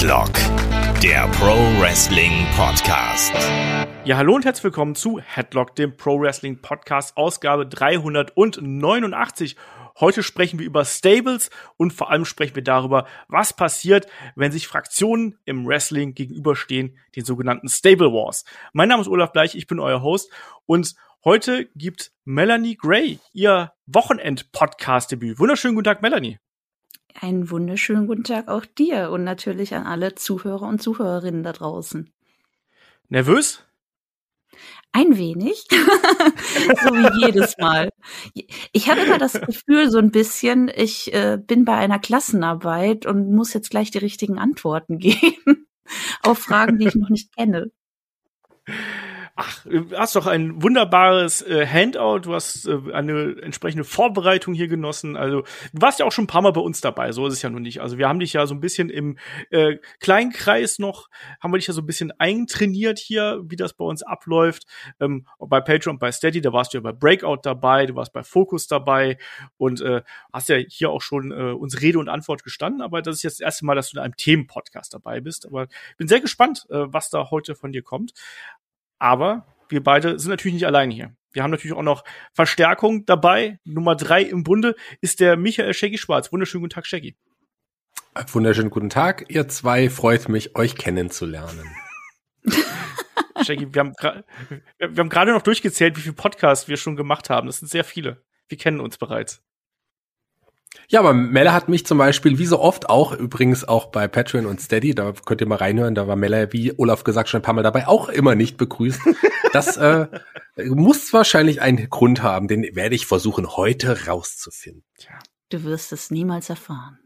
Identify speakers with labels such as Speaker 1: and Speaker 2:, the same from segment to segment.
Speaker 1: Headlock, der Pro Wrestling Podcast.
Speaker 2: Ja, hallo und herzlich willkommen zu Headlock, dem Pro Wrestling Podcast, Ausgabe 389. Heute sprechen wir über Stables und vor allem sprechen wir darüber, was passiert, wenn sich Fraktionen im Wrestling gegenüberstehen, den sogenannten Stable Wars. Mein Name ist Olaf Bleich, ich bin euer Host und heute gibt Melanie Gray ihr Wochenend-Podcast-Debüt. Wunderschönen guten Tag, Melanie.
Speaker 3: Einen wunderschönen guten Tag auch dir und natürlich an alle Zuhörer und Zuhörerinnen da draußen.
Speaker 2: Nervös?
Speaker 3: Ein wenig, so wie jedes Mal. Ich habe immer das Gefühl, so ein bisschen, ich bin bei einer Klassenarbeit und muss jetzt gleich die richtigen Antworten geben auf Fragen, die ich noch nicht kenne.
Speaker 2: Ach, du hast doch ein wunderbares Handout, du hast eine entsprechende Vorbereitung hier genossen. Also du warst ja auch schon ein paar Mal bei uns dabei, so ist es ja nun nicht. Also wir haben dich ja so ein bisschen im kleinen Kreis noch, haben wir dich ja so ein bisschen eintrainiert hier, wie das bei uns abläuft. Bei Patreon und bei Steady, da warst du ja bei Breakout dabei, du warst bei Focus dabei und hast ja hier auch schon uns Rede und Antwort gestanden. Aber das ist jetzt das erste Mal, dass du in einem Themenpodcast dabei bist. Aber ich bin sehr gespannt, was da heute von dir kommt. Aber wir beide sind natürlich nicht alleine hier. Wir haben natürlich auch noch Verstärkung dabei. Nummer 3 im Bunde ist der Michael Shaggy Schwarz. Wunderschönen guten Tag, Shaggy.
Speaker 4: Wunderschönen guten Tag, ihr zwei. Freut mich, euch kennenzulernen.
Speaker 2: Shaggy, wir haben gerade noch durchgezählt, wie viele Podcasts wir schon gemacht haben. Das sind sehr viele. Wir kennen uns bereits.
Speaker 4: Ja, aber Melle hat mich zum Beispiel, wie so oft auch, übrigens auch bei Patreon und Steady, da könnt ihr mal reinhören, da war Melle, wie Olaf gesagt, schon ein paar Mal dabei, auch immer nicht begrüßt. Das muss wahrscheinlich einen Grund haben, den werde ich versuchen, heute rauszufinden.
Speaker 3: Tja. Du wirst es niemals erfahren.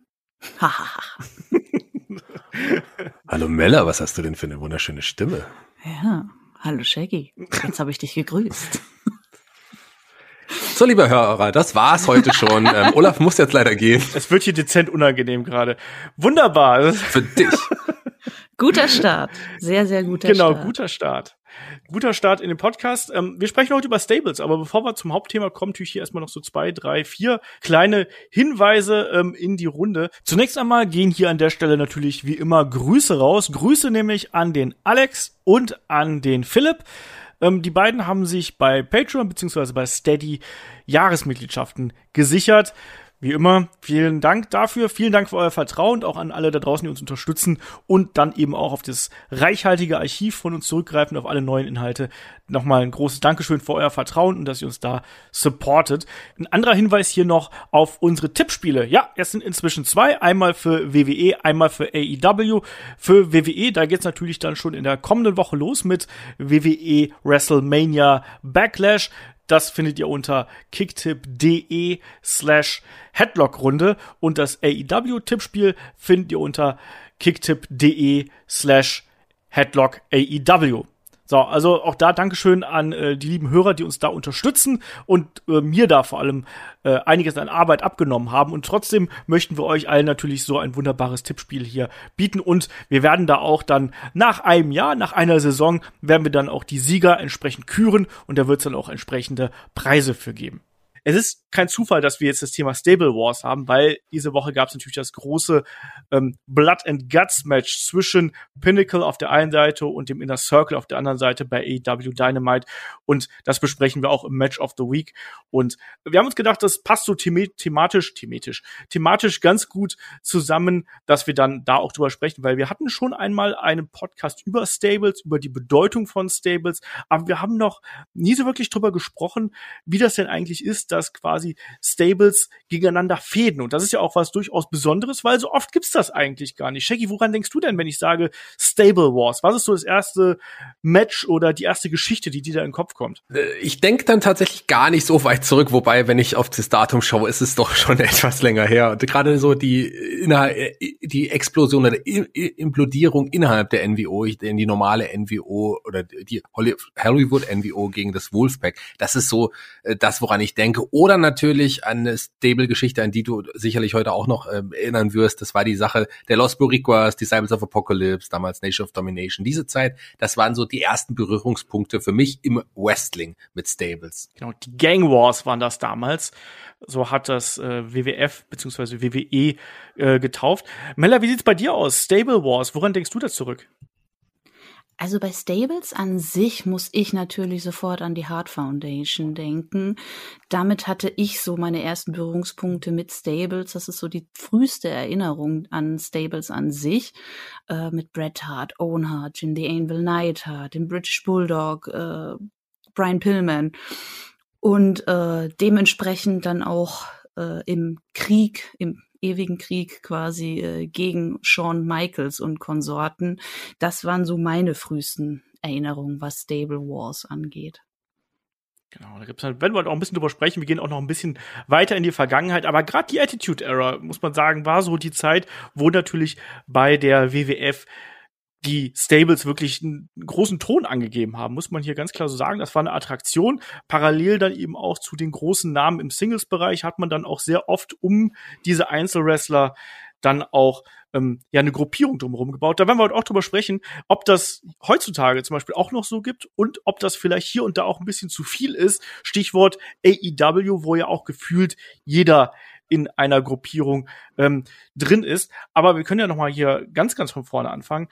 Speaker 4: Hallo Melle, was hast du denn für eine wunderschöne Stimme?
Speaker 3: Ja, hallo Shaggy, jetzt habe ich dich gegrüßt.
Speaker 4: So, liebe Hörer, das war's heute schon. Olaf muss jetzt leider gehen.
Speaker 2: Es wird hier dezent unangenehm gerade. Wunderbar.
Speaker 4: Für dich.
Speaker 3: Guter Start. Sehr, sehr guter Start.
Speaker 2: Genau, guter Start. Guter Start in den Podcast. Wir sprechen heute über Stables, aber bevor wir zum Hauptthema kommen, natürlich hier erstmal noch so 2, 3, 4 kleine Hinweise in die Runde. Zunächst einmal gehen hier an der Stelle natürlich wie immer Grüße raus. Grüße nämlich an den Alex und an den Philipp. Die beiden haben sich bei Patreon bzw. bei Steady Jahresmitgliedschaften gesichert. Wie immer, vielen Dank dafür. Vielen Dank für euer Vertrauen, auch an alle da draußen, die uns unterstützen und dann eben auch auf das reichhaltige Archiv von uns zurückgreifen, auf alle neuen Inhalte. Nochmal ein großes Dankeschön für euer Vertrauen und dass ihr uns da supportet. Ein anderer Hinweis hier noch auf unsere Tippspiele. Ja, es sind inzwischen 2. Einmal für WWE, einmal für AEW. Für WWE, da geht's natürlich dann schon in der kommenden Woche los mit WWE WrestleMania Backlash. Das findet ihr unter kicktip.de/Headlock-Runde und das AEW-Tippspiel findet ihr unter kicktip.de/Headlock-AEW. So, also auch da Dankeschön an die lieben Hörer, die uns da unterstützen und mir da vor allem einiges an Arbeit abgenommen haben. Und trotzdem möchten wir euch allen natürlich so ein wunderbares Tippspiel hier bieten. Und wir werden da auch dann nach einem Jahr, nach einer Saison, werden wir dann auch die Sieger entsprechend küren. Und da wird es dann auch entsprechende Preise für geben. Es ist kein Zufall, dass wir jetzt das Thema Stable Wars haben, weil diese Woche gab es natürlich das große Blood and Guts Match zwischen Pinnacle auf der einen Seite und dem Inner Circle auf der anderen Seite bei AEW Dynamite und das besprechen wir auch im Match of the Week und wir haben uns gedacht, das passt so thematisch ganz gut zusammen, dass wir dann da auch drüber sprechen, weil wir hatten schon einmal einen Podcast über Stables, über die Bedeutung von Stables, aber wir haben noch nie so wirklich drüber gesprochen, wie das denn eigentlich ist, dass quasi Stables gegeneinander fäden. Und das ist ja auch was durchaus Besonderes, weil so oft gibt's das eigentlich gar nicht. Shaggy, woran denkst du denn, wenn ich sage Stable Wars? Was ist so das erste Match oder die erste Geschichte, die dir da in den Kopf kommt?
Speaker 4: Ich denke dann tatsächlich gar nicht so weit zurück, wobei, wenn ich auf das Datum schaue, ist es doch schon etwas länger her. Und gerade so die Explosion oder Implodierung innerhalb der NWO, in die normale NWO oder die Hollywood NWO gegen das Wolfpack, das ist so das, woran ich denke, denke. Oder natürlich an eine Stable-Geschichte, an die du sicherlich heute auch noch erinnern wirst. Das war die Sache der Los Boricuas, Disciples of Apocalypse, damals Nation of Domination. Diese Zeit, das waren so die ersten Berührungspunkte für mich im Wrestling mit Stables.
Speaker 2: Genau, die Gang Wars waren das damals. So hat das WWF bzw. WWE getauft. Mella, wie sieht's bei dir aus? Stable Wars, woran denkst du da zurück?
Speaker 3: Also bei Stables an sich muss ich natürlich sofort an die Hart Foundation denken. Damit hatte ich so meine ersten Berührungspunkte mit Stables. Das ist so die früheste Erinnerung an Stables an sich. Mit Bret Hart, Owen Hart, Jim the Anvil Neidhart, dem British Bulldog, Brian Pillman. Und dementsprechend dann auch im ewigen Krieg quasi gegen Shawn Michaels und Konsorten. Das waren so meine frühesten Erinnerungen, was Stable Wars angeht.
Speaker 2: Genau, da gibt's halt, werden wir halt auch ein bisschen drüber sprechen, wir gehen auch noch ein bisschen weiter in die Vergangenheit, aber gerade die Attitude Era, muss man sagen, war so die Zeit, wo natürlich bei der WWF die Stables wirklich einen großen Ton angegeben haben, muss man hier ganz klar so sagen. Das war eine Attraktion. Parallel dann eben auch zu den großen Namen im Singles-Bereich hat man dann auch sehr oft um diese Einzelwrestler dann auch eine Gruppierung drumherum gebaut. Da werden wir heute auch drüber sprechen, ob das heutzutage zum Beispiel auch noch so gibt und ob das vielleicht hier und da auch ein bisschen zu viel ist. Stichwort AEW, wo ja auch gefühlt jeder in einer Gruppierung drin ist. Aber wir können ja noch mal hier ganz, ganz von vorne anfangen.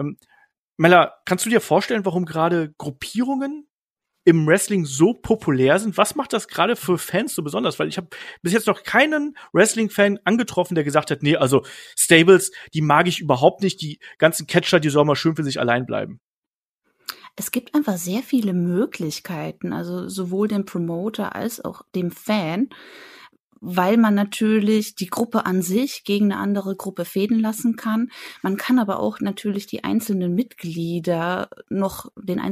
Speaker 2: Mella, kannst du dir vorstellen, warum gerade Gruppierungen im Wrestling so populär sind? Was macht das gerade für Fans so besonders? Weil ich habe bis jetzt noch keinen Wrestling-Fan angetroffen, der gesagt hat, nee, also Stables, die mag ich überhaupt nicht. Die ganzen Catcher, die sollen mal schön für sich allein bleiben.
Speaker 3: Es gibt einfach sehr viele Möglichkeiten, also sowohl dem Promoter als auch dem Fan, weil man natürlich die Gruppe an sich gegen eine andere Gruppe fäden lassen kann. Man kann aber auch natürlich den einzelnen Mitgliedern noch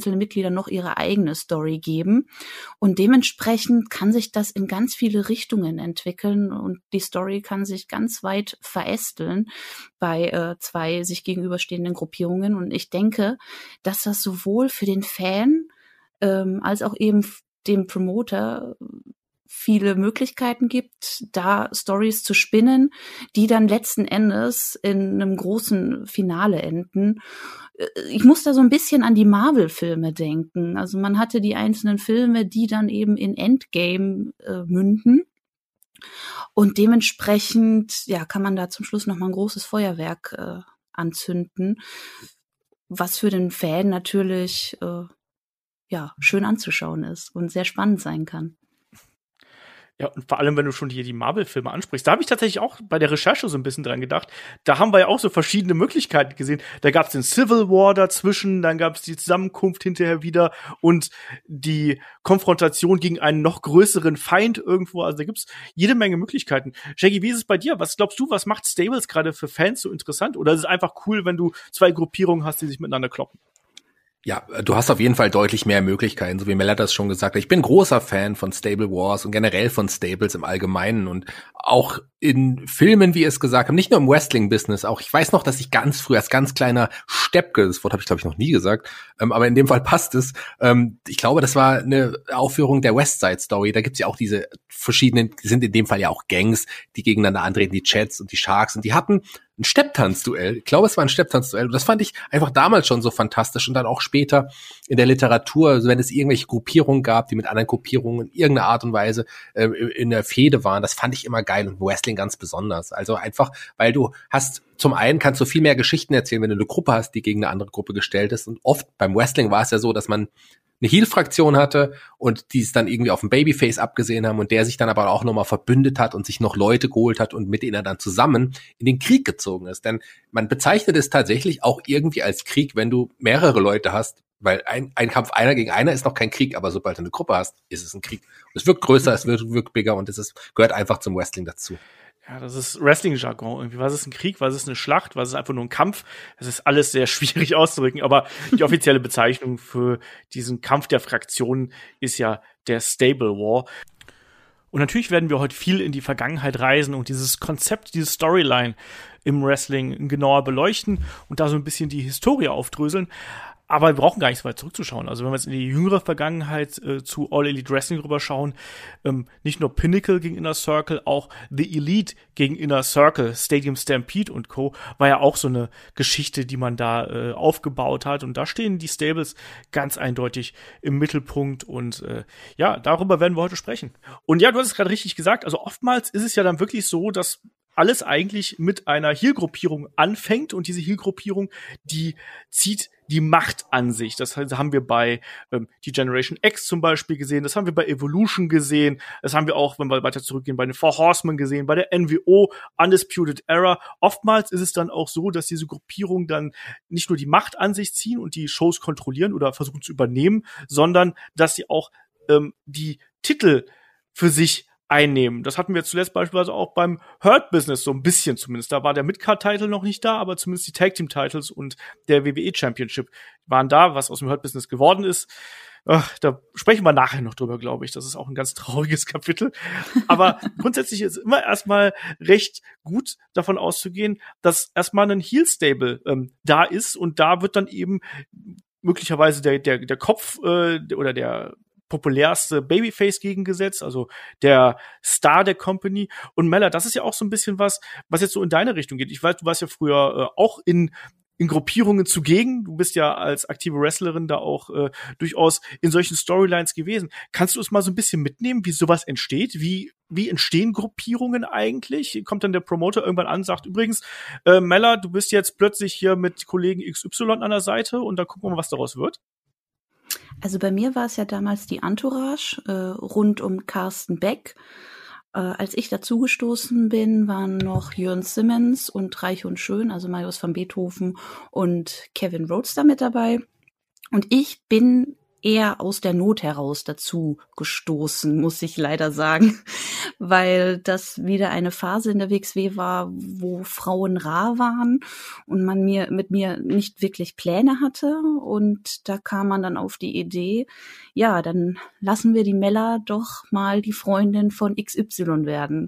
Speaker 3: ihre eigene Story geben. Und dementsprechend kann sich das in ganz viele Richtungen entwickeln und die Story kann sich ganz weit verästeln bei zwei sich gegenüberstehenden Gruppierungen. Und ich denke, dass das sowohl für den Fan als auch eben dem Promoter viele Möglichkeiten gibt, da Stories zu spinnen, die dann letzten Endes in einem großen Finale enden. Ich muss da so ein bisschen an die Marvel-Filme denken. Also man hatte die einzelnen Filme, die dann eben in Endgame münden. Und dementsprechend, ja, kann man da zum Schluss noch mal ein großes Feuerwerk anzünden, was für den Fan natürlich schön anzuschauen ist und sehr spannend sein kann.
Speaker 2: Ja, und vor allem, wenn du schon hier die Marvel-Filme ansprichst, da habe ich tatsächlich auch bei der Recherche so ein bisschen dran gedacht. Da haben wir ja auch so verschiedene Möglichkeiten gesehen. Da gab es den Civil War dazwischen, dann gab es die Zusammenkunft hinterher wieder und die Konfrontation gegen einen noch größeren Feind irgendwo. Also da gibt's jede Menge Möglichkeiten. Shaggy, wie ist es bei dir? Was glaubst du, was macht Stables gerade für Fans so interessant? Oder ist es einfach cool, wenn du zwei Gruppierungen hast, die sich miteinander kloppen?
Speaker 4: Ja, du hast auf jeden Fall deutlich mehr Möglichkeiten, so wie Mel hat das schon gesagt. Ich bin großer Fan von Stable Wars und generell von Stables im Allgemeinen und auch in Filmen, wie ihr es gesagt habt, nicht nur im Wrestling-Business, auch ich weiß noch, dass ich ganz früh als ganz kleiner Steppke, das Wort habe ich glaube ich noch nie gesagt, aber in dem Fall passt es, ich glaube, das war eine Aufführung der West Side Story, da gibt's ja auch diese verschiedenen, die sind in dem Fall ja auch Gangs, die gegeneinander antreten, die Chats und die Sharks und die hatten ein Stepptanzduell. Ich glaube, es war ein Stepptanzduell. Und das fand ich einfach damals schon so fantastisch. Und dann auch später in der Literatur, also wenn es irgendwelche Gruppierungen gab, die mit anderen Gruppierungen in irgendeiner Art und Weise in der Fehde waren, das fand ich immer geil und Wrestling ganz besonders. Also einfach, weil du hast, zum einen kannst du viel mehr Geschichten erzählen, wenn du eine Gruppe hast, die gegen eine andere Gruppe gestellt ist. Und oft beim Wrestling war es ja so, dass man eine Heel-Fraktion hatte und die es dann irgendwie auf dem Babyface abgesehen haben und der sich dann aber auch nochmal verbündet hat und sich noch Leute geholt hat und mit denen er dann zusammen in den Krieg gezogen ist. Denn man bezeichnet es tatsächlich auch irgendwie als Krieg, wenn du mehrere Leute hast, weil ein Kampf einer gegen einer ist noch kein Krieg, aber sobald du eine Gruppe hast, ist es ein Krieg. Es wirkt größer, es wirkt bigger und gehört einfach zum Wrestling dazu.
Speaker 2: Ja, das ist Wrestling-Jargon irgendwie. Was ist ein Krieg, was ist eine Schlacht, was ist einfach nur ein Kampf? Das ist alles sehr schwierig auszudrücken, aber die offizielle Bezeichnung für diesen Kampf der Fraktionen ist ja der Stable War. Und natürlich werden wir heute viel in die Vergangenheit reisen und dieses Konzept, diese Storyline im Wrestling genauer beleuchten und da so ein bisschen die Historie aufdröseln. Aber wir brauchen gar nicht so weit zurückzuschauen. Also wenn wir jetzt in die jüngere Vergangenheit zu All Elite Wrestling rüberschauen, nicht nur Pinnacle gegen Inner Circle, auch The Elite gegen Inner Circle, Stadium Stampede und Co. war ja auch so eine Geschichte, die man da aufgebaut hat. Und da stehen die Stables ganz eindeutig im Mittelpunkt. Und ja, darüber werden wir heute sprechen. Und ja, du hast es gerade richtig gesagt. Also oftmals ist es ja dann wirklich so, dass alles eigentlich mit einer Heel-Gruppierung anfängt und diese Heel-Gruppierung, die zieht die Macht an sich. Das haben wir bei die Generation X zum Beispiel gesehen, das haben wir bei Evolution gesehen, das haben wir auch, wenn wir weiter zurückgehen, bei den Four Horsemen gesehen, bei der NWO, Undisputed Era. Oftmals ist es dann auch so, dass diese Gruppierungen dann nicht nur die Macht an sich ziehen und die Shows kontrollieren oder versuchen zu übernehmen, sondern dass sie auch die Titel für sich einnehmen. Das hatten wir zuletzt beispielsweise auch beim Hurt Business so ein bisschen zumindest. Da war der Midcard-Title noch nicht da, aber zumindest die Tag-Team-Titles und der WWE Championship waren da, was aus dem Hurt Business geworden ist. Da sprechen wir nachher noch drüber, glaube ich. Das ist auch ein ganz trauriges Kapitel. Aber grundsätzlich ist immer erstmal recht gut davon auszugehen, dass erstmal ein Heel-Stable da ist und da wird dann eben möglicherweise der Kopf oder der populärste Babyface gegengesetzt, also der Star der Company. Und Mella, das ist ja auch so ein bisschen was jetzt so in deine Richtung geht. Ich weiß, du warst ja früher auch in Gruppierungen zugegen. Du bist ja als aktive Wrestlerin da auch durchaus in solchen Storylines gewesen. Kannst du es mal so ein bisschen mitnehmen, wie sowas entsteht? Wie entstehen Gruppierungen eigentlich? Kommt dann der Promoter irgendwann an und sagt, übrigens, Mella, du bist jetzt plötzlich hier mit Kollegen XY an der Seite und dann gucken wir mal, was daraus wird?
Speaker 3: Also bei mir war es ja damals die Entourage rund um Carsten Beck. Als ich dazugestoßen bin, waren noch Jörn Simmons und Reich und Schön, also Marius van Beethoven und Kevin Roadster mit dabei. Und ich bin eher aus der Not heraus dazu gestoßen, muss ich leider sagen, weil das wieder eine Phase in der WXW war, wo Frauen rar waren und man mit mir nicht wirklich Pläne hatte. Und da kam man dann auf die Idee, ja, dann lassen wir die Mella doch mal die Freundin von XY werden.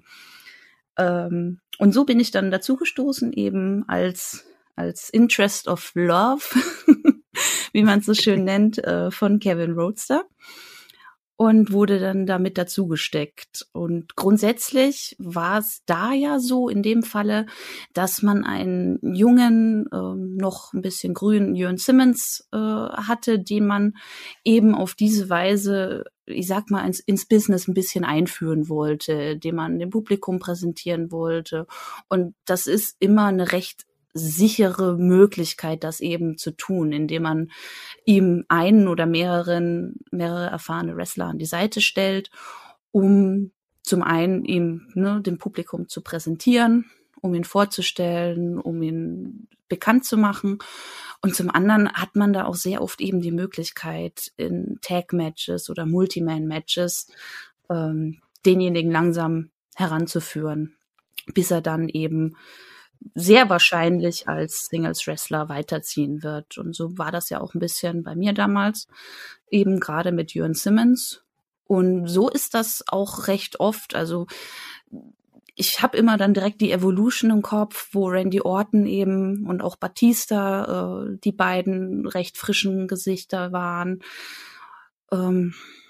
Speaker 3: Und so bin ich dann dazu gestoßen, eben als Interest of Love, wie man es so schön nennt, von Kevin Roadster und wurde dann damit dazugesteckt. Und grundsätzlich war es da ja so in dem Falle, dass man einen jungen, noch ein bisschen grünen Jörn Simmons hatte, den man eben auf diese Weise, ich sag mal, ins Business ein bisschen einführen wollte, den man dem Publikum präsentieren wollte. Und das ist immer eine recht sichere Möglichkeit, das eben zu tun, indem man ihm einen oder mehrere erfahrene Wrestler an die Seite stellt, um zum einen ihm dem Publikum zu präsentieren, um ihn vorzustellen, um ihn bekannt zu machen. Und zum anderen hat man da auch sehr oft eben die Möglichkeit, in Tag-Matches oder Multiman-Matches denjenigen langsam heranzuführen, bis er dann eben sehr wahrscheinlich als Singles-Wrestler weiterziehen wird. Und so war das ja auch ein bisschen bei mir damals, eben gerade mit Jörn Simmons. Und so ist das auch recht oft. Also ich habe immer dann direkt die Evolution im Kopf, wo Randy Orton eben und auch Batista, die beiden recht frischen Gesichter waren. Und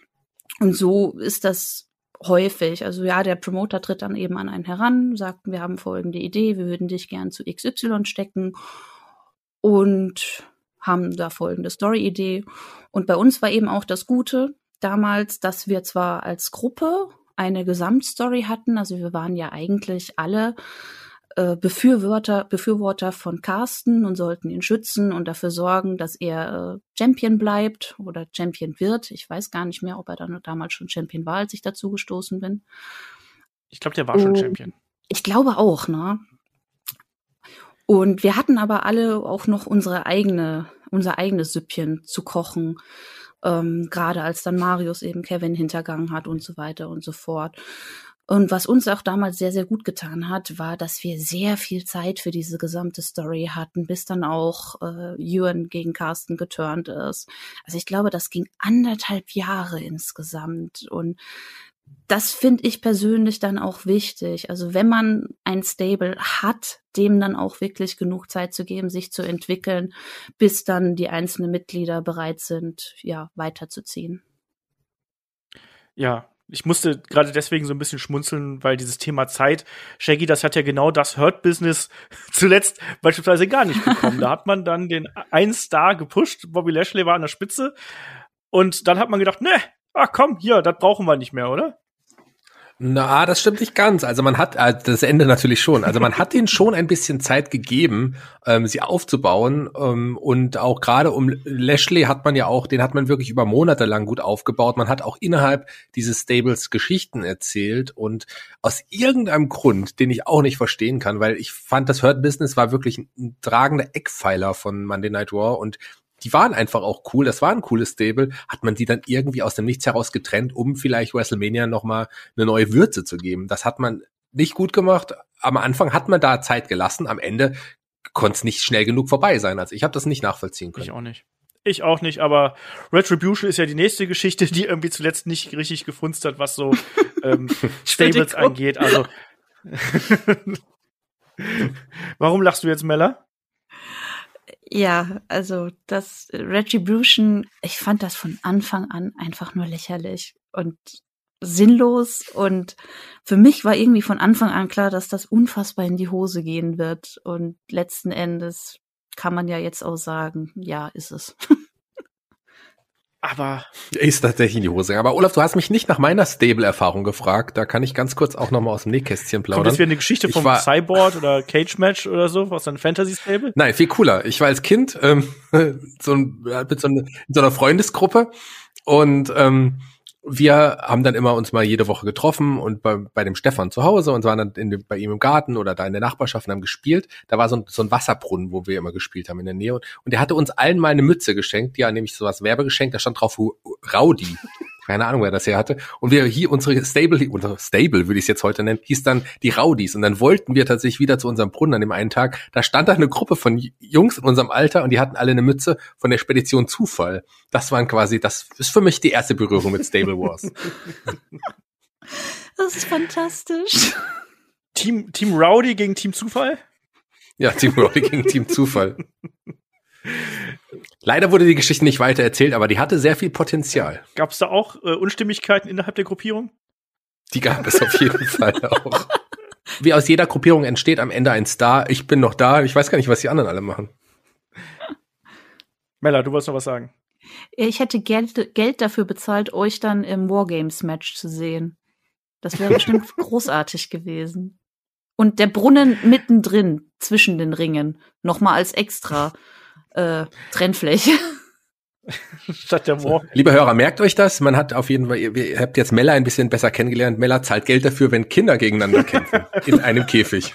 Speaker 3: so ist das häufig. Also ja, der Promoter tritt dann eben an einen heran, sagt, wir haben folgende Idee, wir würden dich gern zu XY stecken und haben da folgende Story-Idee. Und bei uns war eben auch das Gute damals, dass wir zwar als Gruppe eine Gesamtstory hatten, also wir waren ja eigentlich alle Befürworter von Carsten und sollten ihn schützen und dafür sorgen, dass er Champion bleibt oder Champion wird. Ich weiß gar nicht mehr, ob er dann damals schon Champion war, als ich dazu gestoßen bin.
Speaker 2: Ich glaube, der war schon Champion.
Speaker 3: Ich glaube auch, ne? Und wir hatten aber alle auch noch unser eigenes Süppchen zu kochen, gerade als dann Marius eben Kevin hintergangen hat und so weiter und so fort. Und was uns auch damals sehr, sehr gut getan hat, war, dass wir sehr viel Zeit für diese gesamte Story hatten, bis dann auch Jörn gegen Carsten geturnt ist. Also ich glaube, das ging 1,5 Jahre insgesamt. Und das finde ich persönlich dann auch wichtig. Also wenn man ein Stable hat, dem dann auch wirklich genug Zeit zu geben, sich zu entwickeln, bis dann die einzelnen Mitglieder bereit sind, ja, weiterzuziehen.
Speaker 2: Ja, ich musste gerade deswegen so ein bisschen schmunzeln, weil dieses Thema Zeit, Shaggy, das hat ja genau das Hurt-Business zuletzt beispielsweise gar nicht bekommen. Da hat man dann den einen Star gepusht, Bobby Lashley war an der Spitze und dann hat man gedacht, ne, komm, hier, das brauchen wir nicht mehr, oder?
Speaker 4: Na, das stimmt nicht ganz. Also man hat, das Ende natürlich schon. Also man hat ihnen schon ein bisschen Zeit gegeben, sie aufzubauen. Und auch gerade um Lashley hat man ja auch, den hat man wirklich über Monate lang gut aufgebaut. Man hat auch innerhalb dieses Stables Geschichten erzählt. Und aus irgendeinem Grund, den ich auch nicht verstehen kann, weil ich fand, das Hurt Business war wirklich ein tragender Eckpfeiler von Monday Night Raw und die waren einfach auch cool, das war ein cooles Stable, hat man die dann irgendwie aus dem Nichts heraus getrennt, um vielleicht WrestleMania nochmal eine neue Würze zu geben. Das hat man nicht gut gemacht. Am Anfang hat man da Zeit gelassen, am Ende konnte es nicht schnell genug vorbei sein. Also ich habe das nicht nachvollziehen können.
Speaker 2: Ich auch nicht, aber Retribution ist ja die nächste Geschichte, die irgendwie zuletzt nicht richtig gefunzt hat, was so Stables angeht. Also warum lachst du jetzt, Mella?
Speaker 3: Ja, also das Retribution, ich fand das von Anfang an einfach nur lächerlich und sinnlos und für mich war irgendwie von Anfang an klar, dass das unfassbar in die Hose gehen wird und letzten Endes kann man ja jetzt auch sagen, ja, ist es.
Speaker 2: Aber
Speaker 4: ist tatsächlich in die Hose. Aber Olaf, du hast mich nicht nach meiner Stable-Erfahrung gefragt. Da kann ich ganz kurz auch noch mal aus dem Nähkästchen plaudern.
Speaker 2: Kommt das wieder eine Geschichte vom Cyborg oder Cage Match oder so aus einem Fantasy-Stable?
Speaker 4: Nein, viel cooler. Ich war als Kind mit so einer Freundesgruppe und wir haben dann immer uns mal jede Woche getroffen und bei dem Stefan zu Hause und waren dann bei ihm im Garten oder da in der Nachbarschaft und haben gespielt. Da war so ein Wasserbrunnen, wo wir immer gespielt haben in der Nähe. Und der hatte uns allen mal eine Mütze geschenkt. Ja, nämlich sowas Werbegeschenk. Da stand drauf Rowdy. Keine Ahnung, wer das hier hatte. Und wir hier, unsere Stable würde ich es jetzt heute nennen, hieß dann die Rowdies. Und dann wollten wir tatsächlich wieder zu unserem Brunnen an dem einen Tag. Da stand da eine Gruppe von Jungs in unserem Alter und die hatten alle eine Mütze von der Spedition Zufall. Das ist für mich die erste Berührung mit Stable Wars.
Speaker 3: Das ist fantastisch.
Speaker 2: Team Rowdy gegen Team Zufall?
Speaker 4: Ja, Team Rowdy gegen Team Zufall. Leider wurde die Geschichte nicht weiter erzählt, aber die hatte sehr viel Potenzial.
Speaker 2: Gab es da auch Unstimmigkeiten innerhalb der Gruppierung?
Speaker 4: Die gab es auf jeden Fall auch. Wie aus jeder Gruppierung entsteht am Ende ein Star. Ich bin noch da. Ich weiß gar nicht, was die anderen alle machen.
Speaker 2: Mella, du wolltest noch was sagen.
Speaker 3: Ich hätte Geld dafür bezahlt, euch dann im Wargames-Match zu sehen. Das wäre bestimmt großartig gewesen. Und der Brunnen mittendrin, zwischen den Ringen. Nochmal als extra Trennfläche.
Speaker 2: Statt der War.
Speaker 4: Liebe Hörer, merkt euch das. Man hat auf jeden Fall, ihr habt jetzt Mella ein bisschen besser kennengelernt. Mella zahlt Geld dafür, wenn Kinder gegeneinander kämpfen. In einem Käfig.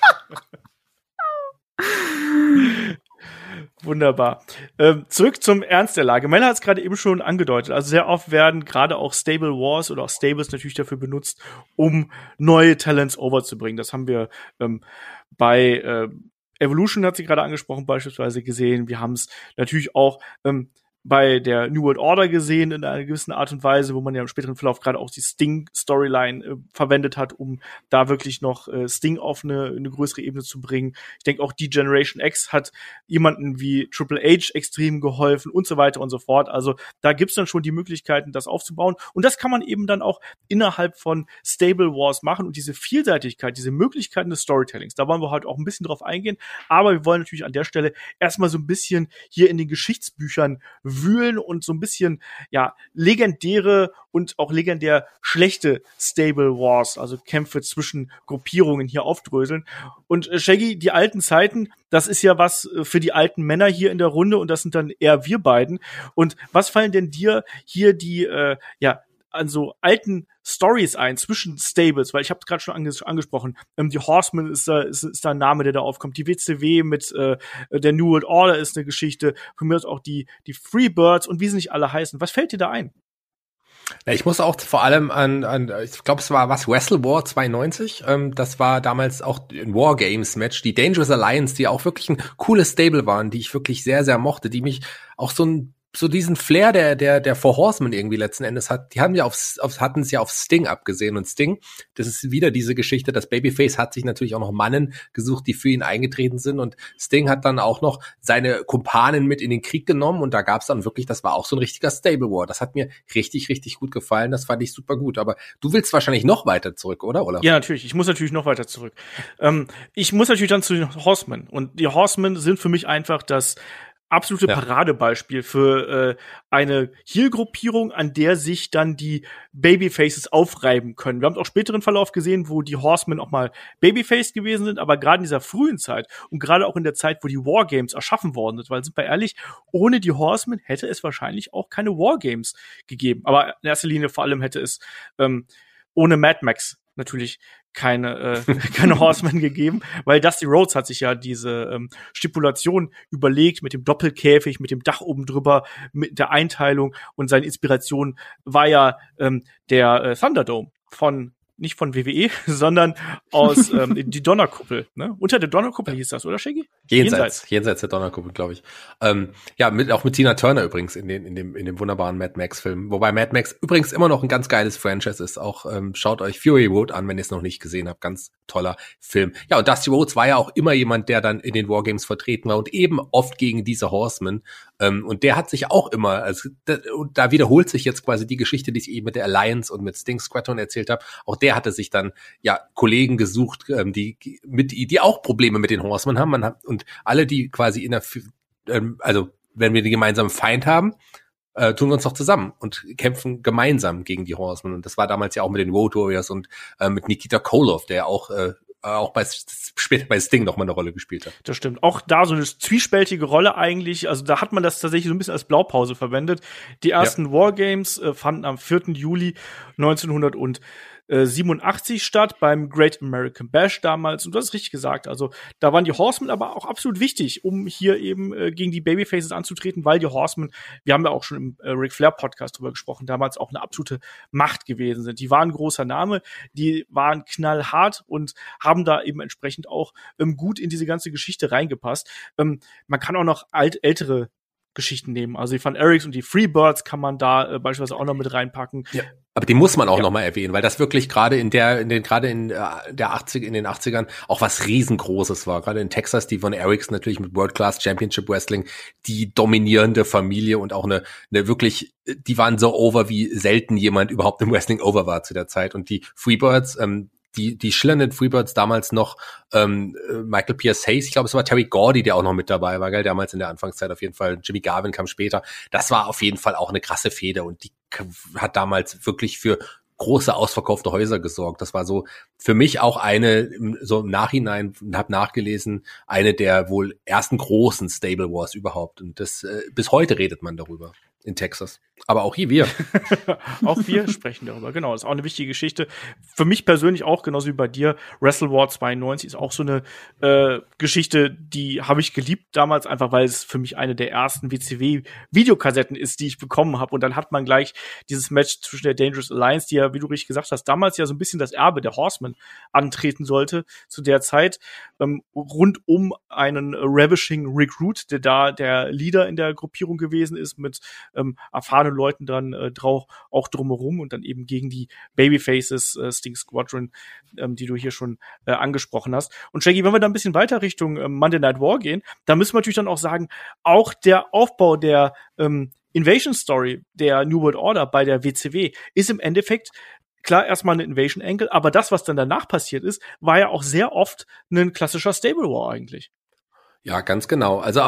Speaker 2: Wunderbar. Zurück zum Ernst der Lage. Mella hat es gerade eben schon angedeutet. Also sehr oft werden gerade auch Stable Wars oder auch Stables natürlich dafür benutzt, um neue Talents overzubringen. Das haben wir bei Evolution, hat sie gerade angesprochen, beispielsweise gesehen. Wir haben es natürlich auch bei der New World Order gesehen in einer gewissen Art und Weise, wo man ja im späteren Verlauf gerade auch die Sting-Storyline verwendet hat, um da wirklich noch Sting auf eine größere Ebene zu bringen. Ich denke auch die Generation X hat jemanden wie Triple H extrem geholfen und so weiter und so fort. Also da gibt's dann schon die Möglichkeiten, das aufzubauen. Und das kann man eben dann auch innerhalb von Stable Wars machen. Und diese Vielseitigkeit, diese Möglichkeiten des Storytellings, da wollen wir heute auch ein bisschen drauf eingehen. Aber wir wollen natürlich an der Stelle erstmal so ein bisschen hier in den Geschichtsbüchern wühlen und so ein bisschen, ja, legendäre und auch legendär schlechte Stable Wars, also Kämpfe zwischen Gruppierungen hier aufdröseln. Und Shaggy, die alten Zeiten, das ist ja was für die alten Männer hier in der Runde und das sind dann eher wir beiden. Und was fallen denn dir hier die, an so alten Stories ein zwischen Stables, weil ich habe es gerade schon angesprochen. Die Horsemen ist da ein Name, der da aufkommt. Die WCW mit der New World Order ist eine Geschichte. Von mir aus auch die Freebirds und wie sie nicht alle heißen. Was fällt dir da ein?
Speaker 4: Ja, ich muss auch vor allem an ich glaube, es war Wrestle War 92. Das war damals auch ein Wargames-Match. Die Dangerous Alliance, die auch wirklich ein cooles Stable waren, die ich wirklich sehr, sehr mochte, die mich auch so ein so diesen Flair der Four Horsemen irgendwie letzten Endes hat. Die haben ja hatten es ja auf Sting abgesehen, und Sting, das ist wieder diese Geschichte, das Babyface hat sich natürlich auch noch Mannen gesucht, die für ihn eingetreten sind, und Sting hat dann auch noch seine Kumpanen mit in den Krieg genommen, und da gab's dann wirklich, das war auch so ein richtiger Stable War. Das hat mir richtig, richtig gut gefallen, das fand ich super gut, aber du willst wahrscheinlich noch weiter zurück, oder?
Speaker 2: Ja, natürlich, ich muss natürlich noch weiter zurück. Ich muss natürlich dann zu den Horsemen, und die Horsemen sind für mich einfach das absolute Paradebeispiel für eine Heel-Gruppierung, an der sich dann die Babyfaces aufreiben können. Wir haben auch späteren Verlauf gesehen, wo die Horsemen auch mal Babyface gewesen sind, aber gerade in dieser frühen Zeit und gerade auch in der Zeit, wo die Wargames erschaffen worden sind, weil, sind wir ehrlich, ohne die Horsemen hätte es wahrscheinlich auch keine Wargames gegeben. Aber in erster Linie vor allem hätte es ohne Mad Max natürlich keine Horsemen gegeben, weil Dusty Rhodes hat sich ja diese Stipulation überlegt mit dem Doppelkäfig, mit dem Dach oben drüber, mit der Einteilung, und seine Inspiration war ja der Thunderdome nicht von WWE, sondern aus die Donnerkuppel. Ne? Unter der Donnerkuppel hieß das, oder Shaggy?
Speaker 4: Jenseits der Donnerkuppel, glaube ich. Auch mit Tina Turner übrigens in dem wunderbaren Mad Max-Film. Wobei Mad Max übrigens immer noch ein ganz geiles Franchise ist. Auch schaut euch Fury Road an, wenn ihr es noch nicht gesehen habt. Ganz toller Film. Ja, und Dusty Rhodes war ja auch immer jemand, der dann in den Wargames vertreten war und eben oft gegen diese Horsemen. Und der hat sich auch immer, da wiederholt sich jetzt quasi die Geschichte, die ich eben mit der Alliance und mit Sting Squadron erzählt habe. Auch der hatte sich dann Kollegen gesucht, die auch Probleme mit den Horsemen haben. Und alle, die quasi wenn wir den gemeinsamen Feind haben, tun wir uns doch zusammen und kämpfen gemeinsam gegen die Horsemen. Und das war damals ja auch mit den Road Warriors und mit Nikita Koloff, der auch später bei Sting noch mal eine Rolle gespielt hat.
Speaker 2: Das stimmt. Auch da so eine zwiespältige Rolle eigentlich. Also da hat man das tatsächlich so ein bisschen als Blaupause verwendet. Die ersten Wargames fanden am 4. Juli 1987 statt, beim Great American Bash damals. Und du hast es richtig gesagt. Also da waren die Horsemen aber auch absolut wichtig, um hier eben gegen die Babyfaces anzutreten, weil die Horsemen, wir haben ja auch schon im Ric Flair Podcast drüber gesprochen, damals auch eine absolute Macht gewesen sind. Die waren ein großer Name, die waren knallhart und haben da eben entsprechend auch gut in diese ganze Geschichte reingepasst. Man kann auch noch ältere Geschichten nehmen. Also die Van Eriks und die Freebirds kann man da beispielsweise auch noch mit reinpacken.
Speaker 4: Ja. Aber die muss man auch noch mal erwähnen, weil das wirklich gerade in den 80ern auch was riesengroßes war. Gerade in Texas, die Von Erichs natürlich mit World Class Championship Wrestling, die dominierende Familie und auch eine wirklich, die waren so over, wie selten jemand überhaupt im Wrestling over war zu der Zeit. Und die Freebirds, die schillernden Freebirds damals noch, Michael Pierce Hayes, ich glaube, es war Terry Gordy, der auch noch mit dabei war, gell, damals in der Anfangszeit auf jeden Fall. Jimmy Garvin kam später. Das war auf jeden Fall auch eine krasse Fehde, und die hat damals wirklich für große ausverkaufte Häuser gesorgt. Das war so für mich auch so im Nachhinein, habe nachgelesen, eine der wohl ersten großen Stable Wars überhaupt. Und das bis heute redet man darüber in Texas. Aber auch hier wir.
Speaker 2: Auch wir sprechen darüber, genau. Das ist auch eine wichtige Geschichte. Für mich persönlich auch, genauso wie bei dir, Wrestle War 92 ist auch so eine Geschichte, die habe ich geliebt damals, einfach weil es für mich eine der ersten WCW-Videokassetten ist, die ich bekommen habe. Und dann hat man gleich dieses Match zwischen der Dangerous Alliance, die ja, wie du richtig gesagt hast, damals ja so ein bisschen das Erbe der Horsemen antreten sollte zu der Zeit, rund um einen Ravishing Recruit, der da der Leader in der Gruppierung gewesen ist, mit erfahrenen Leuten dann auch drumherum, und dann eben gegen die Babyfaces, Sting Squadron, die du hier schon angesprochen hast. Und Shaggy, wenn wir da ein bisschen weiter Richtung Monday Night War gehen, da müssen wir natürlich dann auch sagen, auch der Aufbau der Invasion Story der New World Order bei der WCW ist im Endeffekt klar erstmal eine Invasion Angle, aber das, was dann danach passiert ist, war ja auch sehr oft ein klassischer Stable War eigentlich.
Speaker 4: Ja, ganz genau. Also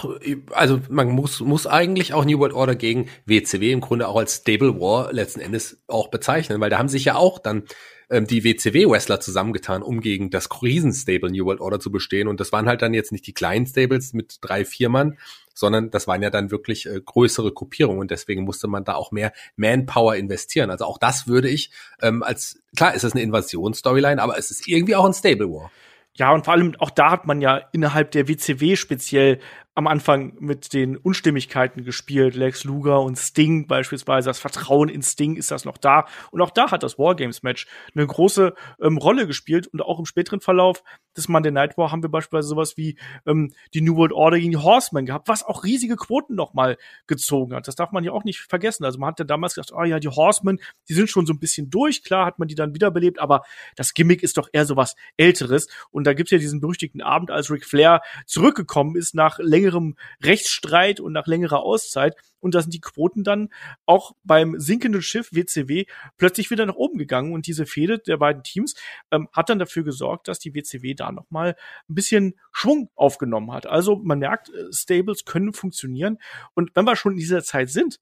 Speaker 4: man muss eigentlich auch New World Order gegen WCW im Grunde auch als Stable War letzten Endes auch bezeichnen, weil da haben sich ja auch dann die WCW-Wrestler zusammengetan, um gegen das Riesen-Stable New World Order zu bestehen. Und das waren halt dann jetzt nicht die kleinen Stables mit 3-4 Mann, sondern das waren ja dann wirklich größere Gruppierungen, und deswegen musste man da auch mehr Manpower investieren. Also auch das würde ich klar ist es eine Invasion-Storyline, aber es ist irgendwie auch ein Stable War.
Speaker 2: Ja, und vor allem auch da hat man ja innerhalb der WCW speziell am Anfang mit den Unstimmigkeiten gespielt. Lex Luger und Sting beispielsweise. Das Vertrauen in Sting, ist das noch da? Und auch da hat das Wargames-Match eine große Rolle gespielt. Und auch im späteren Verlauf des Monday Night War haben wir beispielsweise sowas wie die New World Order gegen die Horsemen gehabt, was auch riesige Quoten nochmal gezogen hat. Das darf man hier auch nicht vergessen. Also man hat ja damals gedacht, die Horsemen, die sind schon so ein bisschen durch. Klar hat man die dann wiederbelebt, aber das Gimmick ist doch eher so was Älteres. Und da gibt's ja diesen berüchtigten Abend, als Ric Flair zurückgekommen ist nach längerem Rechtsstreit und nach längerer Auszeit. Und da sind die Quoten dann auch beim sinkenden Schiff WCW plötzlich wieder nach oben gegangen. Und diese Fehde der beiden Teams hat dann dafür gesorgt, dass die WCW da noch mal ein bisschen Schwung aufgenommen hat. Also man merkt, Stables können funktionieren. Und wenn wir schon in dieser Zeit sind,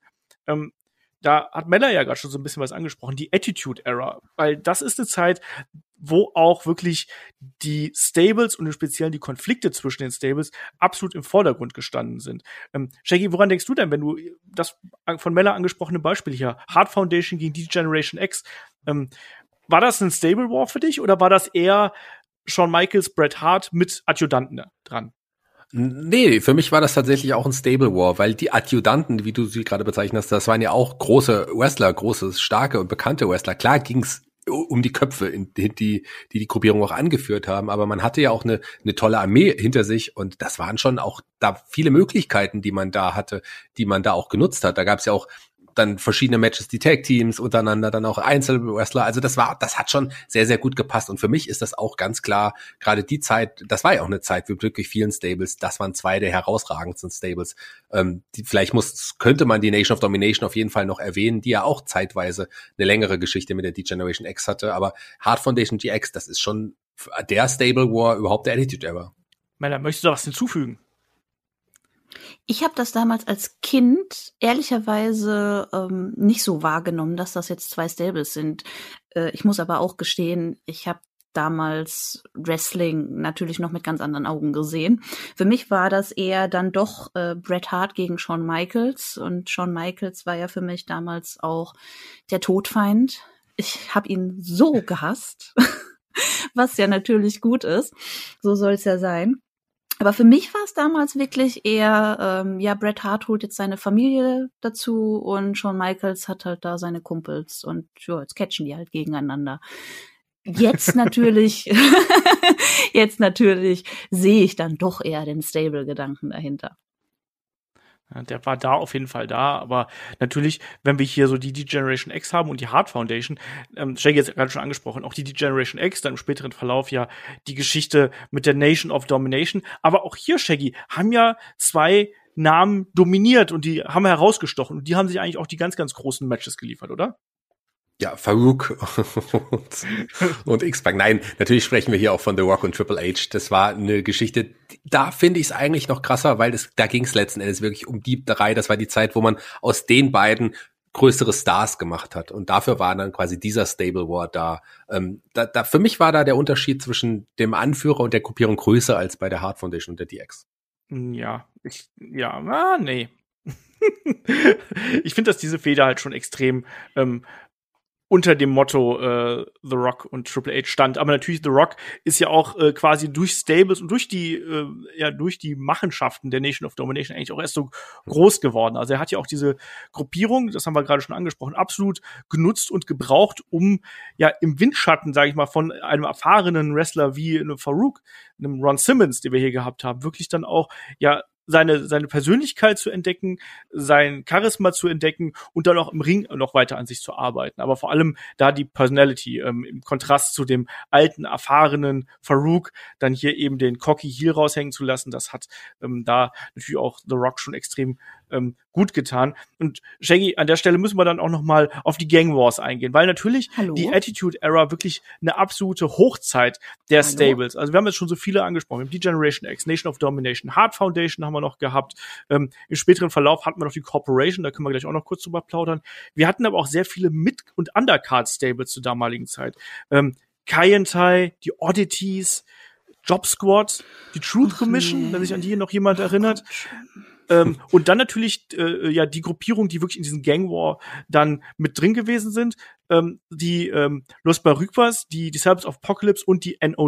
Speaker 2: da hat Mella ja gerade schon so ein bisschen was angesprochen, die Attitude Era. Weil das ist eine Zeit, wo auch wirklich die Stables und im Speziellen die Konflikte zwischen den Stables absolut im Vordergrund gestanden sind. Shaggy, woran denkst du denn, wenn du das von Mella angesprochene Beispiel hier, Hart Foundation gegen die Generation X, war das ein Stable War für dich oder war das eher Shawn Michaels, Bret Hart mit Adjutanten dran?
Speaker 4: Nee, für mich war das tatsächlich auch ein Stable War, weil die Adjutanten, wie du sie gerade bezeichnet hast, das waren ja auch große Wrestler, große, starke und bekannte Wrestler. Klar ging's um die Köpfe, die Gruppierung auch angeführt haben, aber man hatte ja auch eine tolle Armee hinter sich und das waren schon auch da viele Möglichkeiten, die man da hatte, die man da auch genutzt hat. Da gab's ja auch dann verschiedene Matches, die Tag-Teams untereinander, dann auch Einzelwrestler. Also das hat schon sehr, sehr gut gepasst. Und für mich ist das auch ganz klar, gerade die Zeit, das war ja auch eine Zeit mit wirklich vielen Stables. Das waren zwei der herausragendsten Stables. Vielleicht könnte man die Nation of Domination auf jeden Fall noch erwähnen, die ja auch zeitweise eine längere Geschichte mit der D-Generation X hatte. Aber Hart Foundation GX, das ist schon der Stable War überhaupt der Attitude Era.
Speaker 2: Männer, möchtest du da was hinzufügen?
Speaker 3: Ich habe das damals als Kind ehrlicherweise nicht so wahrgenommen, dass das jetzt zwei Stables sind. Ich muss aber auch gestehen, ich habe damals Wrestling natürlich noch mit ganz anderen Augen gesehen. Für mich war das eher dann doch Bret Hart gegen Shawn Michaels. Und Shawn Michaels war ja für mich damals auch der Todfeind. Ich habe ihn so gehasst, was ja natürlich gut ist. So soll es ja sein. Aber für mich war es damals wirklich eher, Bret Hart holt jetzt seine Familie dazu und Shawn Michaels hat halt da seine Kumpels und ja, jetzt catchen die halt gegeneinander. Jetzt natürlich sehe ich dann doch eher den Stable-Gedanken dahinter.
Speaker 2: Ja, der war da auf jeden Fall da, aber natürlich, wenn wir hier so die D-Generation X haben und die Hart Foundation, Shaggy hat es gerade schon angesprochen, auch die D-Generation X, dann im späteren Verlauf ja die Geschichte mit der Nation of Domination, aber auch hier, Shaggy, haben ja zwei Namen dominiert und die haben herausgestochen und die haben sich eigentlich auch die ganz, ganz großen Matches geliefert, oder?
Speaker 4: Ja, Farouk und X-Pac. Nein, natürlich sprechen wir hier auch von The Rock und Triple H. Das war eine Geschichte, da finde ich es eigentlich noch krasser, weil da ging es letzten Endes wirklich um die drei. Das war die Zeit, wo man aus den beiden größere Stars gemacht hat. Und dafür war dann quasi dieser Stable War da. Für mich war da der Unterschied zwischen dem Anführer und der Gruppierung größer als bei der Hart Foundation und der DX.
Speaker 2: Nee. Ich finde, dass diese Fehde halt schon extrem unter dem Motto The Rock und Triple H stand. Aber natürlich, The Rock ist ja auch quasi durch Stables und durch die Machenschaften der Nation of Domination eigentlich auch erst so groß geworden. Also er hat ja auch diese Gruppierung, das haben wir gerade schon angesprochen, absolut genutzt und gebraucht, um ja im Windschatten, sage ich mal, von einem erfahrenen Wrestler wie einem Farouk, einem Ron Simmons, den wir hier gehabt haben, wirklich dann auch ja seine Persönlichkeit zu entdecken, sein Charisma zu entdecken und dann auch im Ring noch weiter an sich zu arbeiten. Aber vor allem da die Personality im Kontrast zu dem alten, erfahrenen Farouk, dann hier eben den Cocky Heel raushängen zu lassen, das hat da natürlich auch The Rock schon extrem gut getan. Und Shaggy, an der Stelle müssen wir dann auch noch mal auf die Gang Wars eingehen, weil natürlich die Attitude Era wirklich eine absolute Hochzeit der Stables. Also wir haben jetzt schon so viele angesprochen. Wir haben die Generation X, Nation of Domination, Hart Foundation haben wir noch gehabt. Im späteren Verlauf hatten wir noch die Corporation, da können wir gleich auch noch kurz drüber plaudern. Wir hatten aber auch sehr viele Mid- und Undercard-Stables zur damaligen Zeit. Kaientai, die Oddities, Job Squad, die Truth Commission, wenn sich an die noch jemand erinnert. Und dann natürlich die Gruppierung, die wirklich in diesem Gang War dann mit drin gewesen sind, die Los Baruquas, die Disciples of Apocalypse und die NOD.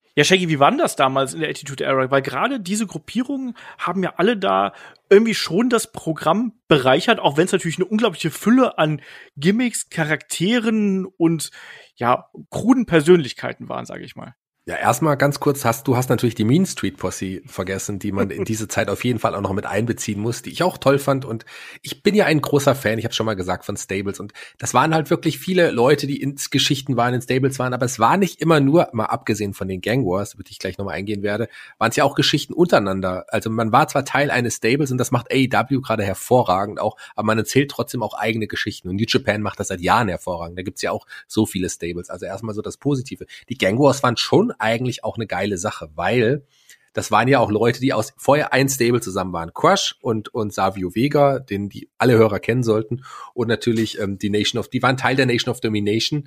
Speaker 2: Ja, Shaggy, wie war denn das damals in der Attitude Era? Weil gerade diese Gruppierungen haben ja alle da irgendwie schon das Programm bereichert, auch wenn es natürlich eine unglaubliche Fülle an Gimmicks, Charakteren und ja, kruden Persönlichkeiten waren, sage ich mal.
Speaker 4: Ja, erstmal ganz kurz, du hast natürlich die Mean Street Posse vergessen, die man in diese Zeit auf jeden Fall auch noch mit einbeziehen muss, die ich auch toll fand, und ich bin ja ein großer Fan, ich habe schon mal gesagt, von Stables, und das waren halt wirklich viele Leute, die in Geschichten waren, in Stables waren, aber es war nicht immer nur, mal abgesehen von den Gang Wars, über die ich gleich nochmal eingehen werde, waren es ja auch Geschichten untereinander. Also man war zwar Teil eines Stables und das macht AEW gerade hervorragend auch, aber man erzählt trotzdem auch eigene Geschichten, und New Japan macht das seit Jahren hervorragend, da gibt's ja auch so viele Stables, also erstmal so das Positive. Die Gang Wars waren schon eigentlich auch eine geile Sache, weil das waren ja auch Leute, die aus vorher ein Stable zusammen waren. Crush und Savio Vega, den die alle Hörer kennen sollten, und natürlich die waren Teil der Nation of Domination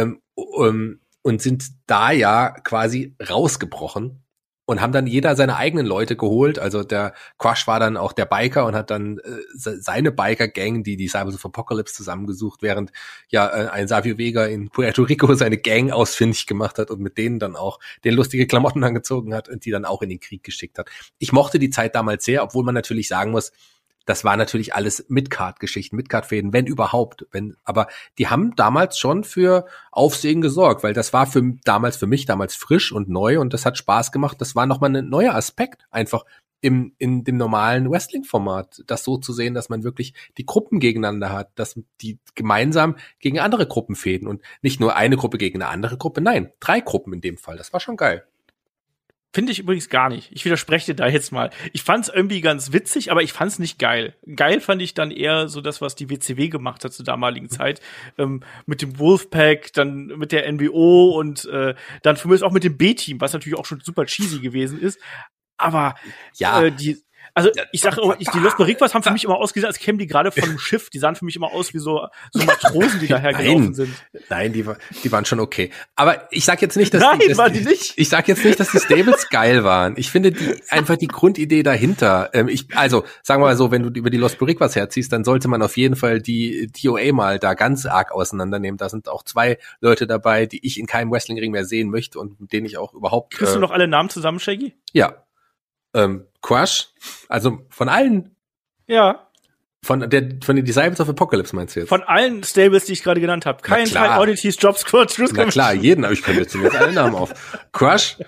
Speaker 4: und sind da ja quasi rausgebrochen und haben dann jeder seine eigenen Leute geholt. Also der Crush war dann auch der Biker und hat dann seine Biker-Gang, die Disciples of Apocalypse, zusammengesucht, während ja ein Savio Vega in Puerto Rico seine Gang ausfindig gemacht hat und mit denen dann auch den lustige Klamotten angezogen hat und die dann auch in den Krieg geschickt hat. Ich mochte die Zeit damals sehr, obwohl man natürlich sagen muss, das war natürlich alles Mid-Card-Geschichten, Mid-Card-Fäden, wenn überhaupt. Aber die haben damals schon für Aufsehen gesorgt, weil das war für mich damals frisch und neu und das hat Spaß gemacht. Das war nochmal ein neuer Aspekt, einfach in dem normalen Wrestling-Format, das so zu sehen, dass man wirklich die Gruppen gegeneinander hat, dass die gemeinsam gegen andere Gruppen fäden und nicht nur eine Gruppe gegen eine andere Gruppe, nein, 3 Gruppen in dem Fall. Das war schon geil.
Speaker 2: Finde ich übrigens gar nicht. Ich widerspreche dir da jetzt mal. Ich fand's irgendwie ganz witzig, aber ich fand's nicht geil. Geil fand ich dann eher so das, was die WCW gemacht hat zur damaligen Zeit. Mit dem Wolfpack, dann mit der NWO und dann für mich auch mit dem B-Team, was natürlich auch schon super cheesy gewesen ist. Aber
Speaker 4: ja.
Speaker 2: Ich sage auch, die Los Boricuas haben für mich immer ausgesehen, als kämen die gerade von einem Schiff. Die sahen für mich immer aus wie so Matrosen, die daher gelaufen sind.
Speaker 4: Nein, die waren schon okay. Aber ich sag jetzt nicht, dass
Speaker 2: waren die nicht.
Speaker 4: Ich sag jetzt nicht, dass die Stables geil waren. Ich finde einfach die Grundidee dahinter. Also sagen wir mal so, wenn du über die Los Boricuas herziehst, dann sollte man auf jeden Fall die DOA mal da ganz arg auseinandernehmen. Da sind auch 2 Leute dabei, die ich in keinem Wrestlingring mehr sehen möchte und mit denen ich auch überhaupt.
Speaker 2: Kriegst du noch alle Namen zusammen, Shaggy?
Speaker 4: Ja. Crush, also von allen.
Speaker 2: Ja.
Speaker 4: Von den Disciples of Apocalypse meinst du jetzt?
Speaker 2: Von allen Stables, die ich gerade genannt habe. Kein Teil Oddities, Job Squad, Truth
Speaker 4: Na klar, jeden, aber ich könnte jetzt zumindest alle Namen auf. Crush,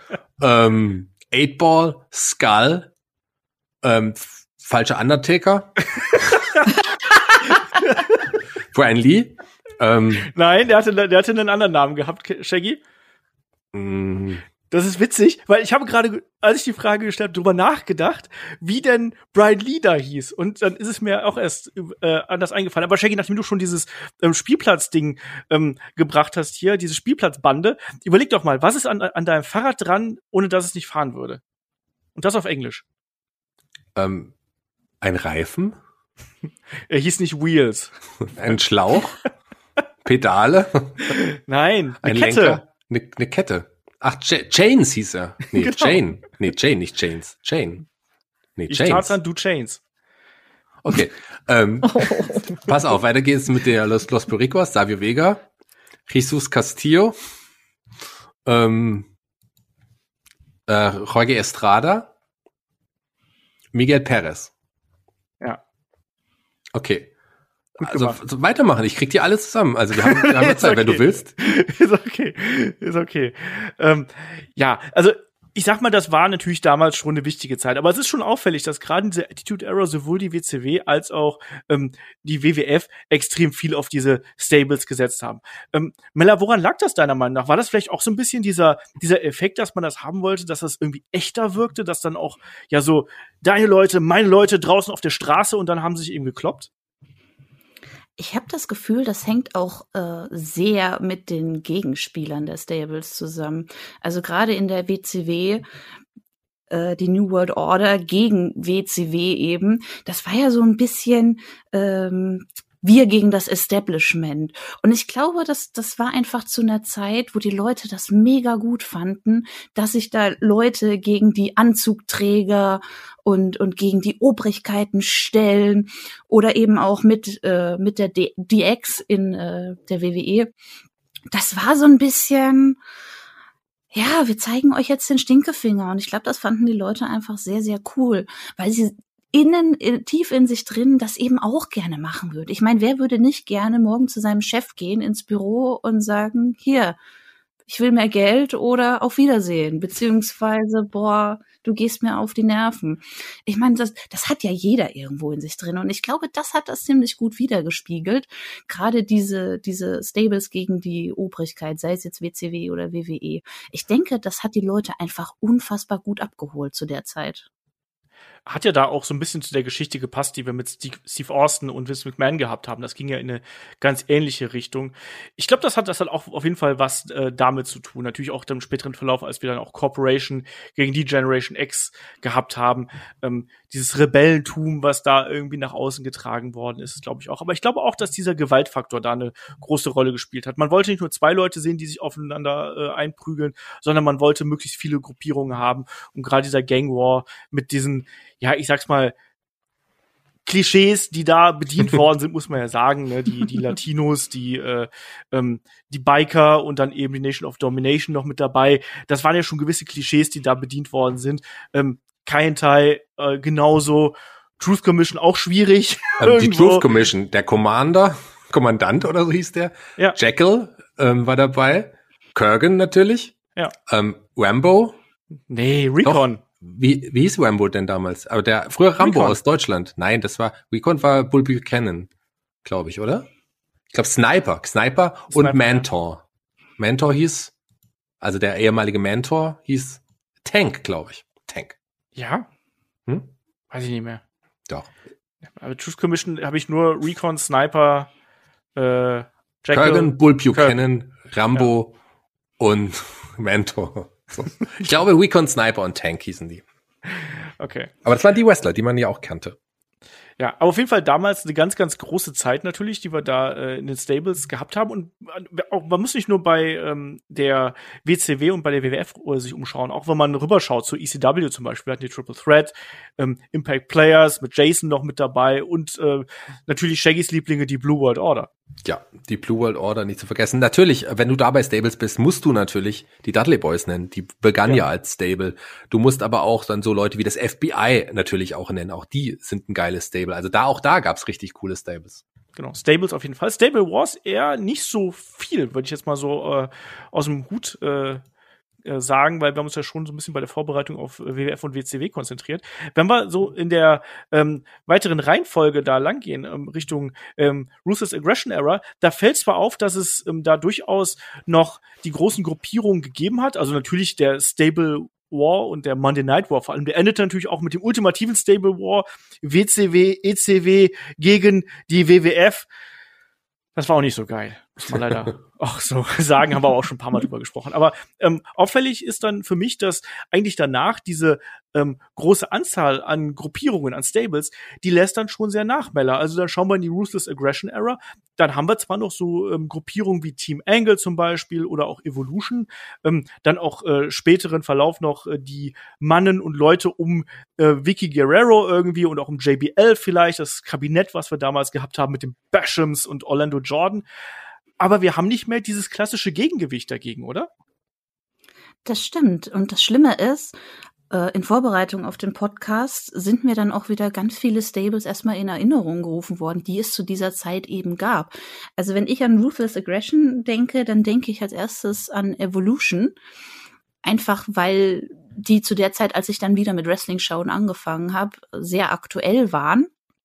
Speaker 4: 8-Ball, Skull, falscher Undertaker, Brian Lee.
Speaker 2: Nein, der hatte einen anderen Namen gehabt, Shaggy. Das ist witzig, weil ich habe gerade, als ich die Frage gestellt habe, drüber nachgedacht, wie denn Brian Lee da hieß. Und dann ist es mir auch erst anders eingefallen. Aber Shaggy, nachdem du schon dieses Spielplatzding gebracht hast hier, diese Spielplatzbande, überleg doch mal, was ist an deinem Fahrrad dran, ohne dass es nicht fahren würde? Und das auf Englisch.
Speaker 4: Ein Reifen?
Speaker 2: Er hieß nicht Wheels.
Speaker 4: Ein Schlauch? Pedale?
Speaker 2: Nein,
Speaker 4: eine Kette. Lenker? Eine Kette. Ach, Chains hieß er. Nee, genau. Chain. Nee, Chain, nicht Chains. Chain. Nee,
Speaker 2: ich
Speaker 4: Chains.
Speaker 2: Tarzan, du Chains.
Speaker 4: Okay. Pass auf, weiter geht's mit der Los Boricuas, Savio Vega, Jesus Castillo, Jorge Estrada, Miguel Perez.
Speaker 2: Ja.
Speaker 4: Okay. Also weitermachen, ich krieg die alle zusammen. Also wir haben Zeit, okay. Wenn du willst.
Speaker 2: Ist okay. Ja, also ich sag mal, das war natürlich damals schon eine wichtige Zeit. Aber es ist schon auffällig, dass gerade in dieser Attitude Era sowohl die WCW als auch die WWF extrem viel auf diese Stables gesetzt haben. Mella, woran lag das deiner Meinung nach? War das vielleicht auch so ein bisschen dieser Effekt, dass man das haben wollte, dass das irgendwie echter wirkte, dass dann auch ja so deine Leute, meine Leute draußen auf der Straße und dann haben sie sich eben gekloppt?
Speaker 3: Ich habe das Gefühl, das hängt auch sehr mit den Gegenspielern der Stables zusammen. Also gerade in der WCW, die New World Order gegen WCW eben, das war ja so ein bisschen wir gegen das Establishment. Und ich glaube, das war einfach zu einer Zeit, wo die Leute das mega gut fanden, dass sich da Leute gegen die Anzugträger und gegen die Obrigkeiten stellen oder eben auch mit der DX in der WWE. Das war so ein bisschen, ja, wir zeigen euch jetzt den Stinkefinger. Und ich glaube, das fanden die Leute einfach sehr, sehr cool, weil sie tief in sich drin das eben auch gerne machen würde. Ich meine, wer würde nicht gerne morgen zu seinem Chef gehen ins Büro und sagen, hier, ich will mehr Geld oder auf Wiedersehen, beziehungsweise, boah, du gehst mir auf die Nerven. Ich meine, das hat ja jeder irgendwo in sich drin und ich glaube, das hat das ziemlich gut wiedergespiegelt. Gerade diese Stables gegen die Obrigkeit, sei es jetzt WCW oder WWE. Ich denke, das hat die Leute einfach unfassbar gut abgeholt zu der Zeit.
Speaker 2: Hat ja da auch so ein bisschen zu der Geschichte gepasst, die wir mit Steve Austin und Vince McMahon gehabt haben. Das ging ja in eine ganz ähnliche Richtung. Ich glaube, das hat auch auf jeden Fall was damit zu tun. Natürlich auch im späteren Verlauf, als wir dann auch Corporation gegen die Generation X gehabt haben. Dieses Rebellentum, was da irgendwie nach außen getragen worden ist, glaube ich auch. Aber ich glaube auch, dass dieser Gewaltfaktor da eine große Rolle gespielt hat. Man wollte nicht nur 2 Leute sehen, die sich aufeinander einprügeln, sondern man wollte möglichst viele Gruppierungen haben. Und gerade dieser Gang War mit diesen, ja, ich sag's mal, Klischees, die da bedient worden sind, muss man ja sagen, ne? Die Latinos, die Biker und dann eben die Nation of Domination noch mit dabei. Das waren ja schon gewisse Klischees, die da bedient worden sind. Kaientai genauso. Truth Commission auch schwierig.
Speaker 4: Die Truth Commission, der Kommandant oder so hieß der.
Speaker 2: Ja.
Speaker 4: Jekyll war dabei. Kurgan natürlich.
Speaker 2: Ja.
Speaker 4: Rambo.
Speaker 2: Nee, Recon.
Speaker 4: Doch. Wie hieß Rambo denn damals? Aber der früher Rambo
Speaker 2: Recon.
Speaker 4: aus Deutschland. Nein, Recon war Bull Buchanan, glaube ich, oder? Ich glaube Sniper und Mentor. Ja. Mentor hieß, also der ehemalige Mentor hieß Tank, glaube ich. Tank.
Speaker 2: Ja? Weiß ich nicht mehr.
Speaker 4: Doch.
Speaker 2: Aber Truth Commission habe ich nur Recon, Sniper, Jekyll.
Speaker 4: Kurgan, Bull Buchanan, Rambo und Mentor. So. Ich glaube, Recon, Sniper und Tank hießen die.
Speaker 2: Okay.
Speaker 4: Aber das waren die Wrestler, die man ja auch kannte.
Speaker 2: Ja, aber auf jeden Fall damals eine ganz, ganz große Zeit natürlich, die wir da in den Stables gehabt haben. Und auch, man muss nicht nur bei der WCW und bei der WWF sich umschauen, auch wenn man rüberschaut zu ECW zum Beispiel, hatten die Triple Threat, Impact Players mit Jason noch mit dabei und natürlich Shaggys Lieblinge, die Blue World Order.
Speaker 4: Ja, die Blue World Order nicht zu vergessen. Natürlich, wenn du da bei Stables bist, musst du natürlich die Dudley Boys nennen. Die begann ja als Stable. Du musst aber auch dann so Leute wie das FBI natürlich auch nennen. Auch die sind ein geiles Stable. Also auch da gab's richtig coole Stables.
Speaker 2: Genau, Stables auf jeden Fall. Stable Wars eher nicht so viel, würde ich jetzt mal so aus dem Hut sagen, weil wir haben uns ja schon so ein bisschen bei der Vorbereitung auf WWF und WCW konzentriert. Wenn wir so in der weiteren Reihenfolge da langgehen, Richtung Ruthless Aggression Era, da fällt zwar auf, dass es da durchaus noch die großen Gruppierungen gegeben hat, also natürlich der Stable War und der Monday Night War vor allem, der endete natürlich auch mit dem ultimativen Stable War, WCW, ECW gegen die WWF. Das war auch nicht so geil, muss man leider auch so sagen, haben wir auch schon ein paar Mal drüber gesprochen. Aber auffällig ist dann für mich, dass eigentlich danach diese große Anzahl an Gruppierungen, an Stables, die lässt dann schon sehr nach, Mella. Also dann schauen wir in die Ruthless Aggression Era, dann haben wir zwar noch so Gruppierungen wie Team Angle zum Beispiel oder auch Evolution, dann auch späteren Verlauf noch die Mannen und Leute um Vicky Guerrero irgendwie und auch um JBL vielleicht, das Kabinett, was wir damals gehabt haben mit den Bashams und Orlando Jordan. Aber wir haben nicht mehr dieses klassische Gegengewicht dagegen, oder?
Speaker 3: Das stimmt. Und das Schlimme ist, in Vorbereitung auf den Podcast sind mir dann auch wieder ganz viele Stables erstmal in Erinnerung gerufen worden, die es zu dieser Zeit eben gab. Also wenn ich an Ruthless Aggression denke, dann denke ich als erstes an Evolution. Einfach weil die zu der Zeit, als ich dann wieder mit Wrestling-Schauen angefangen habe, sehr aktuell waren.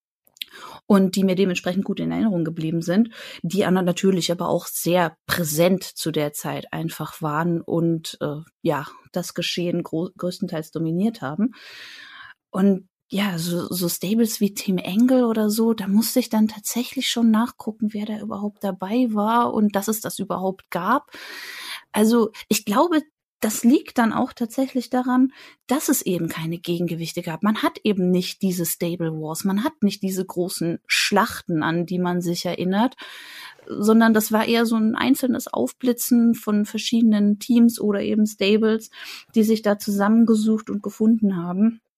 Speaker 3: Und die mir dementsprechend gut in Erinnerung geblieben sind, die anderen natürlich aber auch sehr präsent zu der Zeit einfach waren und das Geschehen größtenteils dominiert haben. Und ja, so Stables wie Team Angle oder so, da musste ich dann tatsächlich schon nachgucken, wer da überhaupt dabei war und dass es das überhaupt gab. Also ich glaube, das liegt dann auch tatsächlich daran, dass es eben keine Gegengewichte gab. Man hat eben nicht diese Stable Wars, man hat nicht diese großen Schlachten, an die man sich erinnert, sondern das war eher so ein einzelnes Aufblitzen von verschiedenen Teams oder eben Stables, die sich da zusammengesucht und gefunden haben.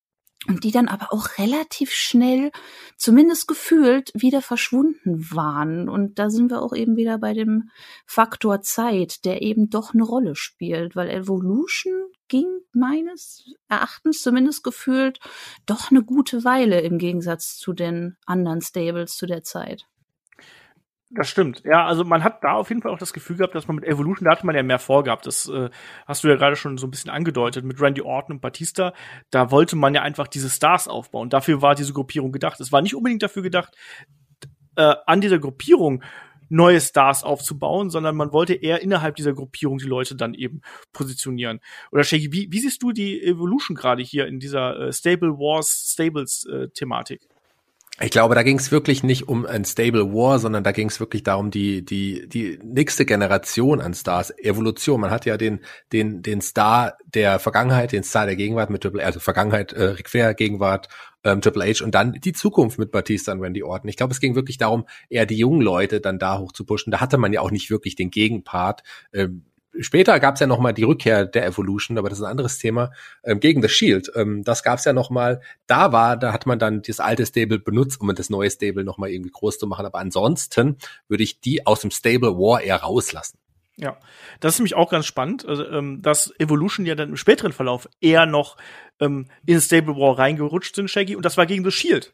Speaker 3: Und die dann aber auch relativ schnell, zumindest gefühlt, wieder verschwunden waren. Und da sind wir auch eben wieder bei dem Faktor Zeit, der eben doch eine Rolle spielt, weil Evolution ging meines Erachtens zumindest gefühlt doch eine gute Weile im Gegensatz zu den anderen Stables zu der Zeit.
Speaker 2: Das stimmt. Ja, also man hat da auf jeden Fall auch das Gefühl gehabt, dass man mit Evolution, da hatte man ja mehr vorgehabt. Das hast du ja gerade schon so ein bisschen angedeutet mit Randy Orton und Batista. Da wollte man ja einfach diese Stars aufbauen. Dafür war diese Gruppierung gedacht. Es war nicht unbedingt dafür gedacht, an dieser Gruppierung neue Stars aufzubauen, sondern man wollte eher innerhalb dieser Gruppierung die Leute dann eben positionieren. Oder Shaggy, wie siehst du die Evolution gerade hier in dieser Stable Wars Stables Thematik?
Speaker 4: Ich glaube, da ging es wirklich nicht um ein Stable War, sondern da ging es wirklich darum, die nächste Generation an Stars, Evolution. Man hat ja den Star der Vergangenheit, den Star der Gegenwart mit Triple H, also Vergangenheit Ric Flair, Gegenwart Triple H und dann die Zukunft mit Batista und Randy Orton. Ich glaube, es ging wirklich darum, eher die jungen Leute dann da hoch zu pushen. Da hatte man ja auch nicht wirklich den Gegenpart. Später gab es ja noch mal die Rückkehr der Evolution, aber das ist ein anderes Thema, gegen The Shield. Das gab es ja noch mal. Da hat man dann das alte Stable benutzt, um das neue Stable noch mal irgendwie groß zu machen. Aber ansonsten würde ich die aus dem Stable War eher rauslassen.
Speaker 2: Ja, das ist nämlich auch ganz spannend, also, dass Evolution ja dann im späteren Verlauf eher noch in Stable War reingerutscht sind, Shaggy, und das war gegen The Shield.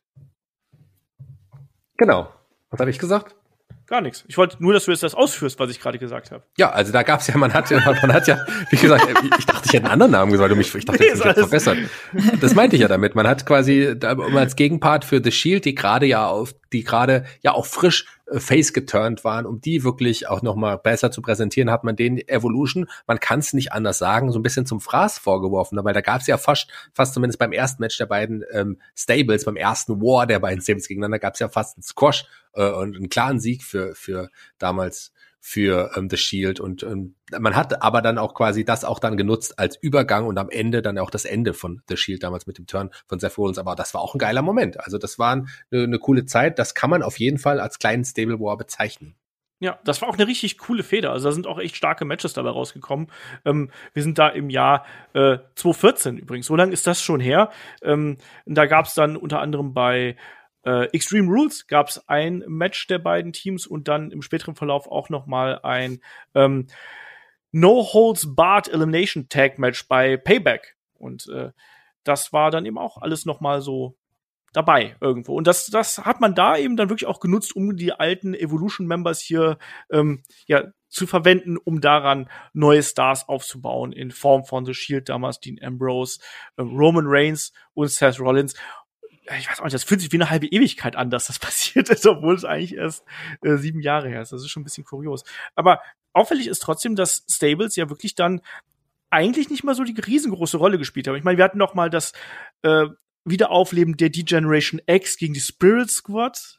Speaker 4: Genau. Was habe ich gesagt?
Speaker 2: Gar nichts. Ich wollte nur, dass du jetzt das ausführst, was ich gerade gesagt habe.
Speaker 4: Ja, also da gab's ja, man hat ja, wie gesagt, ich dachte, ich hätte einen anderen Namen gesagt, ich dachte, ich hätte verbessert. Das meinte ich ja damit. Man hat quasi als Gegenpart für The Shield, die gerade ja auch frisch face geturnt waren, um die wirklich auch nochmal besser zu präsentieren, hat man den Evolution, man kann es nicht anders sagen, so ein bisschen zum Fraß vorgeworfen, weil da gab es ja fast zumindest beim ersten Match der beiden Stables, beim ersten War der beiden Stables gegeneinander, gab es ja fast einen Squash und einen klaren Sieg für damals für The Shield und man hat aber dann auch quasi das auch dann genutzt als Übergang und am Ende dann auch das Ende von The Shield damals mit dem Turn von Seth Rollins, aber das war auch ein geiler Moment, also das war eine coole Zeit, das kann man auf jeden Fall als kleinen Stable War bezeichnen.
Speaker 2: Ja, das war auch eine richtig coole Feder, also da sind auch echt starke Matches dabei rausgekommen. Wir sind da im Jahr 2014 übrigens, so lange ist das schon her. Da gab's dann unter anderem bei Extreme Rules gab es ein Match der beiden Teams und dann im späteren Verlauf auch noch mal ein No-Holds-Barred Elimination Tag Match bei Payback. Und das war dann eben auch alles noch mal so dabei irgendwo. Und das hat man da eben dann wirklich auch genutzt, um die alten Evolution-Members hier zu verwenden, um daran neue Stars aufzubauen in Form von The Shield, damals Dean Ambrose, Roman Reigns und Seth Rollins. Ich weiß auch nicht, das fühlt sich wie eine halbe Ewigkeit an, dass das passiert ist, obwohl es eigentlich erst 7 Jahre her ist. Das ist schon ein bisschen kurios. Aber auffällig ist trotzdem, dass Stables ja wirklich dann eigentlich nicht mal so die riesengroße Rolle gespielt haben. Ich meine, wir hatten noch mal das Wiederaufleben der D-Generation X gegen die Spirit Squad.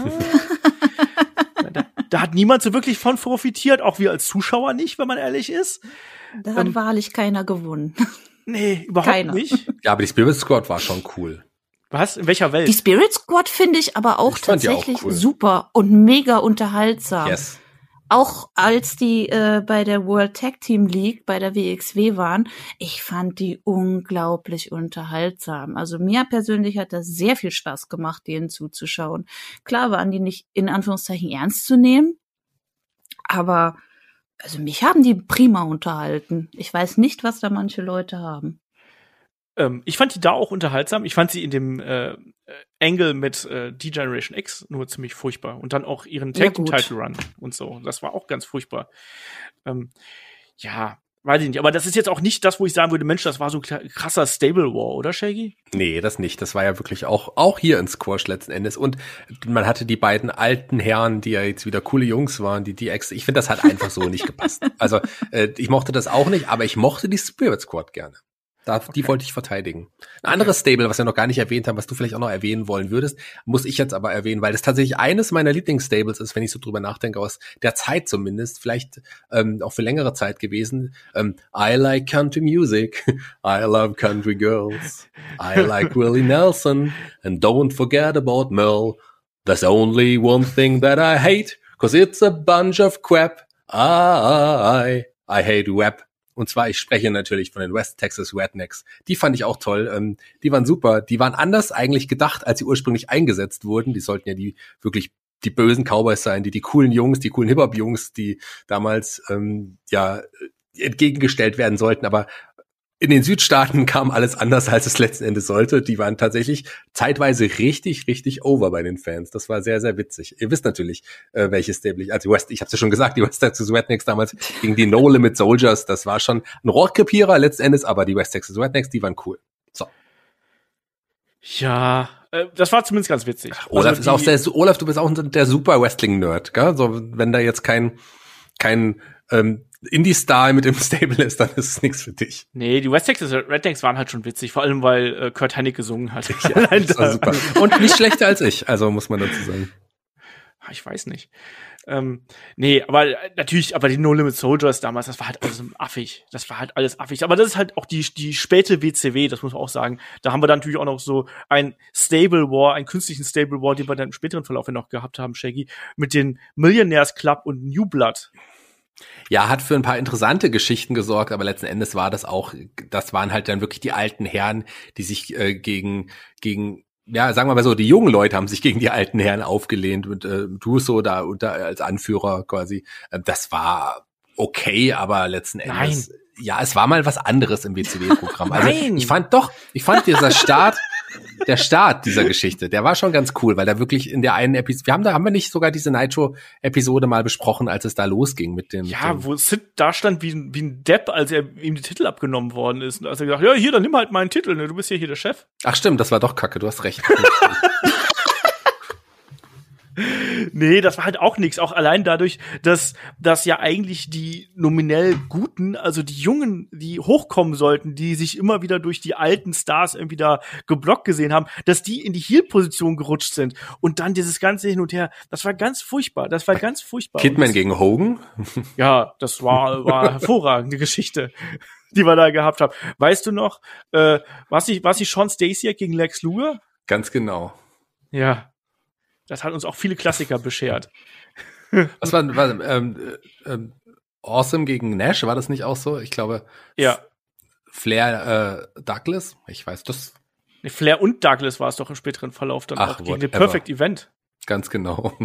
Speaker 2: Da hat niemand so wirklich von profitiert, auch wir als Zuschauer nicht, wenn man ehrlich ist.
Speaker 3: Da hat wahrlich keiner gewonnen.
Speaker 2: Nee, überhaupt nicht.
Speaker 4: Ja, aber die Spirit Squad war schon cool.
Speaker 2: Was? In welcher Welt?
Speaker 3: Die Spirit Squad finde ich aber auch tatsächlich auch cool. Super und mega unterhaltsam.
Speaker 4: Yes.
Speaker 3: Auch als die bei der World Tag Team League, bei der WXW waren, ich fand die unglaublich unterhaltsam. Also mir persönlich hat das sehr viel Spaß gemacht, denen zuzuschauen. Klar waren die nicht in Anführungszeichen ernst zu nehmen, aber also mich haben die prima unterhalten. Ich weiß nicht, was da manche Leute haben.
Speaker 2: Ich fand die da auch unterhaltsam. Ich fand sie in dem Angle mit D-Generation X nur ziemlich furchtbar. Und dann auch ihren Tag-Title-Run und so. Das war auch ganz furchtbar. Ja, weiß ich nicht. Aber das ist jetzt auch nicht das, wo ich sagen würde, Mensch, das war so ein krasser Stable War, oder, Shaggy?
Speaker 4: Nee, das nicht. Das war ja wirklich auch hier ein Squash letzten Endes. Und man hatte die beiden alten Herren, die ja jetzt wieder coole Jungs waren, die X. Ich finde, das hat einfach so nicht gepasst. Also, ich mochte das auch nicht, aber ich mochte die Spirit Squad gerne. Die wollte ich verteidigen. Ein anderes Stable, was wir noch gar nicht erwähnt haben, was du vielleicht auch noch erwähnen wollen würdest, muss ich jetzt aber erwähnen, weil das tatsächlich eines meiner Lieblingsstables ist, wenn ich so drüber nachdenke, aus der Zeit zumindest, vielleicht auch für längere Zeit gewesen. I like country music, I love country girls, I like Willie Nelson, and don't forget about Mel. There's only one thing that I hate, 'cause it's a bunch of crap. I hate rap. Und zwar, ich spreche natürlich von den West Texas Rednecks. Die fand ich auch toll. Die waren super. Die waren anders eigentlich gedacht, als sie ursprünglich eingesetzt wurden. Die sollten ja die bösen Cowboys sein, die coolen Jungs, die coolen Hip-Hop-Jungs, die damals entgegengestellt werden sollten. Aber in den Südstaaten kam alles anders, als es letzten Endes sollte. Die waren tatsächlich zeitweise richtig, richtig over bei den Fans. Das war sehr, sehr witzig. Ihr wisst natürlich, welches Stable, also ich hab's ja schon gesagt, die West Texas Rednecks damals gegen die No Limit Soldiers, das war schon ein Rohrkrepierer letzten Endes, aber die West Texas Rednecks, die waren cool. So.
Speaker 2: Ja, das war zumindest ganz witzig.
Speaker 4: Olaf, du bist auch der super Wrestling-Nerd, gell? So, wenn da jetzt kein Indie-Star mit dem Stable ist, dann ist es nichts für dich.
Speaker 2: Nee, die West Texas Rednecks waren halt schon witzig, vor allem weil Kurt Hennig gesungen hat.
Speaker 4: Ja, das war super. Und nicht schlechter als ich, also muss man dazu sagen.
Speaker 2: Ich weiß nicht. Nee, aber natürlich, aber die No Limit Soldiers damals, das war halt alles affig. Das war halt alles affig. Aber das ist halt auch die späte WCW, das muss man auch sagen. Da haben wir dann natürlich auch noch so ein Stable War, einen künstlichen Stable War, den wir dann im späteren Verlauf ja noch gehabt haben, Shaggy, mit den Millionaires Club und New Blood.
Speaker 4: Ja, hat für ein paar interessante Geschichten gesorgt, aber letzten Endes das waren halt dann wirklich die alten Herren, die sich gegen, ja, sagen wir mal so, die jungen Leute haben sich gegen die alten Herren aufgelehnt mit Russo da als Anführer quasi. Das war okay, aber letzten Endes, ja, es war mal was anderes im WCW-Programm. Also ich fand der Start dieser Geschichte, der war schon ganz cool, weil da wirklich in der einen Episode, haben wir nicht sogar diese Nitro-Episode mal besprochen, als es da losging mit dem.
Speaker 2: Ja, wo Sid da stand wie ein Depp, als ihm die Titel abgenommen worden ist. Und als er gesagt, ja, hier, dann nimm halt meinen Titel, ne? Du bist hier der Chef.
Speaker 4: Ach stimmt, das war doch kacke, du hast recht.
Speaker 2: Nee, das war halt auch nichts. Auch allein dadurch, dass ja eigentlich die nominell Guten, also die Jungen, die hochkommen sollten, die sich immer wieder durch die alten Stars irgendwie da geblockt gesehen haben, dass die in die Heel-Position gerutscht sind. Und dann dieses ganze Hin und Her. Das war ganz furchtbar.
Speaker 4: Kidman gegen Hogan?
Speaker 2: Ja, das war eine hervorragende Geschichte, die wir da gehabt haben. Weißt du noch, was die Sean Stacey gegen Lex Luger?
Speaker 4: Ganz genau.
Speaker 2: Ja. Das hat uns auch viele Klassiker beschert.
Speaker 4: Was war Awesome gegen Nash? War das nicht auch so? Ich glaube,
Speaker 2: ja.
Speaker 4: Flair Douglas? Ich weiß das.
Speaker 2: Nee, Flair und Douglas war es doch im späteren Verlauf dann auch gegen den Perfect Event.
Speaker 4: Ganz genau.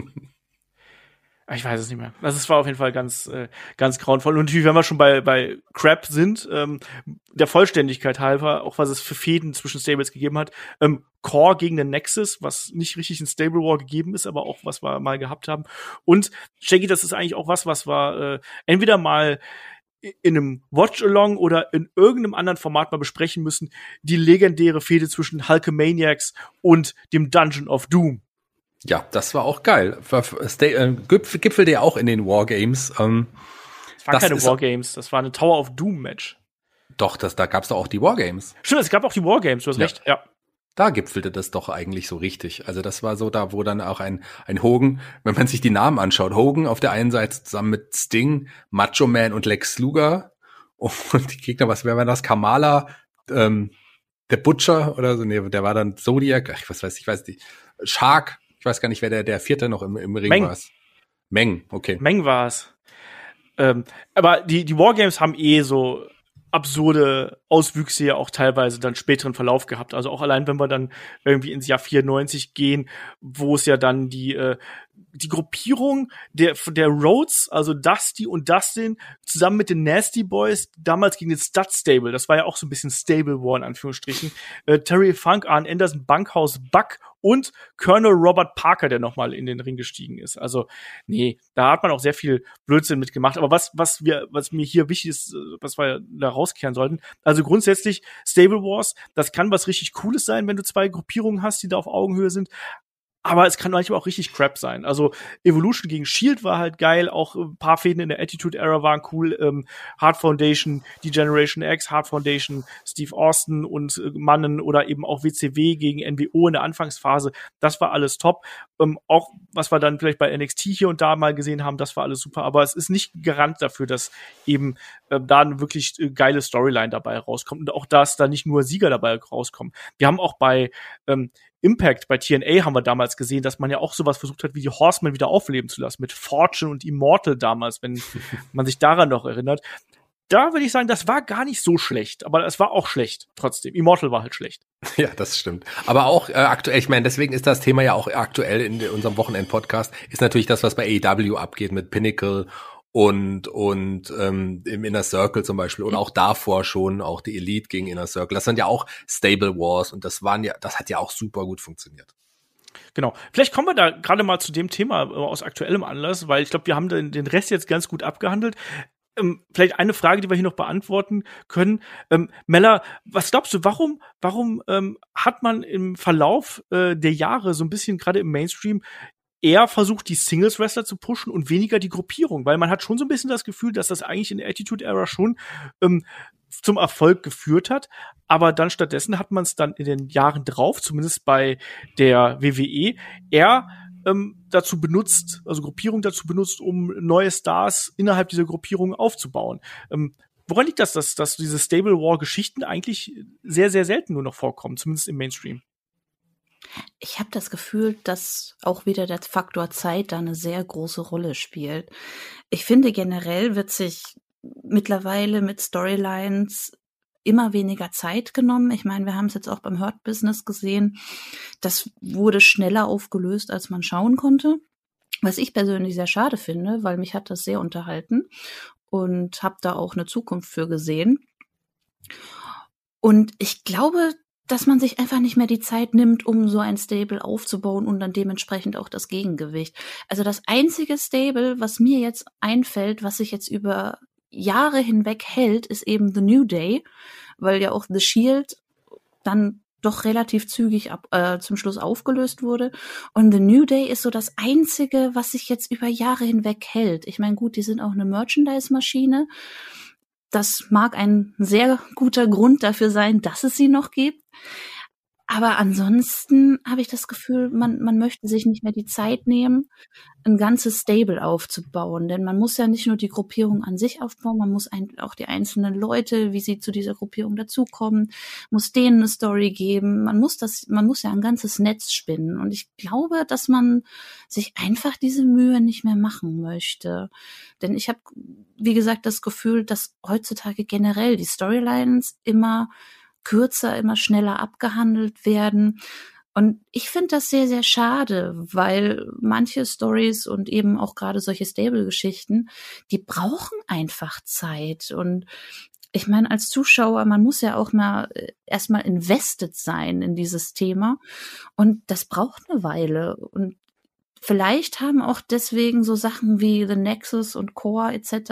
Speaker 2: Ich weiß es nicht mehr. Also es war auf jeden Fall ganz grauenvoll. Und natürlich, wenn wir schon bei Crap sind, der Vollständigkeit halber, auch was es für Fäden zwischen Stables gegeben hat, Core gegen den Nexus, was nicht richtig in Stable War gegeben ist, aber auch was wir mal gehabt haben. Und Shaggy, das ist eigentlich auch was wir entweder mal in einem Watch-Along oder in irgendeinem anderen Format mal besprechen müssen, die legendäre Fehde zwischen Hulkamaniacs und dem Dungeon of Doom.
Speaker 4: Ja, das war auch geil. Gipfelte ja auch in den Wargames.
Speaker 2: Das waren keine Wargames, das war eine Tower of Doom Match.
Speaker 4: Doch, da gab's doch auch die Wargames.
Speaker 2: Stimmt, es gab auch die Wargames, du hast recht, ja.
Speaker 4: Da gipfelte das doch eigentlich so richtig. Also das war so da, wo dann auch ein Hogan, wenn man sich die Namen anschaut, Hogan auf der einen Seite zusammen mit Sting, Macho Man und Lex Luger und die Gegner, was wäre das? Kamala, der Butcher oder so, nee, der war dann Zodiac, ich weiß nicht, Shark, ich weiß gar nicht, wer der vierte noch im Ring war. Meng, okay.
Speaker 2: Meng war's. Aber die Wargames haben so absurde Auswüchse ja auch teilweise dann späteren Verlauf gehabt. Also auch allein, wenn wir dann irgendwie ins Jahr 94 gehen, wo es ja dann die Gruppierung der Rhodes, also Dusty und Dustin, zusammen mit den Nasty Boys, damals gegen den Stud Stable, das war ja auch so ein bisschen Stable War in Anführungsstrichen, Terry Funk, Arn Anderson, Bunkhouse Buck und Colonel Robert Parker, der nochmal in den Ring gestiegen ist. Also, nee, da hat man auch sehr viel Blödsinn mitgemacht. Aber was mir hier wichtig ist, was wir da rauskehren sollten, also grundsätzlich Stable Wars, das kann was richtig Cooles sein, wenn du zwei Gruppierungen hast, die da auf Augenhöhe sind. Aber es kann manchmal auch richtig Crap sein. Also Evolution gegen Shield war halt geil, auch ein paar Fäden in der Attitude Era waren cool. Hard Foundation, die Generation X, Hard Foundation, Steve Austin und Mannen oder eben auch WCW gegen NWO in der Anfangsphase, das war alles top. Auch was wir dann vielleicht bei NXT hier und da mal gesehen haben, das war alles super. Aber es ist nicht Garant dafür, dass eben da eine wirklich geile Storyline dabei rauskommt und auch, dass da nicht nur Sieger dabei rauskommen. Wir haben auch bei Impact, bei TNA haben wir damals gesehen, dass man ja auch sowas versucht hat, wie die Horsemen wieder aufleben zu lassen, mit Fortune und Immortal damals, wenn man sich daran noch erinnert. da würde ich sagen, das war gar nicht so schlecht, aber es war auch schlecht trotzdem. Immortal war halt schlecht.
Speaker 4: Ja, das stimmt. Aber auch aktuell, ich meine, deswegen ist das Thema ja auch aktuell in unserem Wochenend-Podcast, ist natürlich das, was bei AEW abgeht mit Pinnacle und im Inner Circle zum Beispiel und auch davor schon auch die Elite gegen Inner Circle. Das sind ja auch Stable Wars und das hat ja auch super gut funktioniert.
Speaker 2: Genau. Vielleicht kommen wir da gerade mal zu dem Thema aus aktuellem Anlass, weil ich glaube, wir haben den Rest jetzt ganz gut abgehandelt. Vielleicht eine Frage, die wir hier noch beantworten können. Mella, was glaubst du, warum hat man im Verlauf der Jahre so ein bisschen gerade im Mainstream eher versucht, die Singles-Wrestler zu pushen und weniger die Gruppierung? Weil man hat schon so ein bisschen das Gefühl, dass das eigentlich in der Attitude-Era schon zum Erfolg geführt hat. Aber dann stattdessen hat man es dann in den Jahren drauf, zumindest bei der WWE, eher dazu benutzt, also Gruppierung dazu benutzt, um neue Stars innerhalb dieser Gruppierung aufzubauen. Woran liegt das, dass diese Stable War-Geschichten eigentlich sehr, sehr selten nur noch vorkommen, zumindest im Mainstream?
Speaker 3: Ich habe das Gefühl, dass auch wieder der Faktor Zeit da eine sehr große Rolle spielt. Ich finde, generell wird sich mittlerweile mit Storylines immer weniger Zeit genommen. Ich meine, wir haben es jetzt auch beim Hurt Business gesehen. Das wurde schneller aufgelöst, als man schauen konnte. Was ich persönlich sehr schade finde, weil mich hat das sehr unterhalten und habe da auch eine Zukunft für gesehen. Und ich glaube, dass man sich einfach nicht mehr die Zeit nimmt, um so ein Stable aufzubauen und dann dementsprechend auch das Gegengewicht. Also das einzige Stable, was mir jetzt einfällt, was sich jetzt über Jahre hinweg hält, ist eben The New Day, weil ja auch The Shield dann doch relativ zügig zum Schluss aufgelöst wurde. Und The New Day ist so das Einzige, was sich jetzt über Jahre hinweg hält. Ich meine, gut, die sind auch eine Merchandise-Maschine. Das mag ein sehr guter Grund dafür sein, dass es sie noch gibt. Aber ansonsten habe ich das Gefühl, man möchte sich nicht mehr die Zeit nehmen, ein ganzes Stable aufzubauen. Denn man muss ja nicht nur die Gruppierung an sich aufbauen, man muss auch die einzelnen Leute, wie sie zu dieser Gruppierung dazukommen, muss denen eine Story geben. Man muss ja ein ganzes Netz spinnen. Und ich glaube, dass man sich einfach diese Mühe nicht mehr machen möchte. Denn ich habe, wie gesagt, das Gefühl, dass heutzutage generell die Storylines immer kürzer, immer schneller abgehandelt werden. Und ich finde das sehr, sehr schade, weil manche Stories und eben auch gerade solche Stable-Geschichten, die brauchen einfach Zeit. Und ich meine, als Zuschauer, man muss ja auch mal erstmal invested sein in dieses Thema. Und das braucht eine Weile. Und vielleicht haben auch deswegen so Sachen wie The Nexus und Core etc.,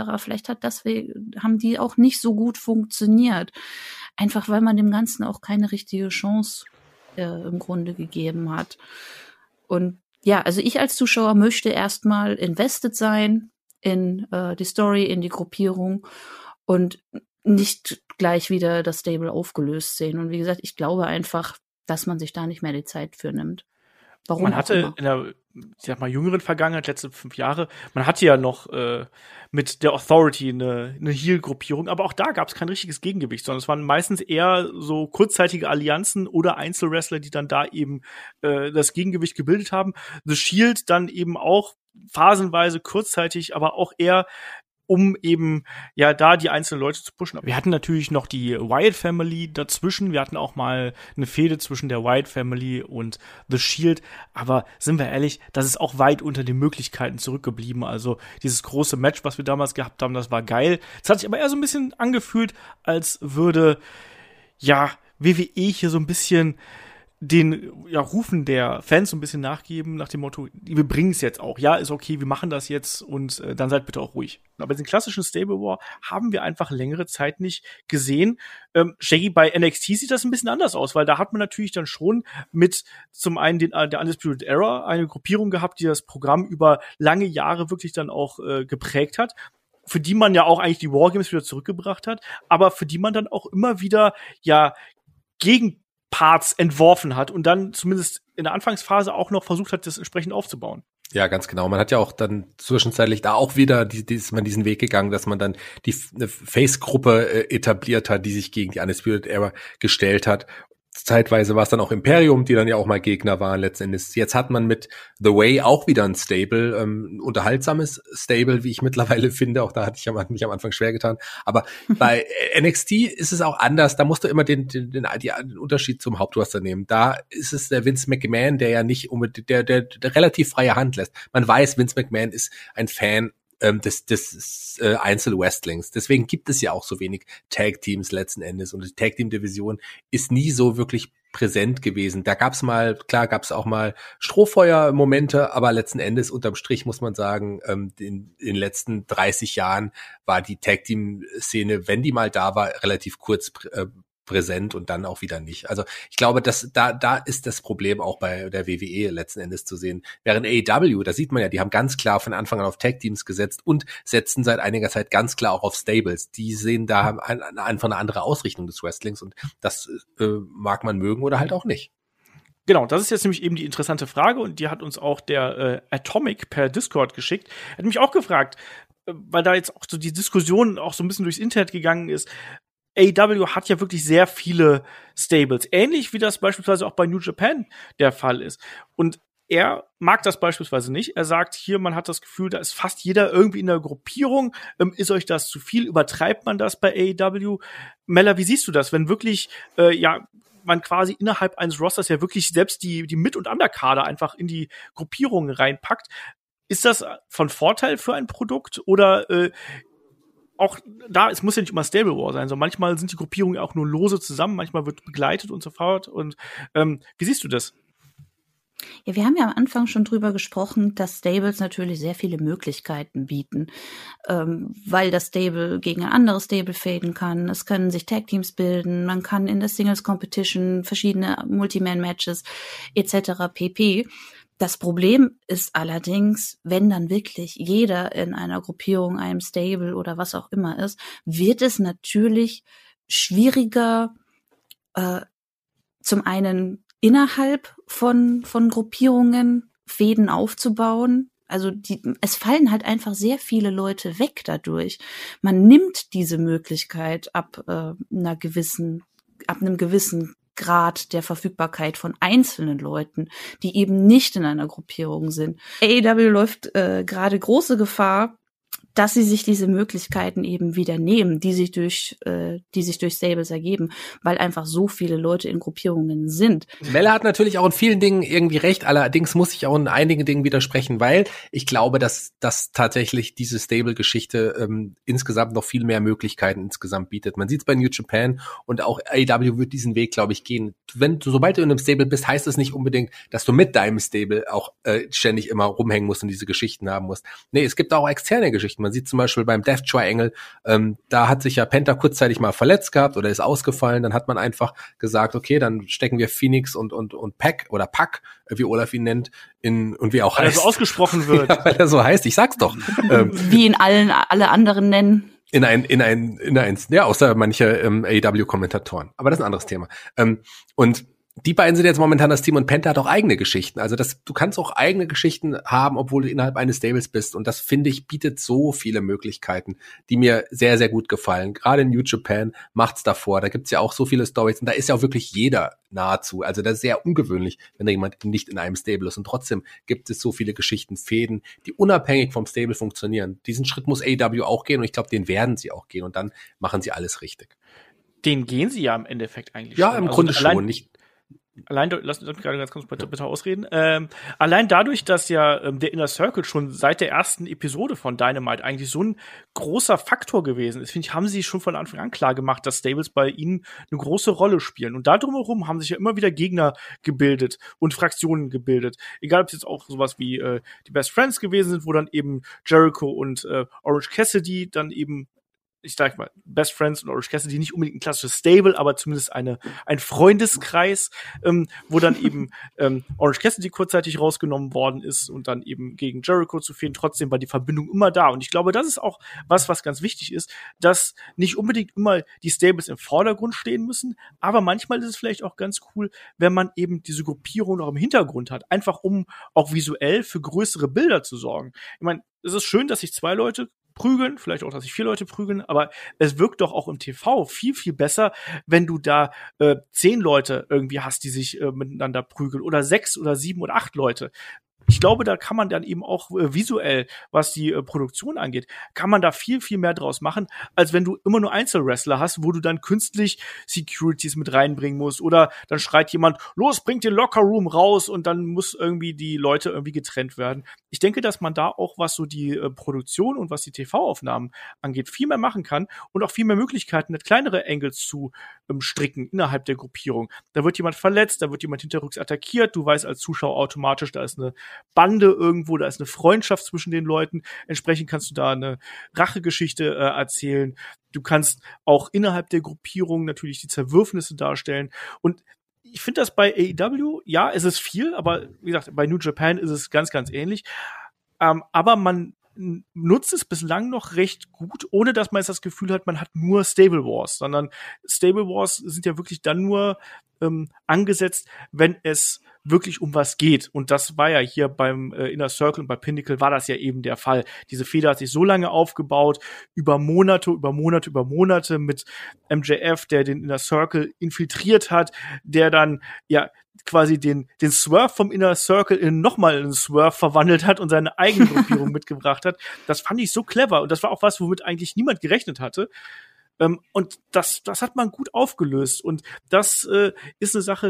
Speaker 3: haben die auch nicht so gut funktioniert. Einfach weil man dem Ganzen auch keine richtige Chance im Grunde gegeben hat. Und ja, also ich als Zuschauer möchte erstmal invested sein in die Story, in die Gruppierung und nicht gleich wieder das Stable aufgelöst sehen. Und wie gesagt, ich glaube einfach, dass man sich da nicht mehr die Zeit für nimmt. Warum
Speaker 2: man hatte in der, ich sag mal, jüngeren Vergangenheit, letzte 5 Jahre, man hatte ja noch mit der Authority eine Heel-Gruppierung, aber auch da gab es kein richtiges Gegengewicht, sondern es waren meistens eher so kurzzeitige Allianzen oder Einzelwrestler, die dann da eben das Gegengewicht gebildet haben. The Shield dann eben auch phasenweise kurzzeitig, aber auch eher um eben ja da die einzelnen Leute zu pushen. Wir hatten natürlich noch die Wyatt Family dazwischen. Wir hatten auch mal eine Fehde zwischen der Wyatt Family und The Shield. Aber sind wir ehrlich, das ist auch weit unter den Möglichkeiten zurückgeblieben. Also dieses große Match, was wir damals gehabt haben, das war geil. Es hat sich aber eher so ein bisschen angefühlt, als würde ja WWE hier so ein bisschen den Rufen der Fans so ein bisschen nachgeben, nach dem Motto, wir bringen es jetzt auch. Ja, ist okay, wir machen das jetzt und dann seid bitte auch ruhig. Aber diesen klassischen Stable War haben wir einfach längere Zeit nicht gesehen. Shaggy, bei NXT sieht das ein bisschen anders aus, weil da hat man natürlich dann schon mit zum einen der Undisputed Era eine Gruppierung gehabt, die das Programm über lange Jahre wirklich dann auch geprägt hat, für die man ja auch eigentlich die Wargames wieder zurückgebracht hat, aber für die man dann auch immer wieder Gegenparts entworfen hat und dann zumindest in der Anfangsphase auch noch versucht hat, das entsprechend aufzubauen.
Speaker 4: Ja, ganz genau. Man hat ja auch dann zwischenzeitlich da auch wieder ist man diesen Weg gegangen, dass man dann eine Face-Gruppe etabliert hat, die sich gegen die Undisputed Era gestellt hat. zeitweise war es dann auch Imperium, die dann ja auch mal Gegner waren letztendlich. Jetzt hat man mit The Way auch wieder ein Stable, unterhaltsames Stable, wie ich mittlerweile finde. Auch da hatte ich mich am Anfang schwer getan. Aber bei NXT ist es auch anders. Da musst du immer den Unterschied zum Hauptroster nehmen. Da ist es der Vince McMahon, der ja nicht unbedingt, der relativ freie Hand lässt. Man weiß, Vince McMahon ist ein Fan des Einzel-Wrestlings. Deswegen gibt es ja auch so wenig Tag-Teams letzten Endes. Und die Tag-Team-Division ist nie so wirklich präsent gewesen. Da gab's auch mal Strohfeuer-Momente, aber letzten Endes unterm Strich muss man sagen, in den letzten 30 Jahren war die Tag-Team-Szene, wenn die mal da war, relativ kurz präsent und dann auch wieder nicht. Also ich glaube, dass da ist das Problem auch bei der WWE letzten Endes zu sehen. Während AEW, da sieht man ja, die haben ganz klar von Anfang an auf Tag-Teams gesetzt und setzen seit einiger Zeit ganz klar auch auf Stables. Die sehen da einfach eine andere Ausrichtung des Wrestlings und das mag man mögen oder halt auch nicht.
Speaker 2: Genau, das ist jetzt nämlich eben die interessante Frage und die hat uns auch der Atomic per Discord geschickt. Er hat mich auch gefragt, weil da jetzt auch so die Diskussion auch so ein bisschen durchs Internet gegangen ist. AEW hat ja wirklich sehr viele Stables, ähnlich wie das beispielsweise auch bei New Japan der Fall ist. Und er mag das beispielsweise nicht. Er sagt hier, man hat das Gefühl, da ist fast jeder irgendwie in der Gruppierung. Ist euch das zu viel? Übertreibt man das bei AEW? Mella, wie siehst du das, wenn wirklich man quasi innerhalb eines Rosters ja wirklich selbst die Mit- und Underkader einfach in die Gruppierungen reinpackt? Ist das von Vorteil für ein Produkt oder auch da, es muss ja nicht immer Stable War sein, sondern manchmal sind die Gruppierungen ja auch nur lose zusammen, manchmal wird begleitet und so fort. Und wie siehst du das?
Speaker 3: Ja, wir haben ja am Anfang schon drüber gesprochen, dass Stables natürlich sehr viele Möglichkeiten bieten, weil das Stable gegen ein anderes Stable faden kann. Es können sich Tag-Teams bilden, man kann in der Singles-Competition verschiedene Multiman-Matches etc. pp. Das Problem ist allerdings, wenn dann wirklich jeder in einer Gruppierung, einem Stable oder was auch immer ist, wird es natürlich schwieriger, zum einen innerhalb von Gruppierungen Fäden aufzubauen. Also es fallen halt einfach sehr viele Leute weg dadurch. Man nimmt diese Möglichkeit ab einem gewissen Grad der Verfügbarkeit von einzelnen Leuten, die eben nicht in einer Gruppierung sind. AEW läuft gerade große Gefahr, dass sie sich diese Möglichkeiten eben wieder nehmen, die sich durch Stables ergeben, weil einfach so viele Leute in Gruppierungen sind.
Speaker 4: Mella hat natürlich auch in vielen Dingen irgendwie recht, allerdings muss ich auch in einigen Dingen widersprechen, weil ich glaube, dass tatsächlich diese Stable-Geschichte insgesamt noch viel mehr Möglichkeiten insgesamt bietet. Man sieht es bei New Japan und auch AEW wird diesen Weg, glaube ich, gehen. Sobald du in einem Stable bist, heißt es nicht unbedingt, dass du mit deinem Stable auch ständig immer rumhängen musst und diese Geschichten haben musst. Nee, es gibt auch externe Geschichten. Man sieht zum Beispiel beim Death Triangle, da hat sich ja Penta kurzzeitig mal verletzt gehabt oder ist ausgefallen. Dann hat man einfach gesagt, okay, dann stecken wir Phoenix und Pac oder Pac, wie Olaf ihn nennt, und wie auch heißt.
Speaker 2: Weil er so ausgesprochen wird.
Speaker 4: Ja, weil er so heißt, ich sag's doch.
Speaker 3: Wie ihn alle anderen nennen.
Speaker 4: In ein, ja, außer manche AEW-Kommentatoren. Aber das ist ein anderes Thema. Und die beiden sind jetzt momentan das Team und Penta hat auch eigene Geschichten. Also du kannst auch eigene Geschichten haben, obwohl du innerhalb eines Stables bist. Und das, finde ich, bietet so viele Möglichkeiten, die mir sehr, sehr gut gefallen. Gerade in New Japan macht's davor. Da gibt's ja auch so viele Stories. Und da ist ja auch wirklich jeder nahezu. Also das ist sehr ungewöhnlich, wenn da jemand nicht in einem Stable ist. Und trotzdem gibt es so viele Geschichten, Fäden, die unabhängig vom Stable funktionieren. Diesen Schritt muss AEW auch gehen und ich glaube, den werden sie auch gehen. Und dann machen sie alles richtig.
Speaker 2: Den gehen sie ja im Endeffekt eigentlich
Speaker 4: schon.
Speaker 2: Ja,
Speaker 4: im Grunde schon. Nicht.
Speaker 2: Lass mich gerade ganz kurz bitte ausreden. Allein dadurch, dass ja der Inner Circle schon seit der ersten Episode von Dynamite eigentlich so ein großer Faktor gewesen ist, finde ich, haben sie schon von Anfang an klar gemacht, dass Stables bei ihnen eine große Rolle spielen. Und da drumherum haben sich ja immer wieder Gegner gebildet und Fraktionen gebildet. Egal, ob es jetzt auch sowas wie die Best Friends gewesen sind, wo dann eben Jericho und Orange Cassidy dann eben, ich sag mal, Best Friends und Orange Cassidy, nicht unbedingt ein klassisches Stable, aber zumindest ein Freundeskreis, wo dann eben Orange Cassidy kurzzeitig rausgenommen worden ist und dann eben gegen Jericho zu fehlen. Trotzdem war die Verbindung immer da. Und ich glaube, das ist auch was ganz wichtig ist, dass nicht unbedingt immer die Stables im Vordergrund stehen müssen, aber manchmal ist es vielleicht auch ganz cool, wenn man eben diese Gruppierung noch im Hintergrund hat, einfach um auch visuell für größere Bilder zu sorgen. Ich meine, es ist schön, dass sich zwei Leute prügeln, vielleicht auch, dass sich 4 Leute prügeln, aber es wirkt doch auch im TV viel, viel besser, wenn du da 10 Leute irgendwie hast, die sich miteinander prügeln oder 6 oder 7 oder 8 Leute. Ich glaube, da kann man dann eben auch visuell, was die Produktion angeht, kann man da viel, viel mehr draus machen, als wenn du immer nur Einzelwrestler hast, wo du dann künstlich Securities mit reinbringen musst oder dann schreit jemand, los, bringt den Lockerroom raus und dann muss irgendwie die Leute irgendwie getrennt werden. Ich denke, dass man da auch, was so die Produktion und was die TV-Aufnahmen angeht, viel mehr machen kann und auch viel mehr Möglichkeiten hat, kleinere Angles zu stricken innerhalb der Gruppierung. Da wird jemand verletzt, da wird jemand hinterrücks attackiert, du weißt als Zuschauer automatisch, da ist eine Bande irgendwo, da ist eine Freundschaft zwischen den Leuten. Entsprechend kannst du da eine Rachegeschichte erzählen. Du kannst auch innerhalb der Gruppierung natürlich die Zerwürfnisse darstellen. Und ich finde das bei AEW, ja, es ist viel, aber wie gesagt, bei New Japan ist es ganz, ganz ähnlich. Aber man nutzt es bislang noch recht gut, ohne dass man jetzt das Gefühl hat, man hat nur Stable Wars, sondern Stable Wars sind ja wirklich dann nur angesetzt, wenn es wirklich um was geht. Und das war ja hier beim Inner Circle und bei Pinnacle war das ja eben der Fall. Diese Fehde hat sich so lange aufgebaut, über Monate mit MJF, der den Inner Circle infiltriert hat, der dann ja quasi den Swerve vom Inner Circle in nochmal einen Swerve verwandelt hat und seine eigene Gruppierung mitgebracht hat. Das fand ich so clever und das war auch was, womit eigentlich niemand gerechnet hatte. Und das hat man gut aufgelöst und das ist eine Sache,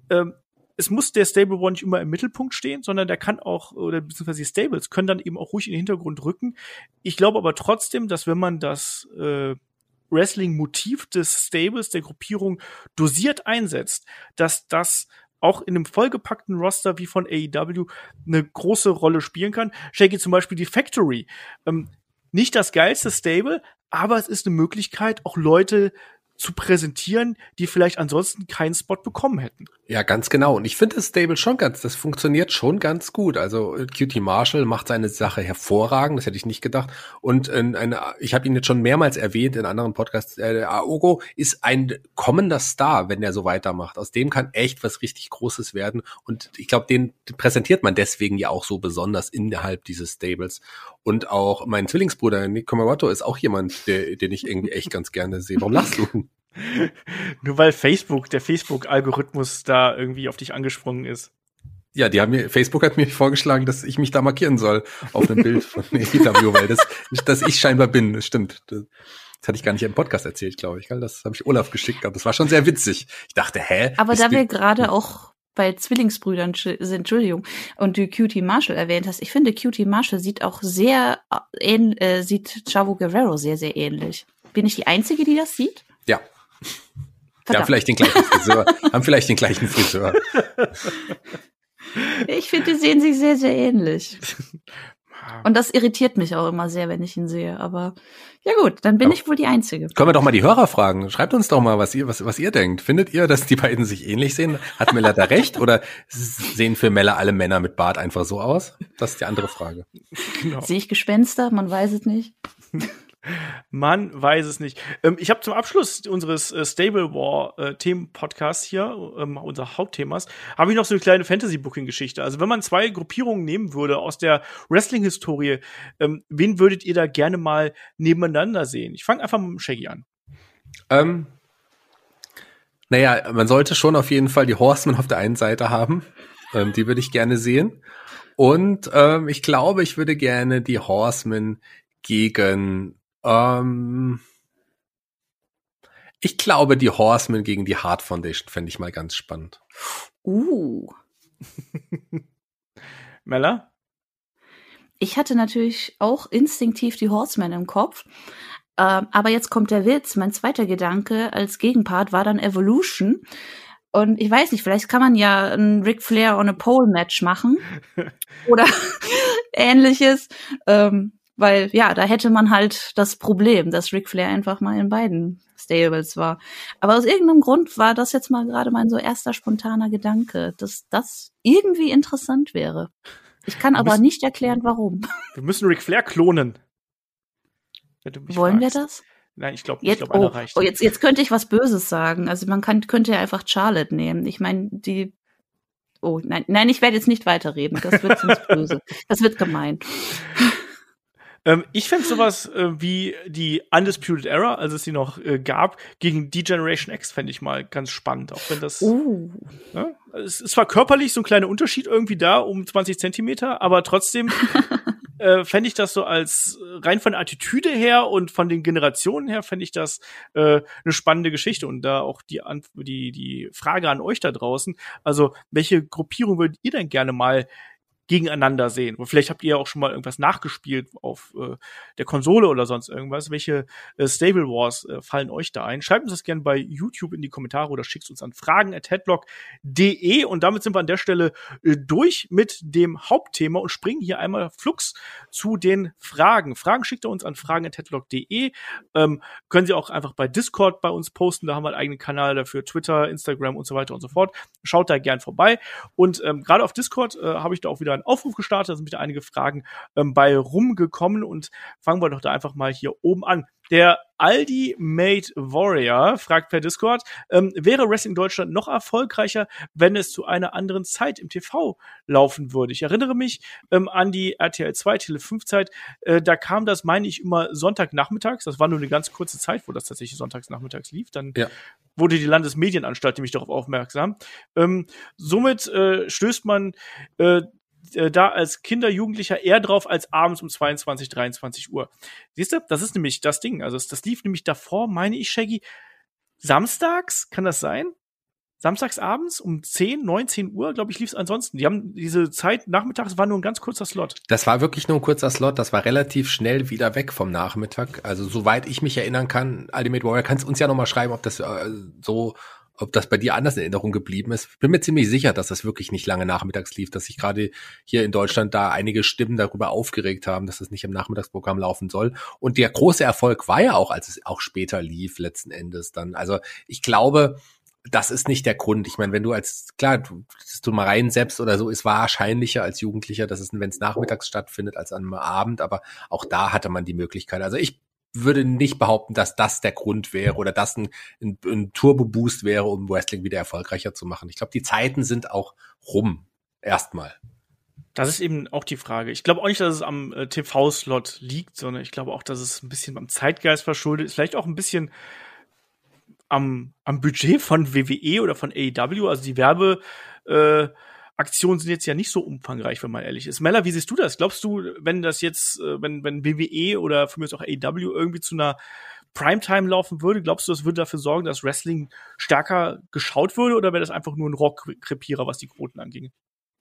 Speaker 2: es muss der Stable War nicht immer im Mittelpunkt stehen, sondern der kann auch, oder beziehungsweise die Stables können dann eben auch ruhig in den Hintergrund rücken. Ich glaube aber trotzdem, dass wenn man das Wrestling-Motiv des Stables, der Gruppierung dosiert einsetzt, dass das auch in einem vollgepackten Roster wie von AEW eine große Rolle spielen kann. Shaggy zum Beispiel die Factory. Nicht das geilste Stable, aber es ist eine Möglichkeit, auch Leute zu präsentieren, die vielleicht ansonsten keinen Spot bekommen hätten.
Speaker 4: Ja, ganz genau. Und ich finde das Stable das funktioniert schon ganz gut. Also QT Marshall macht seine Sache hervorragend, das hätte ich nicht gedacht. Und ich habe ihn jetzt schon mehrmals erwähnt in anderen Podcasts, Aogo ist ein kommender Star, wenn er so weitermacht. Aus dem kann echt was richtig Großes werden. Und ich glaube, den präsentiert man deswegen ja auch so besonders innerhalb dieses Stables. Und auch mein Zwillingsbruder Nick Komamoto ist auch jemand, den ich irgendwie echt ganz gerne sehe. Warum lachst du?
Speaker 2: Nur weil der Facebook-Algorithmus da irgendwie auf dich angesprungen ist.
Speaker 4: Ja, Facebook hat mir vorgeschlagen, dass ich mich da markieren soll auf einem Bild von AEW, weil dass ich scheinbar bin, das stimmt. Das hatte ich gar nicht im Podcast erzählt, glaube ich. Das habe ich Olaf geschickt, aber das war schon sehr witzig. Ich dachte,
Speaker 3: Aber da wir gerade auch bei Zwillingsbrüdern sind, Entschuldigung, und du QT Marshall erwähnt hast, ich finde, QT Marshall sieht auch sieht Chavo Guerrero sehr, sehr ähnlich. Bin ich die Einzige, die das sieht?
Speaker 4: Ja.
Speaker 3: Verdammt.
Speaker 4: Ja, vielleicht den gleichen Friseur. Haben vielleicht den gleichen Friseur.
Speaker 3: Ich finde, die sehen sich sehr, sehr ähnlich. Und das irritiert mich auch immer sehr, wenn ich ihn sehe. Aber ja gut, dann bin ich wohl die Einzige.
Speaker 4: Können wir doch mal die Hörer fragen. Schreibt uns doch mal, was ihr denkt. Findet ihr, dass die beiden sich ähnlich sehen? Hat Mella da recht? Oder sehen für Mella alle Männer mit Bart einfach so aus? Das ist die andere Frage.
Speaker 2: Genau.
Speaker 3: Sehe ich Gespenster? Man weiß es nicht.
Speaker 2: Man weiß es nicht. Ich habe zum Abschluss unseres Stable War Themen-Podcasts hier, unser Hauptthemas, habe ich noch so eine kleine Fantasy-Booking-Geschichte. Also wenn man 2 Gruppierungen nehmen würde aus der Wrestling-Historie, wen würdet ihr da gerne mal nebeneinander sehen? Ich fange einfach mit dem Shaggy an.
Speaker 4: Naja, man sollte schon auf jeden Fall die Horsemen auf der einen Seite haben. Die würde ich gerne sehen. Und ich glaube, ich würde gerne die Horsemen gegen ich glaube, die Horsemen gegen die Hart Foundation fände ich mal ganz spannend.
Speaker 2: Mella?
Speaker 3: Ich hatte natürlich auch instinktiv die Horsemen im Kopf. Aber jetzt kommt der Witz. Mein zweiter Gedanke als Gegenpart war dann Evolution. Und ich weiß nicht, vielleicht kann man ja ein Ric Flair on a Pole Match machen. Oder ähnliches. Weil, ja, da hätte man halt das Problem, dass Ric Flair einfach mal in beiden Stables war. Aber aus irgendeinem Grund war das jetzt mal gerade mein so erster spontaner Gedanke, dass das irgendwie interessant wäre. Ich kann aber nicht erklären, warum.
Speaker 2: Wir müssen Ric Flair klonen.
Speaker 3: Wollen wir das?
Speaker 2: Nein, ich glaube, einer reicht.
Speaker 3: Jetzt könnte ich was Böses sagen. Also man könnte ja einfach Charlotte nehmen. Ich meine, nein, ich werde jetzt nicht weiterreden. Das wird sonst böse. Das wird gemein.
Speaker 2: Ich fände sowas wie die Undisputed Era, als es sie noch gab, gegen D-Generation X, fände ich mal ganz spannend. Auch wenn das ja, es ist zwar körperlich so ein kleiner Unterschied irgendwie da, um 20 Zentimeter, aber trotzdem fände ich das so als rein von der Attitüde her und von den Generationen her fände ich das eine spannende Geschichte. Und da auch die Frage an euch da draußen, also welche Gruppierung würdet ihr denn gerne mal gegeneinander sehen? Und vielleicht habt ihr ja auch schon mal irgendwas nachgespielt auf der Konsole oder sonst irgendwas. Welche Stable Wars fallen euch da ein? Schreibt uns das gerne bei YouTube in die Kommentare oder schickt uns an fragen@headlock.de. Und damit sind wir an der Stelle durch mit dem Hauptthema und springen hier einmal flugs zu den Fragen. Fragen schickt ihr uns an fragen@headlock.de. Können Sie auch einfach bei Discord bei uns posten. Da haben wir einen eigenen Kanal dafür, Twitter, Instagram und so weiter und so fort. Schaut da gern vorbei. Und gerade auf Discord habe ich da auch wieder einen Aufruf gestartet, da sind wieder einige Fragen bei rumgekommen und fangen wir doch da einfach mal hier oben an. Der Aldi Made Warrior fragt per Discord, wäre Wrestling Deutschland noch erfolgreicher, wenn es zu einer anderen Zeit im TV laufen würde? Ich erinnere mich an die RTL 2 Tele 5 Zeit, da kam das, meine ich, immer Sonntagnachmittags, das war nur eine ganz kurze Zeit, wo das tatsächlich sonntagsnachmittags lief, dann wurde die Landesmedienanstalt nämlich darauf aufmerksam. Somit stößt man da als Kinder, Jugendlicher eher drauf als abends um 22, 23 Uhr. Siehst du, das ist nämlich das Ding. Also das lief nämlich davor, meine ich, Shaggy, samstags, kann das sein? Samstags abends um 10, 19 Uhr, glaube ich, lief es ansonsten. Die haben diese Zeit nachmittags, war nur ein ganz kurzer Slot.
Speaker 4: Das war wirklich nur ein kurzer Slot, das war relativ schnell wieder weg vom Nachmittag. Also soweit ich mich erinnern kann, Ultimate Warrior, kannst uns ja nochmal schreiben, ob das ob das bei dir anders in Erinnerung geblieben ist. Ich bin mir ziemlich sicher, dass das wirklich nicht lange nachmittags lief, dass sich gerade hier in Deutschland da einige Stimmen darüber aufgeregt haben, dass das nicht im Nachmittagsprogramm laufen soll. Und der große Erfolg war ja auch, als es auch später lief, letzten Endes dann. Also ich glaube, das ist nicht der Grund. Ich meine, wenn du du mal reinsetzt oder so, ist wahrscheinlicher als Jugendlicher, dass es, wenn es nachmittags stattfindet, als am Abend. Aber auch da hatte man die Möglichkeit. Also ich würde nicht behaupten, dass das der Grund wäre oder das ein Turbo-Boost wäre, um Wrestling wieder erfolgreicher zu machen. Ich glaube, die Zeiten sind auch rum. Erstmal.
Speaker 2: Das ist eben auch die Frage. Ich glaube auch nicht, dass es am TV-Slot liegt, sondern ich glaube auch, dass es ein bisschen am Zeitgeist verschuldet ist. Vielleicht auch ein bisschen am Budget von WWE oder von AEW. Also die Aktionen sind jetzt ja nicht so umfangreich, wenn man ehrlich ist. Mella, wie siehst du das? Glaubst du, wenn das jetzt, wenn WWE oder für mich auch AEW irgendwie zu einer Primetime laufen würde, glaubst du, das würde dafür sorgen, dass Wrestling stärker geschaut würde, oder wäre das einfach nur ein Rohrkrepierer, was die Quoten anging?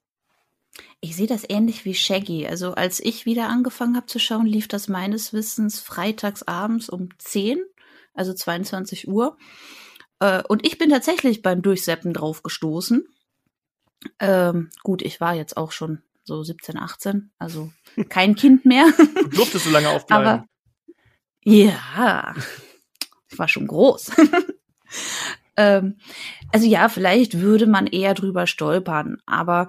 Speaker 3: Ich sehe das ähnlich wie Shaggy. Also als ich wieder angefangen habe zu schauen, lief das meines Wissens freitags abends um 10, also 22 Uhr. Und ich bin tatsächlich beim Durchseppen drauf gestoßen. Gut, ich war jetzt auch schon so 17, 18, also kein Kind mehr.
Speaker 2: Du durftest so lange aufbleiben.
Speaker 3: Aber ja, ich war schon groß. Also ja, vielleicht würde man eher drüber stolpern, aber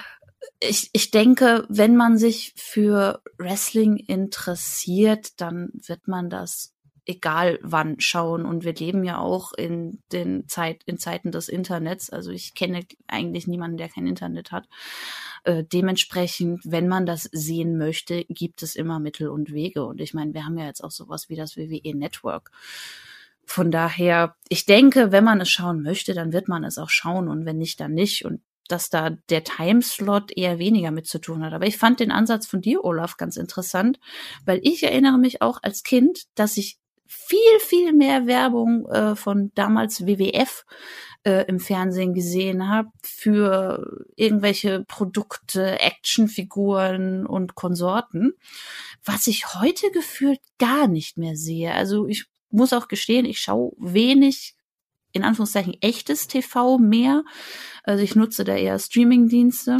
Speaker 3: ich denke, wenn man sich für Wrestling interessiert, dann wird man das egal wann schauen. Und wir leben ja auch in Zeiten des Internets. Also ich kenne eigentlich niemanden, der kein Internet hat. Dementsprechend, wenn man das sehen möchte, gibt es immer Mittel und Wege. Und ich meine, wir haben ja jetzt auch sowas wie das WWE Network. Von daher, ich denke, wenn man es schauen möchte, dann wird man es auch schauen. Und wenn nicht, dann nicht. Und dass da der Timeslot eher weniger mit zu tun hat. Aber ich fand den Ansatz von dir, Olaf, ganz interessant, weil ich erinnere mich auch als Kind, dass ich viel, viel mehr Werbung von damals WWF im Fernsehen gesehen habe für irgendwelche Produkte, Actionfiguren und Konsorten, was ich heute gefühlt gar nicht mehr sehe. Also ich muss auch gestehen, ich schaue wenig, in Anführungszeichen, echtes TV mehr. Also ich nutze da eher Streamingdienste.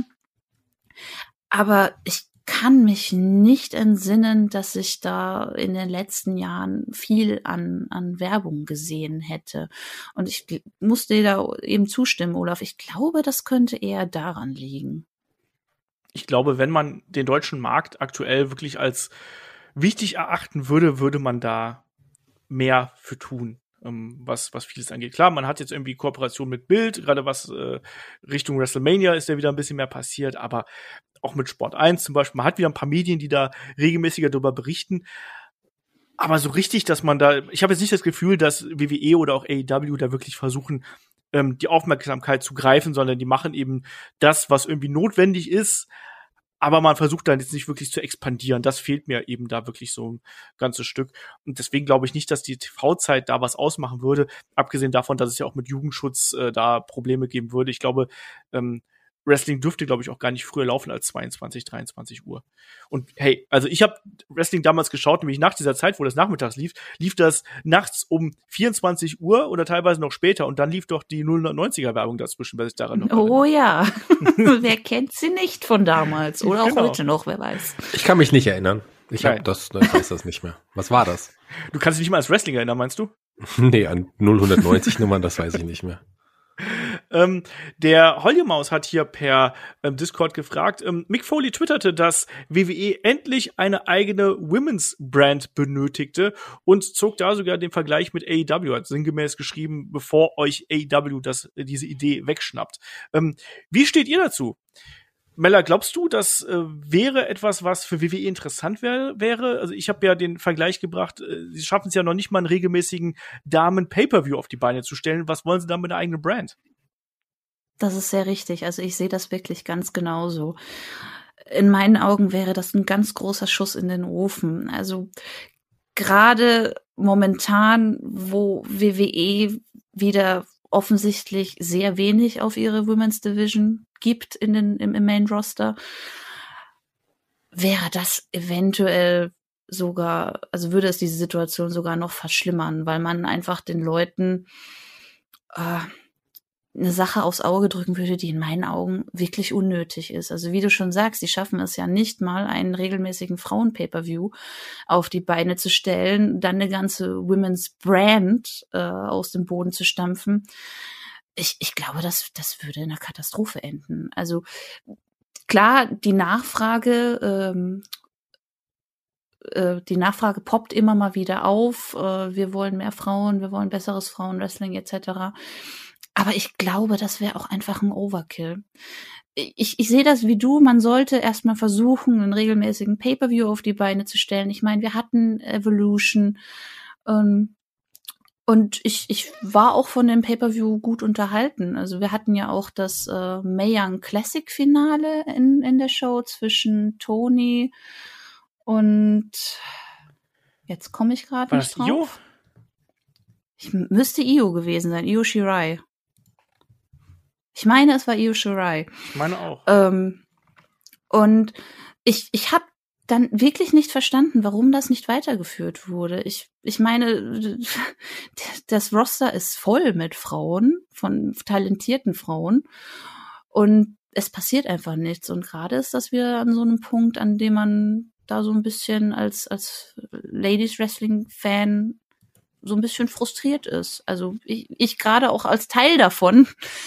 Speaker 3: Aber ich kann mich nicht entsinnen, dass ich da in den letzten Jahren viel an Werbung gesehen hätte. Und ich muss dir da eben zustimmen, Olaf. Ich glaube, das könnte eher daran liegen.
Speaker 2: Ich glaube, wenn man den deutschen Markt aktuell wirklich als wichtig erachten würde, würde man da mehr für tun, was vieles angeht. Klar, man hat jetzt irgendwie Kooperation mit Bild, gerade was Richtung WrestleMania ist ja wieder ein bisschen mehr passiert, aber auch mit Sport 1 zum Beispiel. Man hat wieder ein paar Medien, die da regelmäßiger darüber berichten. Aber so richtig, dass man da, ich habe jetzt nicht das Gefühl, dass WWE oder auch AEW da wirklich versuchen, die Aufmerksamkeit zu greifen, sondern die machen eben das, was irgendwie notwendig ist. Aber man versucht dann jetzt nicht wirklich zu expandieren. Das fehlt mir eben da wirklich so ein ganzes Stück. Und deswegen glaube ich nicht, dass die TV-Zeit da was ausmachen würde. Abgesehen davon, dass es ja auch mit Jugendschutz da Probleme geben würde. Ich glaube, Wrestling dürfte, glaube ich, auch gar nicht früher laufen als 22, 23 Uhr. Und hey, also ich habe Wrestling damals geschaut, nämlich nach dieser Zeit, wo das nachmittags lief das nachts um 24 Uhr oder teilweise noch später. Und dann lief doch die 090er-Werbung dazwischen, wer sich daran noch erinnert.
Speaker 3: Oh ja, wer kennt sie nicht von damals oder auch heute noch, wer weiß.
Speaker 4: Ich kann mich nicht erinnern. Ich weiß das nicht mehr. Was war das?
Speaker 2: Du kannst dich nicht mal als Wrestling erinnern, meinst du?
Speaker 4: Nee, an 090 Nummern, das weiß ich nicht mehr.
Speaker 2: Der Hollymaus hat hier per Discord gefragt, Mick Foley twitterte, dass WWE endlich eine eigene Women's Brand benötigte und zog da sogar den Vergleich mit AEW, hat sinngemäß geschrieben, bevor euch AEW diese Idee wegschnappt. Wie steht ihr dazu? Mella, glaubst du, das wäre etwas, was für WWE interessant wäre? Also ich habe ja den Vergleich gebracht, sie schaffen es ja noch nicht mal einen regelmäßigen Damen-Pay-Per-View auf die Beine zu stellen. Was wollen sie dann mit einer eigenen Brand?
Speaker 3: Das ist sehr richtig. Also ich sehe das wirklich ganz genauso. In meinen Augen wäre das ein ganz großer Schuss in den Ofen. Also gerade momentan, wo WWE wieder offensichtlich sehr wenig auf ihre Women's Division gibt im Main Roster, wäre das eventuell sogar, also würde es diese Situation sogar noch verschlimmern, weil man einfach den Leuten eine Sache aufs Auge drücken würde, die in meinen Augen wirklich unnötig ist. Also wie du schon sagst, die schaffen es ja nicht mal, einen regelmäßigen Frauen-Pay-Per-View auf die Beine zu stellen, dann eine ganze Women's Brand aus dem Boden zu stampfen. Ich glaube, das würde in einer Katastrophe enden. Also klar, die Nachfrage poppt immer mal wieder auf. Wir wollen mehr Frauen, wir wollen besseres Frauenwrestling etc. Aber ich glaube, das wäre auch einfach ein Overkill. Ich sehe das wie du, man sollte erstmal versuchen, einen regelmäßigen Pay-Per-View auf die Beine zu stellen. Ich meine, wir hatten Evolution und ich war auch von dem Pay-Per-View gut unterhalten. Also wir hatten ja auch das Mae Young Classic Finale in der Show zwischen Tony und jetzt komme ich gerade nicht drauf. Io? Ich müsste Io gewesen sein, Io Shirai. Ich meine, es war Io Shirai.
Speaker 2: Ich meine auch.
Speaker 3: Und ich habe dann wirklich nicht verstanden, warum das nicht weitergeführt wurde. Ich meine, das Roster ist voll mit Frauen, von talentierten Frauen. Und es passiert einfach nichts. Und gerade ist das wieder an so einem Punkt, an dem man da so ein bisschen als Ladies Wrestling Fan so ein bisschen frustriert ist. Also ich gerade auch als Teil davon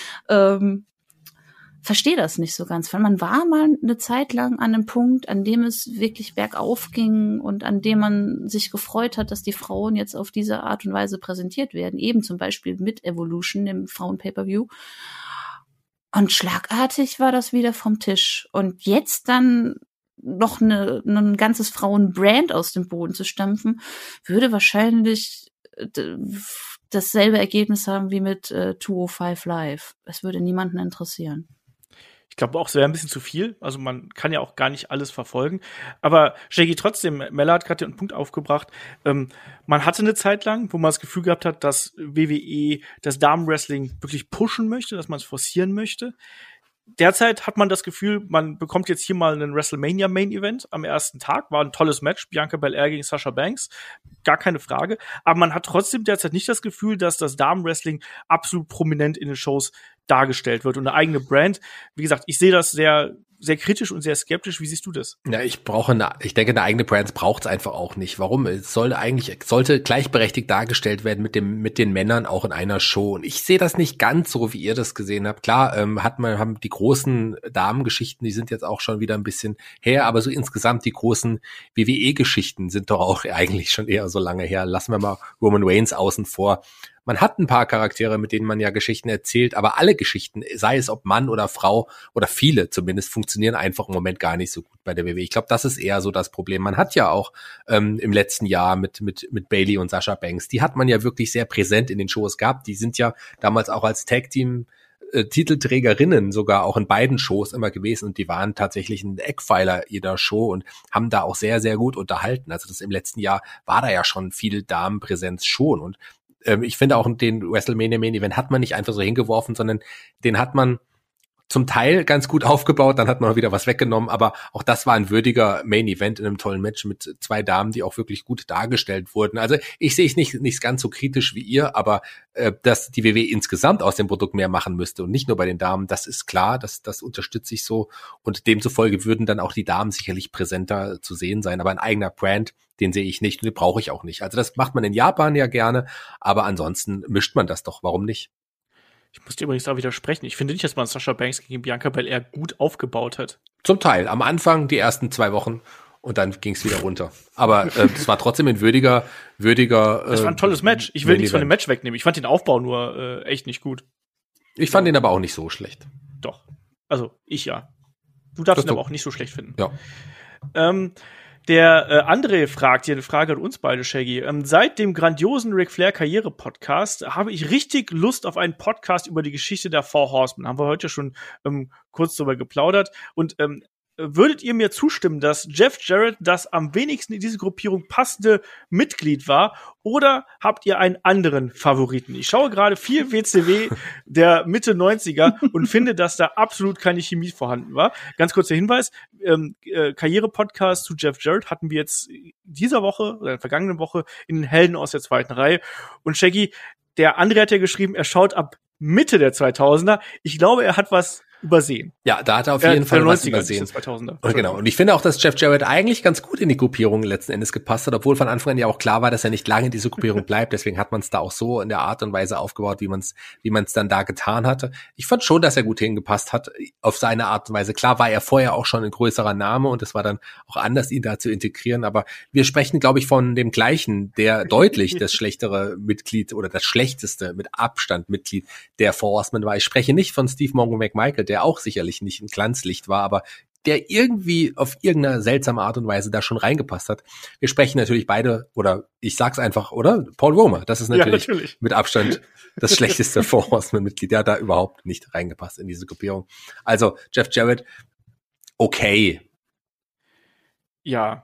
Speaker 3: verstehe das nicht so ganz. Weil man war mal eine Zeit lang an einem Punkt, an dem es wirklich bergauf ging und an dem man sich gefreut hat, dass die Frauen jetzt auf diese Art und Weise präsentiert werden. Eben zum Beispiel mit Evolution, dem Frauen-Pay-Per-View. Und schlagartig war das wieder vom Tisch. Und jetzt dann noch ein ganzes Frauenbrand aus dem Boden zu stampfen, würde wahrscheinlich dasselbe Ergebnis haben wie mit 205 Live. Es würde niemanden interessieren.
Speaker 2: Ich glaube auch, es wäre ein bisschen zu viel. Also man kann ja auch gar nicht alles verfolgen. Aber Shaggy, trotzdem, Mella hat gerade den Punkt aufgebracht. Man hatte eine Zeit lang, wo man das Gefühl gehabt hat, dass WWE das Damenwrestling wirklich pushen möchte, dass man es forcieren möchte. Derzeit hat man das Gefühl, man bekommt jetzt hier mal einen WrestleMania Main Event am ersten Tag. War ein tolles Match. Bianca Belair gegen Sasha Banks. Gar keine Frage. Aber man hat trotzdem derzeit nicht das Gefühl, dass das Damenwrestling absolut prominent in den Shows dargestellt wird. Und eine eigene Brand. Wie gesagt, ich sehe das sehr, sehr kritisch und sehr skeptisch. Wie siehst du das?
Speaker 4: Ja, ich denke, eine eigene Brand braucht es einfach auch nicht. Warum? Es sollte gleichberechtigt dargestellt werden mit den Männern auch in einer Show. Und ich sehe das nicht ganz so, wie ihr das gesehen habt. Klar, haben die großen Damengeschichten, die sind jetzt auch schon wieder ein bisschen her, aber so insgesamt die großen WWE-Geschichten sind doch auch eigentlich schon eher so lange her. Lassen wir mal Roman Reigns außen vor. man hat ein paar Charaktere, mit denen man ja Geschichten erzählt, aber alle Geschichten, sei es ob Mann oder Frau oder viele zumindest, funktionieren einfach im Moment gar nicht so gut bei der WWE. Ich glaube, das ist eher so das Problem. Man hat ja auch im letzten Jahr mit Bayley und Sasha Banks, die hat man ja wirklich sehr präsent in den Shows gehabt. Die sind ja damals auch als Tag-Team Titelträgerinnen sogar auch in beiden Shows immer gewesen und die waren tatsächlich ein Eckpfeiler jeder Show und haben da auch sehr, sehr gut unterhalten. Also das im letzten Jahr war da ja schon viel Damenpräsenz schon und ich finde auch den WrestleMania Main Event hat man nicht einfach so hingeworfen, sondern den hat man zum Teil ganz gut aufgebaut, dann hat man wieder was weggenommen, aber auch das war ein würdiger Main Event in einem tollen Match mit zwei Damen, die auch wirklich gut dargestellt wurden. Also ich sehe es nicht ganz so kritisch wie ihr, aber dass die WWE insgesamt aus dem Produkt mehr machen müsste und nicht nur bei den Damen, das ist klar, das unterstütze ich so und demzufolge würden dann auch die Damen sicherlich präsenter zu sehen sein, aber ein eigener Brand, den sehe ich nicht und den brauche ich auch nicht. Also das macht man in Japan ja gerne, aber ansonsten mischt man das doch, warum nicht?
Speaker 2: Ich muss dir übrigens auch widersprechen. Ich finde nicht, dass man Sasha Banks gegen Bianca Belair gut aufgebaut hat.
Speaker 4: Zum Teil. Am Anfang, die ersten 2 Wochen und dann ging es wieder runter. Aber es war trotzdem ein würdiger.
Speaker 2: Das war ein tolles Match. Ich will nichts von dem Match wegnehmen. Ich fand den Aufbau nur echt nicht gut.
Speaker 4: Ich fand ihn aber auch nicht so schlecht.
Speaker 2: Doch. Also, ich ja. Du darfst ihn aber auch nicht so schlecht finden.
Speaker 4: Ja.
Speaker 2: Der André fragt hier eine Frage an uns beide, Shaggy. Seit dem grandiosen Ric Flair Karriere-Podcast habe ich richtig Lust auf einen Podcast über die Geschichte der Four Horsemen. Haben wir heute schon kurz drüber geplaudert. Und würdet ihr mir zustimmen, dass Jeff Jarrett das am wenigsten in diese Gruppierung passende Mitglied war? Oder habt ihr einen anderen Favoriten? Ich schaue gerade viel WCW der Mitte 90er und finde, dass da absolut keine Chemie vorhanden war. Ganz kurzer Hinweis, Karriere-Podcast zu Jeff Jarrett hatten wir jetzt dieser Woche oder in der vergangenen Woche in den Helden aus der zweiten Reihe. Und Shaggy, der André hat ja geschrieben, er schaut ab Mitte der 2000er. Ich glaube, er hat was übersehen.
Speaker 4: Ja, da hat er auf jeden Fall was
Speaker 2: 90er,
Speaker 4: übersehen.
Speaker 2: 2000er.
Speaker 4: Und genau. Und ich finde auch, dass Jeff Jarrett eigentlich ganz gut in die Gruppierung letzten Endes gepasst hat, obwohl von Anfang an ja auch klar war, dass er nicht lange in dieser Gruppierung bleibt. Deswegen hat man es da auch so in der Art und Weise aufgebaut, wie man es dann da getan hatte. Ich fand schon, dass er gut hingepasst hat, auf seine Art und Weise. Klar war er vorher auch schon ein größerer Name und es war dann auch anders, ihn da zu integrieren. Aber wir sprechen, glaube ich, von dem gleichen, der deutlich das schlechtere Mitglied oder das schlechteste mit Abstand Mitglied der Four Horsemen war. Ich spreche nicht von Steve Mongo McMichael, der auch sicherlich nicht ein Glanzlicht war, aber der irgendwie auf irgendeine seltsame Art und Weise da schon reingepasst hat. Wir sprechen natürlich beide, oder ich sag's einfach, oder? Paul Romer, das ist natürlich mit Abstand das schlechteste Four Horsemen-Mitglied. Der hat da überhaupt nicht reingepasst in diese Gruppierung. Also Jeff Jarrett, okay.
Speaker 2: Ja.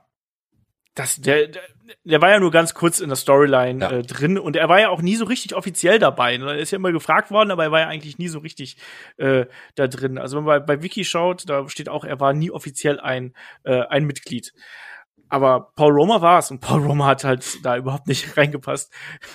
Speaker 2: Der war ja nur ganz kurz in der Storyline drin und er war ja auch nie so richtig offiziell dabei. Er ist ja immer gefragt worden, aber er war ja eigentlich nie so richtig da drin. Also wenn man bei Wiki schaut, da steht auch, er war nie offiziell ein Mitglied. Aber Paul Romer war es und Paul Romer hat halt da überhaupt nicht reingepasst.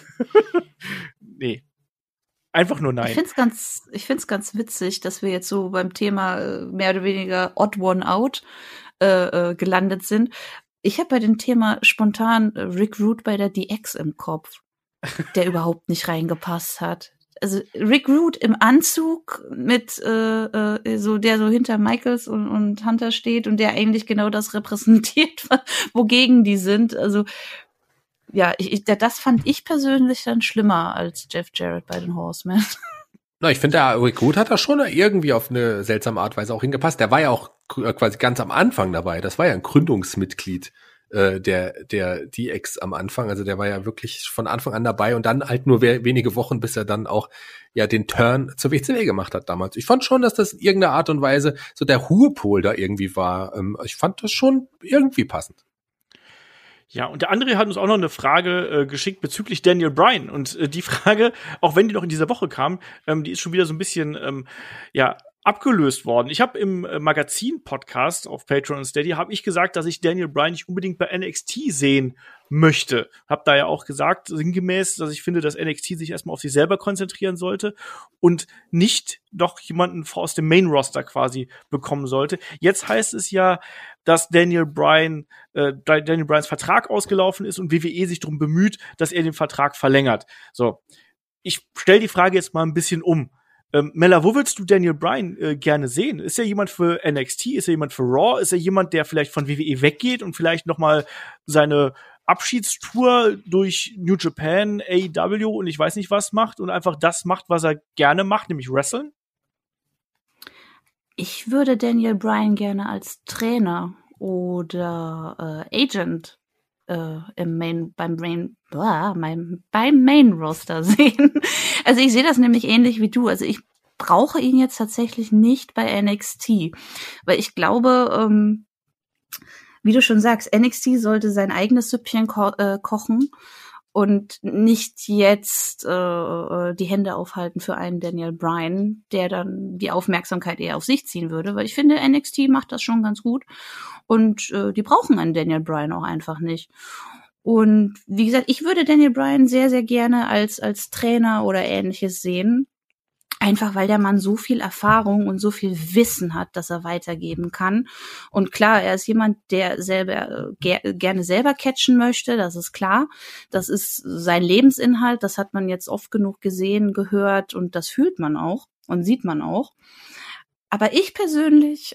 Speaker 2: Nee. Einfach nur nein.
Speaker 3: Ich find's ganz witzig, dass wir jetzt so beim Thema mehr oder weniger Odd One Out gelandet sind. Ich habe bei dem Thema spontan Rick Rude bei der DX im Kopf, der überhaupt nicht reingepasst hat. Also Rick Rude im Anzug mit der so hinter Michaels und Hunter steht und der eigentlich genau das repräsentiert, wogegen die sind. Also ja, das fand ich persönlich dann schlimmer als Jeff Jarrett bei den Horsemen.
Speaker 4: Na, ich finde, der Rick Rude hat da schon irgendwie auf eine seltsame Art und Weise auch hingepasst. Der war ja auch quasi ganz am Anfang dabei. Das war ja ein Gründungsmitglied der DX am Anfang. Also der war ja wirklich von Anfang an dabei und dann halt nur wenige Wochen, bis er dann auch ja den Turn zur WCW gemacht hat damals. Ich fand schon, dass das in irgendeiner Art und Weise so der Ruhepol da irgendwie war. Ich fand das schon irgendwie passend.
Speaker 2: Ja, und der André hat uns auch noch eine Frage geschickt bezüglich Daniel Bryan. Und die Frage, auch wenn die noch in dieser Woche kam, die ist schon wieder so ein bisschen abgelöst worden. Ich habe im Magazin-Podcast auf Patreon und Steady habe ich gesagt, dass ich Daniel Bryan nicht unbedingt bei NXT sehen möchte. Hab da ja auch gesagt, sinngemäß, dass ich finde, dass NXT sich erstmal auf sich selber konzentrieren sollte und nicht doch jemanden aus dem Main-Roster quasi bekommen sollte. Jetzt heißt es ja, dass Daniel Bryan's Vertrag ausgelaufen ist und WWE sich darum bemüht, dass er den Vertrag verlängert. So, ich stelle die Frage jetzt mal ein bisschen um. Mella, wo willst du Daniel Bryan gerne sehen? Ist er jemand für NXT? Ist er jemand für Raw? Ist er jemand, der vielleicht von WWE weggeht und vielleicht noch mal seine Abschiedstour durch New Japan, AEW und ich weiß nicht was macht und einfach das macht, was er gerne macht, nämlich Wrestlen?
Speaker 3: Ich würde Daniel Bryan gerne als Trainer oder Agent beim Main Roster sehen. Also ich sehe das nämlich ähnlich wie du. Also ich brauche ihn jetzt tatsächlich nicht bei NXT, weil ich glaube, wie du schon sagst, NXT sollte sein eigenes Süppchen kochen und nicht jetzt die Hände aufhalten für einen Daniel Bryan, der dann die Aufmerksamkeit eher auf sich ziehen würde, weil ich finde, NXT macht das schon ganz gut und die brauchen einen Daniel Bryan auch einfach nicht. Und wie gesagt, ich würde Daniel Bryan sehr, sehr gerne als Trainer oder Ähnliches sehen. Einfach weil der Mann so viel Erfahrung und so viel Wissen hat, dass er weitergeben kann. Und klar, er ist jemand, der selber gerne selber catchen möchte, das ist klar. Das ist sein Lebensinhalt, das hat man jetzt oft genug gesehen, gehört und das fühlt man auch und sieht man auch. Aber ich persönlich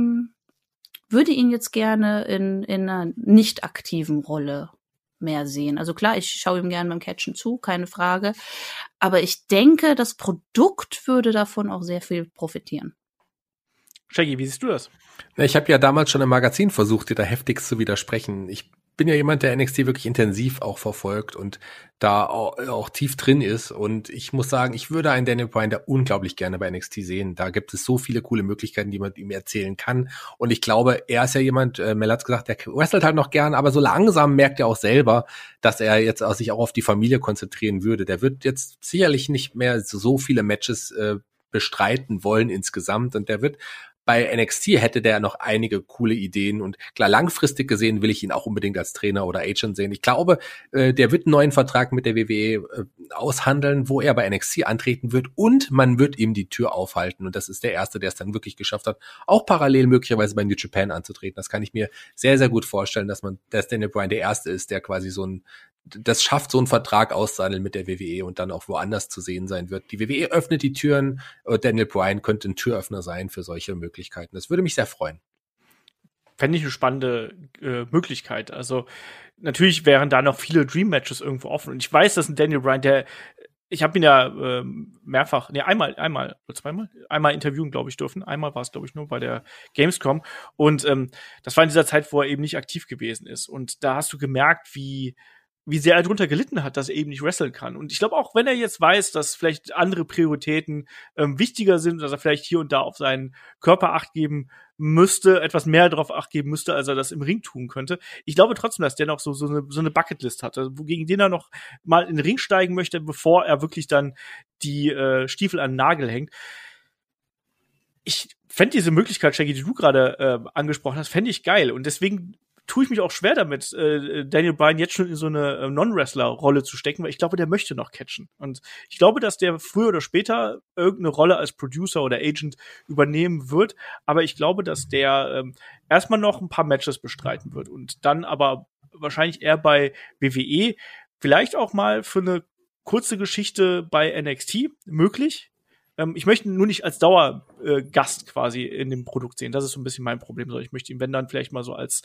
Speaker 3: würde ihn jetzt gerne in einer nicht aktiven Rolle mehr sehen. Also klar, ich schaue ihm gerne beim Catchen zu, keine Frage. Aber ich denke, das Produkt würde davon auch sehr viel profitieren.
Speaker 2: Shaggy, wie siehst du das?
Speaker 4: Ich habe ja damals schon im Magazin versucht, dir da heftigst zu widersprechen. Ich bin ja jemand, der NXT wirklich intensiv auch verfolgt und da auch tief drin ist. Und ich muss sagen, ich würde einen Daniel Bryan da unglaublich gerne bei NXT sehen. Da gibt es so viele coole Möglichkeiten, die man ihm erzählen kann. Und ich glaube, er ist ja jemand, Mel hat's gesagt, der wrestelt halt noch gern, aber so langsam merkt er auch selber, dass er jetzt sich auch auf die Familie konzentrieren würde. Der wird jetzt sicherlich nicht mehr so viele Matches bestreiten wollen insgesamt. Und der wird bei NXT hätte der noch einige coole Ideen und klar, langfristig gesehen will ich ihn auch unbedingt als Trainer oder Agent sehen. Ich glaube, der wird einen neuen Vertrag mit der WWE aushandeln, wo er bei NXT antreten wird und man wird ihm die Tür aufhalten und das ist der Erste, der es dann wirklich geschafft hat, auch parallel möglicherweise bei New Japan anzutreten. Das kann ich mir sehr, sehr gut vorstellen, dass Daniel Bryan der Erste ist, der quasi das schafft, so einen Vertrag auszuhandeln mit der WWE und dann auch woanders zu sehen sein wird. Die WWE öffnet die Türen, Daniel Bryan könnte ein Türöffner sein für solche Möglichkeiten. Das würde mich sehr freuen.
Speaker 2: Fände ich eine spannende Möglichkeit. Also natürlich wären da noch viele Dream-Matches irgendwo offen. Und ich weiß, dass ein Daniel Bryan, ich habe ihn ja einmal oder zweimal interviewen, glaube ich, dürfen. Einmal war es, glaube ich, nur bei der Gamescom. Und das war in dieser Zeit, wo er eben nicht aktiv gewesen ist. Und da hast du gemerkt, wie sehr er drunter gelitten hat, dass er eben nicht wresteln kann. Und ich glaube auch, wenn er jetzt weiß, dass vielleicht andere Prioritäten wichtiger sind, dass er vielleicht hier und da auf seinen Körper Acht geben müsste, etwas mehr darauf Acht geben müsste, als er das im Ring tun könnte. Ich glaube trotzdem, dass der noch so eine Bucketlist hat, also, gegen den er noch mal in den Ring steigen möchte, bevor er wirklich dann die Stiefel an den Nagel hängt. Ich fände diese Möglichkeit, Shaggy, die du gerade angesprochen hast, fände ich geil. Und deswegen tue ich mich auch schwer damit, Daniel Bryan jetzt schon in so eine Non-Wrestler-Rolle zu stecken, weil ich glaube, der möchte noch catchen. Und ich glaube, dass der früher oder später irgendeine Rolle als Producer oder Agent übernehmen wird. Aber ich glaube, dass der erstmal noch ein paar Matches bestreiten wird und dann aber wahrscheinlich eher bei WWE, vielleicht auch mal für eine kurze Geschichte bei NXT möglich. Ich möchte ihn nur nicht als Dauergast quasi in dem Produkt sehen. Das ist so ein bisschen mein Problem. Ich möchte ihn, wenn dann, vielleicht mal so als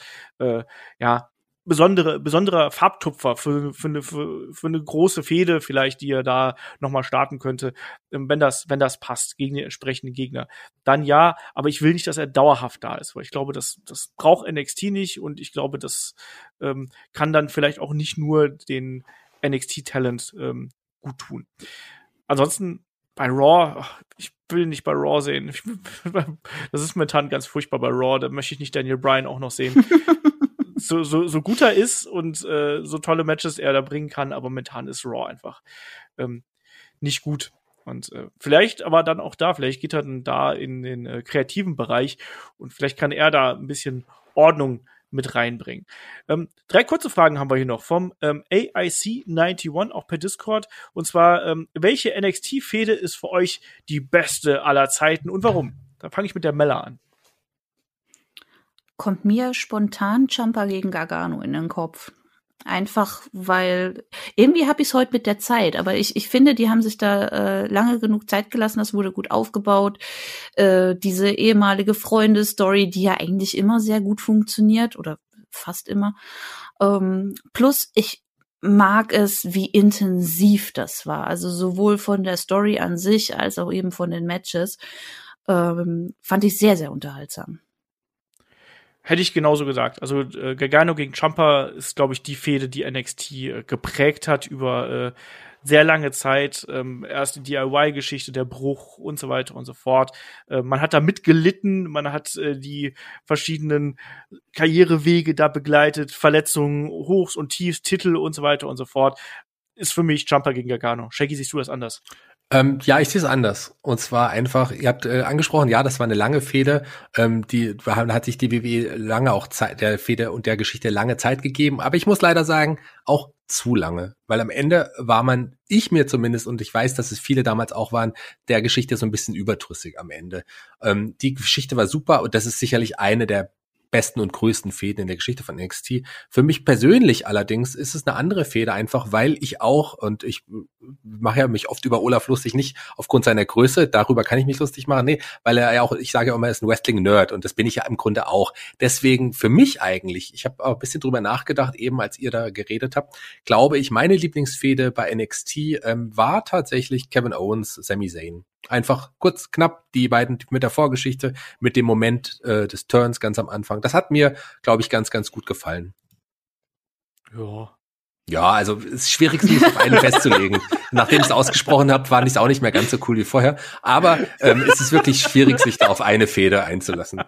Speaker 2: besonderer Farbtupfer für eine große Fehde vielleicht, die er da nochmal starten könnte, wenn das passt gegen den entsprechenden Gegner. Dann ja, aber ich will nicht, dass er dauerhaft da ist, weil ich glaube, das braucht NXT nicht und ich glaube, das kann dann vielleicht auch nicht nur den NXT-Talent gut tun. Ansonsten bei Raw, ich will nicht bei Raw sehen. Das ist momentan ganz furchtbar bei Raw. Da möchte ich nicht Daniel Bryan auch noch sehen. so gut er ist und so tolle Matches er da bringen kann, aber momentan ist Raw einfach nicht gut. Und vielleicht aber dann auch vielleicht geht er dann da in den kreativen Bereich und vielleicht kann er da ein bisschen Ordnung mit reinbringen. 3 kurze Fragen haben wir hier noch vom AIC91, auch per Discord. Und zwar, welche NXT-Fehde ist für euch die beste aller Zeiten und warum? Da fange ich mit der Mella an.
Speaker 3: Kommt mir spontan Ciampa gegen Gargano in den Kopf. Einfach, weil irgendwie habe ich es heute mit der Zeit, aber ich finde, die haben sich da lange genug Zeit gelassen, das wurde gut aufgebaut. Diese ehemalige Freunde-Story, die ja eigentlich immer sehr gut funktioniert oder fast immer. Plus, ich mag es, wie intensiv das war. Also sowohl von der Story an sich als auch eben von den Matches. Fand ich sehr, sehr unterhaltsam.
Speaker 2: Hätte ich genauso gesagt. Also Gargano gegen Ciampa ist, glaube ich, die Fehde, die NXT geprägt hat über sehr lange Zeit. Erst die DIY-Geschichte, der Bruch und so weiter und so fort. Man hat da mitgelitten, man hat die verschiedenen Karrierewege da begleitet, Verletzungen, Hochs und Tiefs, Titel und so weiter und so fort. Ist für mich Ciampa gegen Gargano. Shaggy, siehst du das anders?
Speaker 4: Ja, ich sehe es anders. Und zwar einfach, ihr habt angesprochen, ja, das war eine lange Fehde. Hat sich die WWE lange auch der Fehde und der Geschichte lange Zeit gegeben. Aber ich muss leider sagen, auch zu lange. Weil am Ende war ich mir zumindest, und ich weiß, dass es viele damals auch waren, der Geschichte so ein bisschen überdrüssig am Ende. Die Geschichte war super und das ist sicherlich eine der besten und größten Fäden in der Geschichte von NXT. Für mich persönlich allerdings ist es eine andere Fehde, einfach weil ich auch, und ich mache ja mich oft über Olaf lustig, nicht aufgrund seiner Größe, darüber kann ich mich lustig machen, nee, weil er ja auch, ich sage ja immer, er ist ein Wrestling-Nerd und das bin ich ja im Grunde auch. Deswegen für mich eigentlich, ich habe auch ein bisschen drüber nachgedacht, eben als ihr da geredet habt, glaube ich, meine Lieblingsfehde bei NXT war tatsächlich Kevin Owens, Sami Zayn. Einfach kurz, knapp, die beiden mit der Vorgeschichte, mit dem Moment des Turns ganz am Anfang. Das hat mir, glaube ich, ganz, ganz gut gefallen.
Speaker 2: Ja.
Speaker 4: Ja, also es ist schwierig, sich auf einen festzulegen. Nachdem ich es ausgesprochen habe, fand ich es auch nicht mehr ganz so cool wie vorher. Aber es ist wirklich schwierig, sich da auf eine Fehde einzulassen.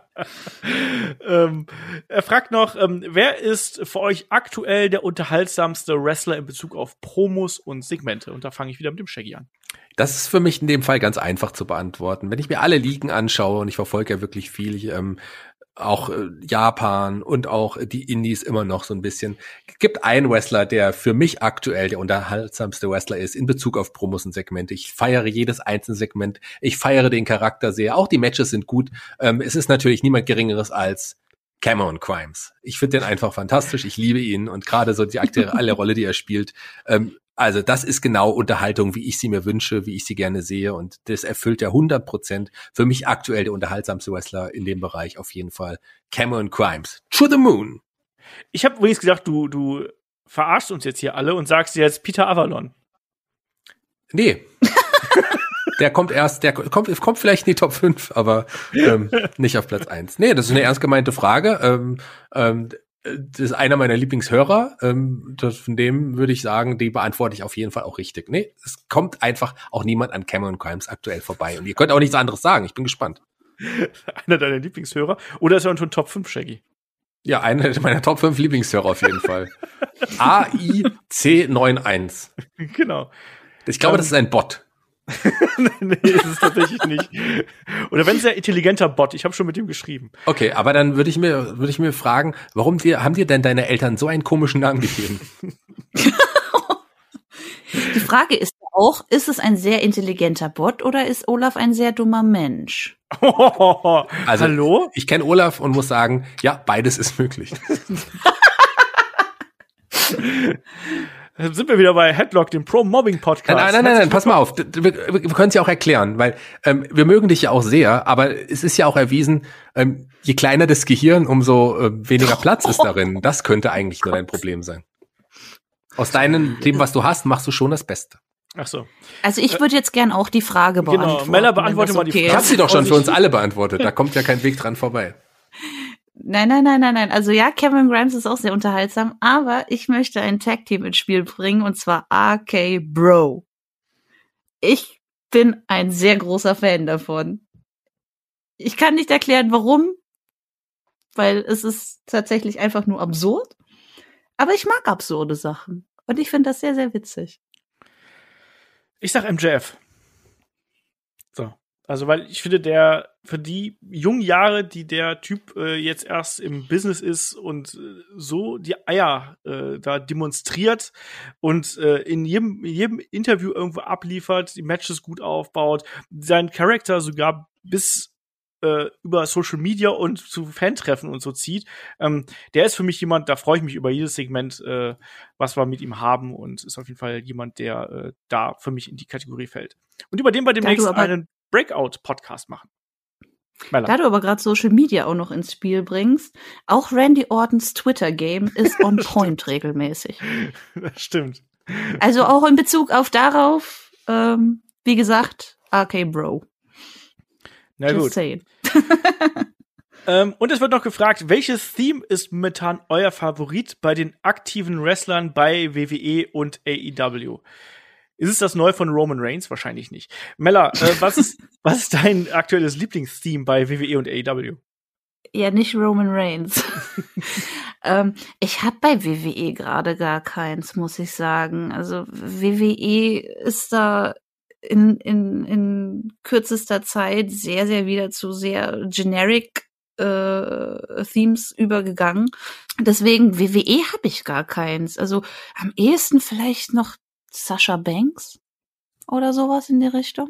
Speaker 2: Er fragt noch, wer ist für euch aktuell der unterhaltsamste Wrestler in Bezug auf Promos und Segmente? Und da fange ich wieder mit dem Shaggy an.
Speaker 4: Das ist für mich in dem Fall ganz einfach zu beantworten. Wenn ich mir alle Ligen anschaue, und ich verfolge ja wirklich viel, auch Japan und auch die Indies immer noch so ein bisschen. Es gibt einen Wrestler, der für mich aktuell der unterhaltsamste Wrestler ist in Bezug auf Promos und Segmente. Ich feiere jedes einzelne Segment. Ich feiere den Charakter sehr. Auch die Matches sind gut. Es ist natürlich niemand Geringeres als Cameron Grimes. Ich finde den einfach fantastisch. Ich liebe ihn und gerade so die aktuelle Rolle, die er spielt. Also das ist genau Unterhaltung, wie ich sie mir wünsche, wie ich sie gerne sehe und das erfüllt ja 100%. Für mich aktuell der unterhaltsamste Wrestler in dem Bereich auf jeden Fall Cameron Grimes. To the moon!
Speaker 2: Ich habe übrigens gedacht, du verarschst uns jetzt hier alle und sagst jetzt Peter Avalon.
Speaker 4: Nee. Der kommt vielleicht in die Top 5, aber nicht auf Platz 1. Nee, das ist eine ernst gemeinte Frage. Das ist einer meiner Lieblingshörer. Von dem würde ich sagen, die beantworte ich auf jeden Fall auch richtig. Nee, es kommt einfach auch niemand an Cameron Grimes aktuell vorbei. Und ihr könnt auch nichts anderes sagen. Ich bin gespannt.
Speaker 2: Einer deiner Lieblingshörer? Oder ist er schon Top 5, Shaggy?
Speaker 4: Ja, einer meiner Top 5 Lieblingshörer auf jeden Fall. AIC91.
Speaker 2: Genau.
Speaker 4: Ich glaube, das ist ein Bot.
Speaker 2: Nee, ist es tatsächlich nicht. Oder wenn es ein intelligenter Bot, ich habe schon mit ihm geschrieben.
Speaker 4: Okay, aber dann würde ich mir fragen, haben dir denn deine Eltern so einen komischen Namen gegeben?
Speaker 3: Die Frage ist auch, ist es ein sehr intelligenter Bot oder ist Olaf ein sehr dummer Mensch?
Speaker 2: Also,
Speaker 4: hallo? Ich kenne Olaf und muss sagen, ja, beides ist möglich.
Speaker 2: Sind wir wieder bei Headlock, dem Pro-Mobbing-Podcast.
Speaker 4: Nein, pass mal auf. Wir können es ja auch erklären, weil wir mögen dich ja auch sehr, aber es ist ja auch erwiesen, je kleiner das Gehirn, umso weniger Platz ist darin. Das könnte eigentlich nur dein Problem sein. Aus dem, was du hast, machst du schon das Beste.
Speaker 2: Ach so.
Speaker 3: Also ich würde jetzt gern auch die Frage beantworten.
Speaker 2: Genau, Mella, beantworte mal die Frage.
Speaker 4: Ich hab sie doch schon für uns alle beantwortet. Da kommt ja kein Weg dran vorbei.
Speaker 3: Nein. Also ja, Cameron Grimes ist auch sehr unterhaltsam, aber ich möchte ein Tag-Team ins Spiel bringen, und zwar RK Bro. Ich bin ein sehr großer Fan davon. Ich kann nicht erklären, warum, weil es ist tatsächlich einfach nur absurd. Aber ich mag absurde Sachen. Und ich finde das sehr, sehr witzig.
Speaker 2: Ich sag MJF. So. Also, weil ich finde, für die jungen Jahre, die der Typ jetzt erst im Business ist und so die Eier da demonstriert und in jedem Interview irgendwo abliefert, die Matches gut aufbaut, seinen Charakter sogar bis über Social Media und zu Fantreffen und so zieht, der ist für mich jemand, da freue ich mich über jedes Segment, was wir mit ihm haben, und ist auf jeden Fall jemand, der da für mich in die Kategorie fällt. Und über den wir demnächst einen Breakout-Podcast machen.
Speaker 3: Da du aber gerade Social Media auch noch ins Spiel bringst, auch Randy Ortons Twitter-Game ist on point regelmäßig.
Speaker 2: Das stimmt.
Speaker 3: Also auch in Bezug auf darauf, wie gesagt, RK Bro.
Speaker 2: Na
Speaker 3: Just
Speaker 2: gut.
Speaker 3: saying.
Speaker 2: Und es wird noch gefragt, welches Theme ist momentan euer Favorit bei den aktiven Wrestlern bei WWE und AEW? Ist es das neue von Roman Reigns? Wahrscheinlich nicht. Mella, was ist dein aktuelles Lieblingstheme bei WWE und AEW?
Speaker 3: Ja, nicht Roman Reigns. Ich habe bei WWE gerade gar keins, muss ich sagen. Also WWE ist da in kürzester Zeit sehr, sehr wieder zu sehr generic Themes übergegangen. Deswegen WWE habe ich gar keins. Also am ehesten vielleicht noch Sasha Banks oder sowas in die Richtung.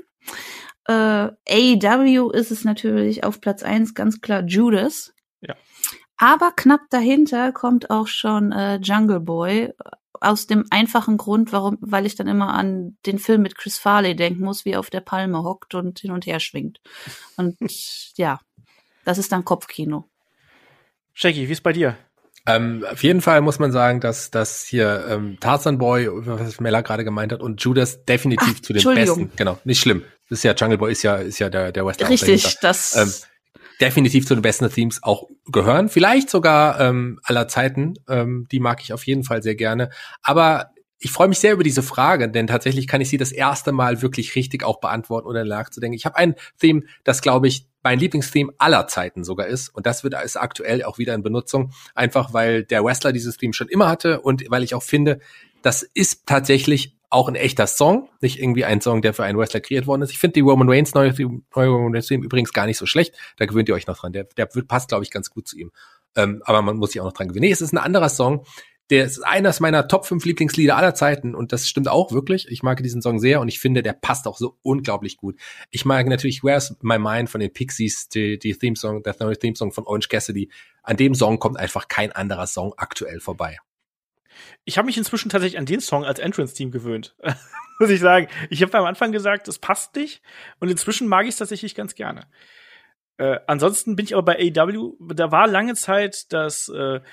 Speaker 3: AEW ist es natürlich auf Platz 1 ganz klar Judas.
Speaker 2: Ja.
Speaker 3: Aber knapp dahinter kommt auch schon Jungle Boy. Aus dem einfachen Grund, weil ich dann immer an den Film mit Chris Farley denken muss, wie er auf der Palme hockt und hin und her schwingt. Und ja, das ist dann Kopfkino.
Speaker 2: Shaggy, wie ist bei dir?
Speaker 4: Auf jeden Fall muss man sagen, dass das hier Tarzan Boy, was Mella gerade gemeint hat, und Judas definitiv zu den besten. Genau, nicht schlimm. Das ist ja, Jungle Boy ist ja der Wrestler.
Speaker 3: Richtig, das
Speaker 4: definitiv zu den besten Themes auch gehören. Vielleicht sogar aller Zeiten. Die mag ich auf jeden Fall sehr gerne. Aber ich freue mich sehr über diese Frage, denn tatsächlich kann ich sie das erste Mal wirklich richtig auch beantworten, ohne nachzudenken. Ich habe ein Theme, das, glaube ich, mein Lieblingstheme aller Zeiten sogar ist. Und das ist aktuell auch wieder in Benutzung. Einfach, weil der Wrestler dieses Theme schon immer hatte und weil ich auch finde, das ist tatsächlich auch ein echter Song, nicht irgendwie ein Song, der für einen Wrestler kreiert worden ist. Ich finde die Roman Reigns neue Roman Reigns Theme übrigens gar nicht so schlecht. Da gewöhnt ihr euch noch dran. Der passt, glaube ich, ganz gut zu ihm. Aber man muss sich auch noch dran gewöhnen. Nee, es ist ein anderer Song. Der ist eines meiner Top 5 Lieblingslieder aller Zeiten und das stimmt auch wirklich. Ich mag diesen Song sehr und ich finde, der passt auch so unglaublich gut. Ich mag natürlich Where's My Mind von den Pixies, die Theme-Song, der neue Theme-Song von Orange Cassidy. An dem Song kommt einfach kein anderer Song aktuell vorbei.
Speaker 2: Ich habe mich inzwischen tatsächlich an den Song als Entrance-Theme gewöhnt, muss ich sagen. Ich habe am Anfang gesagt, das passt nicht und inzwischen mag ich es tatsächlich ganz gerne. Ansonsten bin ich aber bei AEW, da war lange Zeit das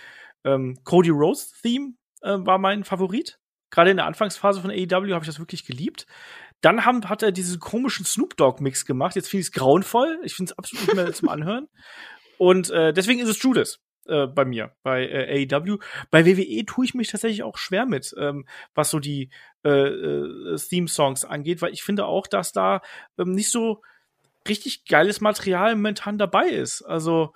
Speaker 2: Cody Rhodes Theme war mein Favorit. Gerade in der Anfangsphase von AEW habe ich das wirklich geliebt. Dann hat er diesen komischen Snoop Dogg Mix gemacht. Jetzt finde ich es grauenvoll. Ich finde es absolut nicht mehr zum Anhören. Und deswegen ist es Judas bei mir, bei AEW. Bei WWE tue ich mich tatsächlich auch schwer mit, was so die Theme-Songs angeht, weil ich finde auch, dass da nicht so richtig geiles Material momentan dabei ist. Also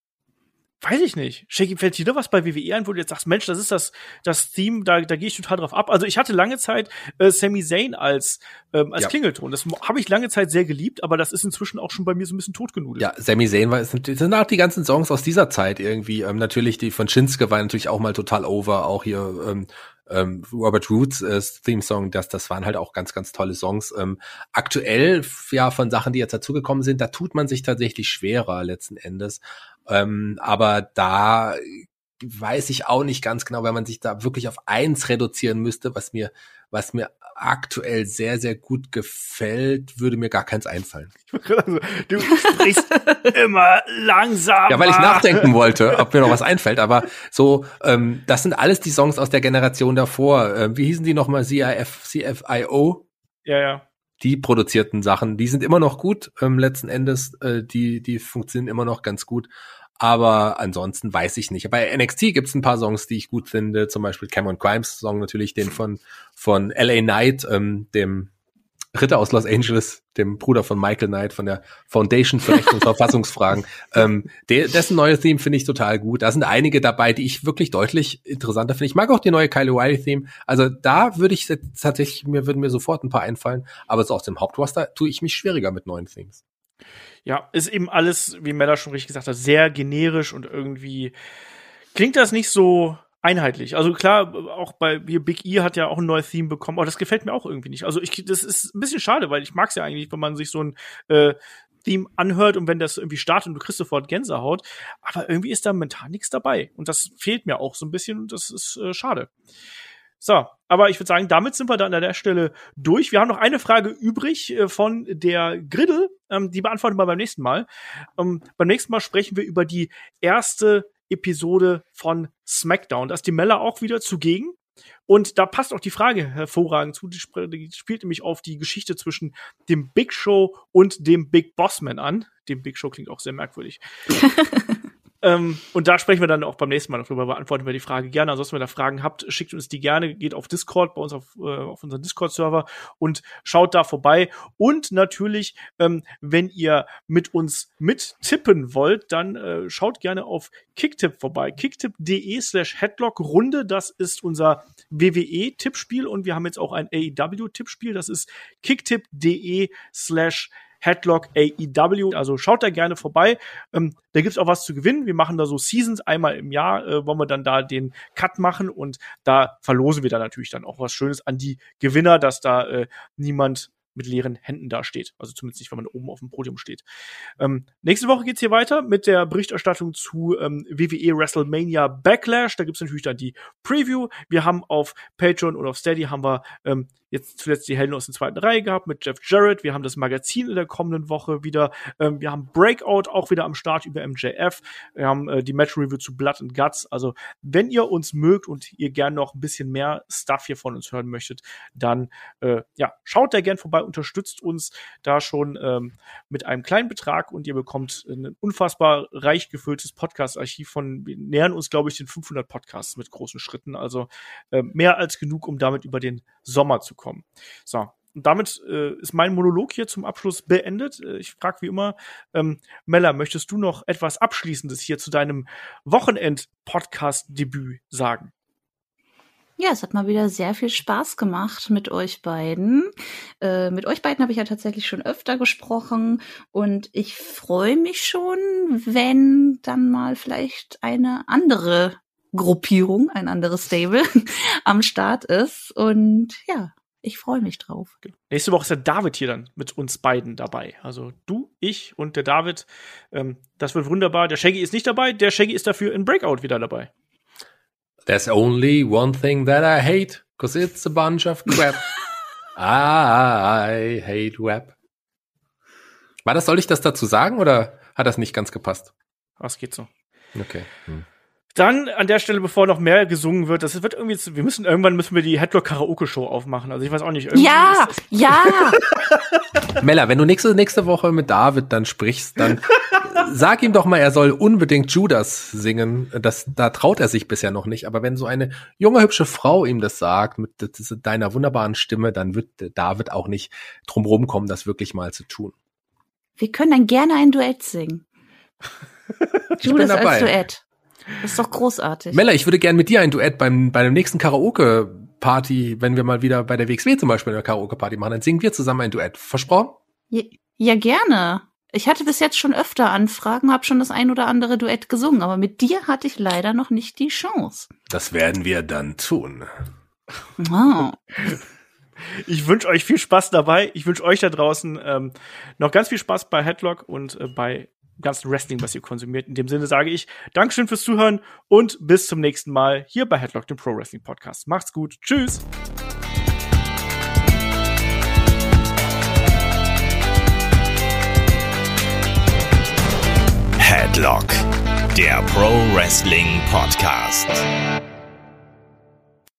Speaker 2: weiß ich nicht. Shaggy, fällt dir da was bei WWE ein, wo du jetzt sagst, Mensch, das ist das Theme, da gehe ich total drauf ab. Also ich hatte lange Zeit Sami Zayn als Klingelton. Das habe ich lange Zeit sehr geliebt, aber das ist inzwischen auch schon bei mir so ein bisschen totgenudelt.
Speaker 4: Ja, Sami Zayn sind auch die ganzen Songs aus dieser Zeit irgendwie. Natürlich, die von Shinsuke war natürlich auch mal total over. Auch hier Robert Roots Theme-Song, das waren halt auch ganz, ganz tolle Songs. Aktuell, ja, von Sachen, die jetzt dazugekommen sind, da tut man sich tatsächlich schwerer letzten Endes. Aber da weiß ich auch nicht ganz genau, wenn man sich da wirklich auf eins reduzieren müsste, was mir aktuell sehr, sehr gut gefällt, würde mir gar keins einfallen.
Speaker 2: Also, du sprichst immer langsamer.
Speaker 4: Ja, weil ich nachdenken wollte, ob mir noch was einfällt, aber so, das sind alles die Songs aus der Generation davor. Wie hießen die nochmal? CFIO?
Speaker 2: Ja.
Speaker 4: Die produzierten Sachen, die sind immer noch gut, letzten Endes, die funktionieren immer noch ganz gut. Aber ansonsten weiß ich nicht. Bei NXT gibt's ein paar Songs, die ich gut finde. Zum Beispiel Cameron Grimes Song natürlich, den von LA Knight, dem Ritter aus Los Angeles, dem Bruder von Michael Knight von der Foundation für Recht und Verfassungsfragen. Dessen neues Theme finde ich total gut. Da sind einige dabei, die ich wirklich deutlich interessanter finde. Ich mag auch die neue Kyle O'Reilly Theme. Also da würde ich tatsächlich, würden mir sofort ein paar einfallen. Aber so aus dem Hauptroster tue ich mich schwieriger mit neuen Themes.
Speaker 2: Ja, ist eben alles, wie Mella schon richtig gesagt hat, sehr generisch und irgendwie klingt das nicht so einheitlich. Also klar, auch bei Big E hat ja auch ein neues Theme bekommen, aber das gefällt mir auch irgendwie nicht. Also das ist ein bisschen schade, weil ich mag's ja eigentlich, wenn man sich so ein Theme anhört und wenn das irgendwie startet und du kriegst sofort Gänsehaut, aber irgendwie ist da momentan nichts dabei und das fehlt mir auch so ein bisschen und das ist schade. So, aber ich würde sagen, damit sind wir dann an der Stelle durch. Wir haben noch eine Frage übrig von der Griddle. Die beantworten wir beim nächsten Mal. Beim nächsten Mal sprechen wir über die erste Episode von SmackDown. Da ist die Mella auch wieder zugegen. Und da passt auch die Frage hervorragend zu. Die spielt nämlich auf die Geschichte zwischen dem Big Show und dem Big Bossman an. Dem Big Show klingt auch sehr merkwürdig. Und da sprechen wir dann auch beim nächsten Mal drüber, beantworten wir die Frage gerne. Ansonsten, wenn ihr Fragen habt, schickt uns die gerne, geht auf Discord, bei uns auf unseren Discord-Server und schaut da vorbei. Und natürlich, wenn ihr mit uns mittippen wollt, dann schaut gerne auf Kicktip vorbei. Kicktip.de/Headlock-Runde, das ist unser WWE-Tippspiel und wir haben jetzt auch ein AEW-Tippspiel, das ist Kicktip.de/Headlock AEW, also schaut da gerne vorbei. Da gibt's auch was zu gewinnen. Wir machen da so Seasons, einmal im Jahr wollen wir dann da den Cut machen und da verlosen wir dann natürlich dann auch was Schönes an die Gewinner, dass da niemand mit leeren Händen da steht. Also zumindest nicht, wenn man oben auf dem Podium steht. Nächste Woche geht's hier weiter mit der Berichterstattung zu WWE WrestleMania Backlash. Da gibt's natürlich dann die Preview. Wir haben auf Patreon und auf Steady haben wir jetzt zuletzt die Helden aus der zweiten Reihe gehabt mit Jeff Jarrett. Wir haben das Magazin in der kommenden Woche wieder. Wir haben Breakout auch wieder am Start über MJF. Wir haben die Match-Review zu Blood and Guts. Also, wenn ihr uns mögt und ihr gerne noch ein bisschen mehr Stuff hier von uns hören möchtet, dann schaut da gern vorbei, unterstützt uns da schon mit einem kleinen Betrag und ihr bekommt ein unfassbar reich gefülltes Podcast-Archiv wir nähern uns, glaube ich, den 500 Podcasts mit großen Schritten. Also mehr als genug, um damit über den Sommer zu kommen. So, und damit ist mein Monolog hier zum Abschluss beendet. Ich frage wie immer, Mella, möchtest du noch etwas Abschließendes hier zu deinem Wochenend-Podcast-Debüt sagen?
Speaker 3: Ja, es hat mal wieder sehr viel Spaß gemacht mit euch beiden. Mit euch beiden habe ich ja tatsächlich schon öfter gesprochen und ich freue mich schon, wenn dann mal vielleicht eine andere Gruppierung, ein anderes Stable am Start ist. Und ja, ich freue mich drauf.
Speaker 2: Nächste Woche ist der David hier dann mit uns beiden dabei. Also du, ich und der David. Das wird wunderbar. Der Shaggy ist nicht dabei. Der Shaggy ist dafür in Breakout wieder dabei.
Speaker 4: There's only one thing that I hate, 'cause it's a bunch of crap. I hate web. Soll ich das dazu sagen oder hat das nicht ganz gepasst?
Speaker 2: Was geht so?
Speaker 4: Okay.
Speaker 2: Dann an der Stelle, bevor noch mehr gesungen wird, irgendwann müssen wir die Headlock Karaoke Show aufmachen. Also ich weiß auch nicht.
Speaker 3: Ja.
Speaker 4: Mella, wenn du nächste Woche mit David dann sprichst, dann sag ihm doch mal, er soll unbedingt Judas singen. Da traut er sich bisher noch nicht. Aber wenn so eine junge, hübsche Frau ihm das sagt, mit deiner wunderbaren Stimme, dann wird David auch nicht drum rumkommen, das wirklich mal zu tun.
Speaker 3: Wir können dann gerne ein Duett singen. Judas als Duett. Das ist doch großartig.
Speaker 4: Mella, ich würde gerne mit dir ein Duett bei dem nächsten Karaoke-Party, wenn wir mal wieder bei der WXW zum Beispiel eine Karaoke-Party machen, dann singen wir zusammen ein Duett. Versprochen?
Speaker 3: Ja, gerne. Ich hatte bis jetzt schon öfter Anfragen, habe schon das ein oder andere Duett gesungen, aber mit dir hatte ich leider noch nicht die Chance.
Speaker 4: Das werden wir dann tun.
Speaker 3: Wow.
Speaker 2: Ich wünsche euch viel Spaß dabei. Ich wünsche euch da draußen noch ganz viel Spaß bei Headlock und bei ganzen Wrestling, was ihr konsumiert. In dem Sinne sage ich Dankeschön fürs Zuhören und bis zum nächsten Mal hier bei Headlock, dem Pro Wrestling Podcast. Macht's gut. Tschüss.
Speaker 1: Headlock, der Pro Wrestling Podcast.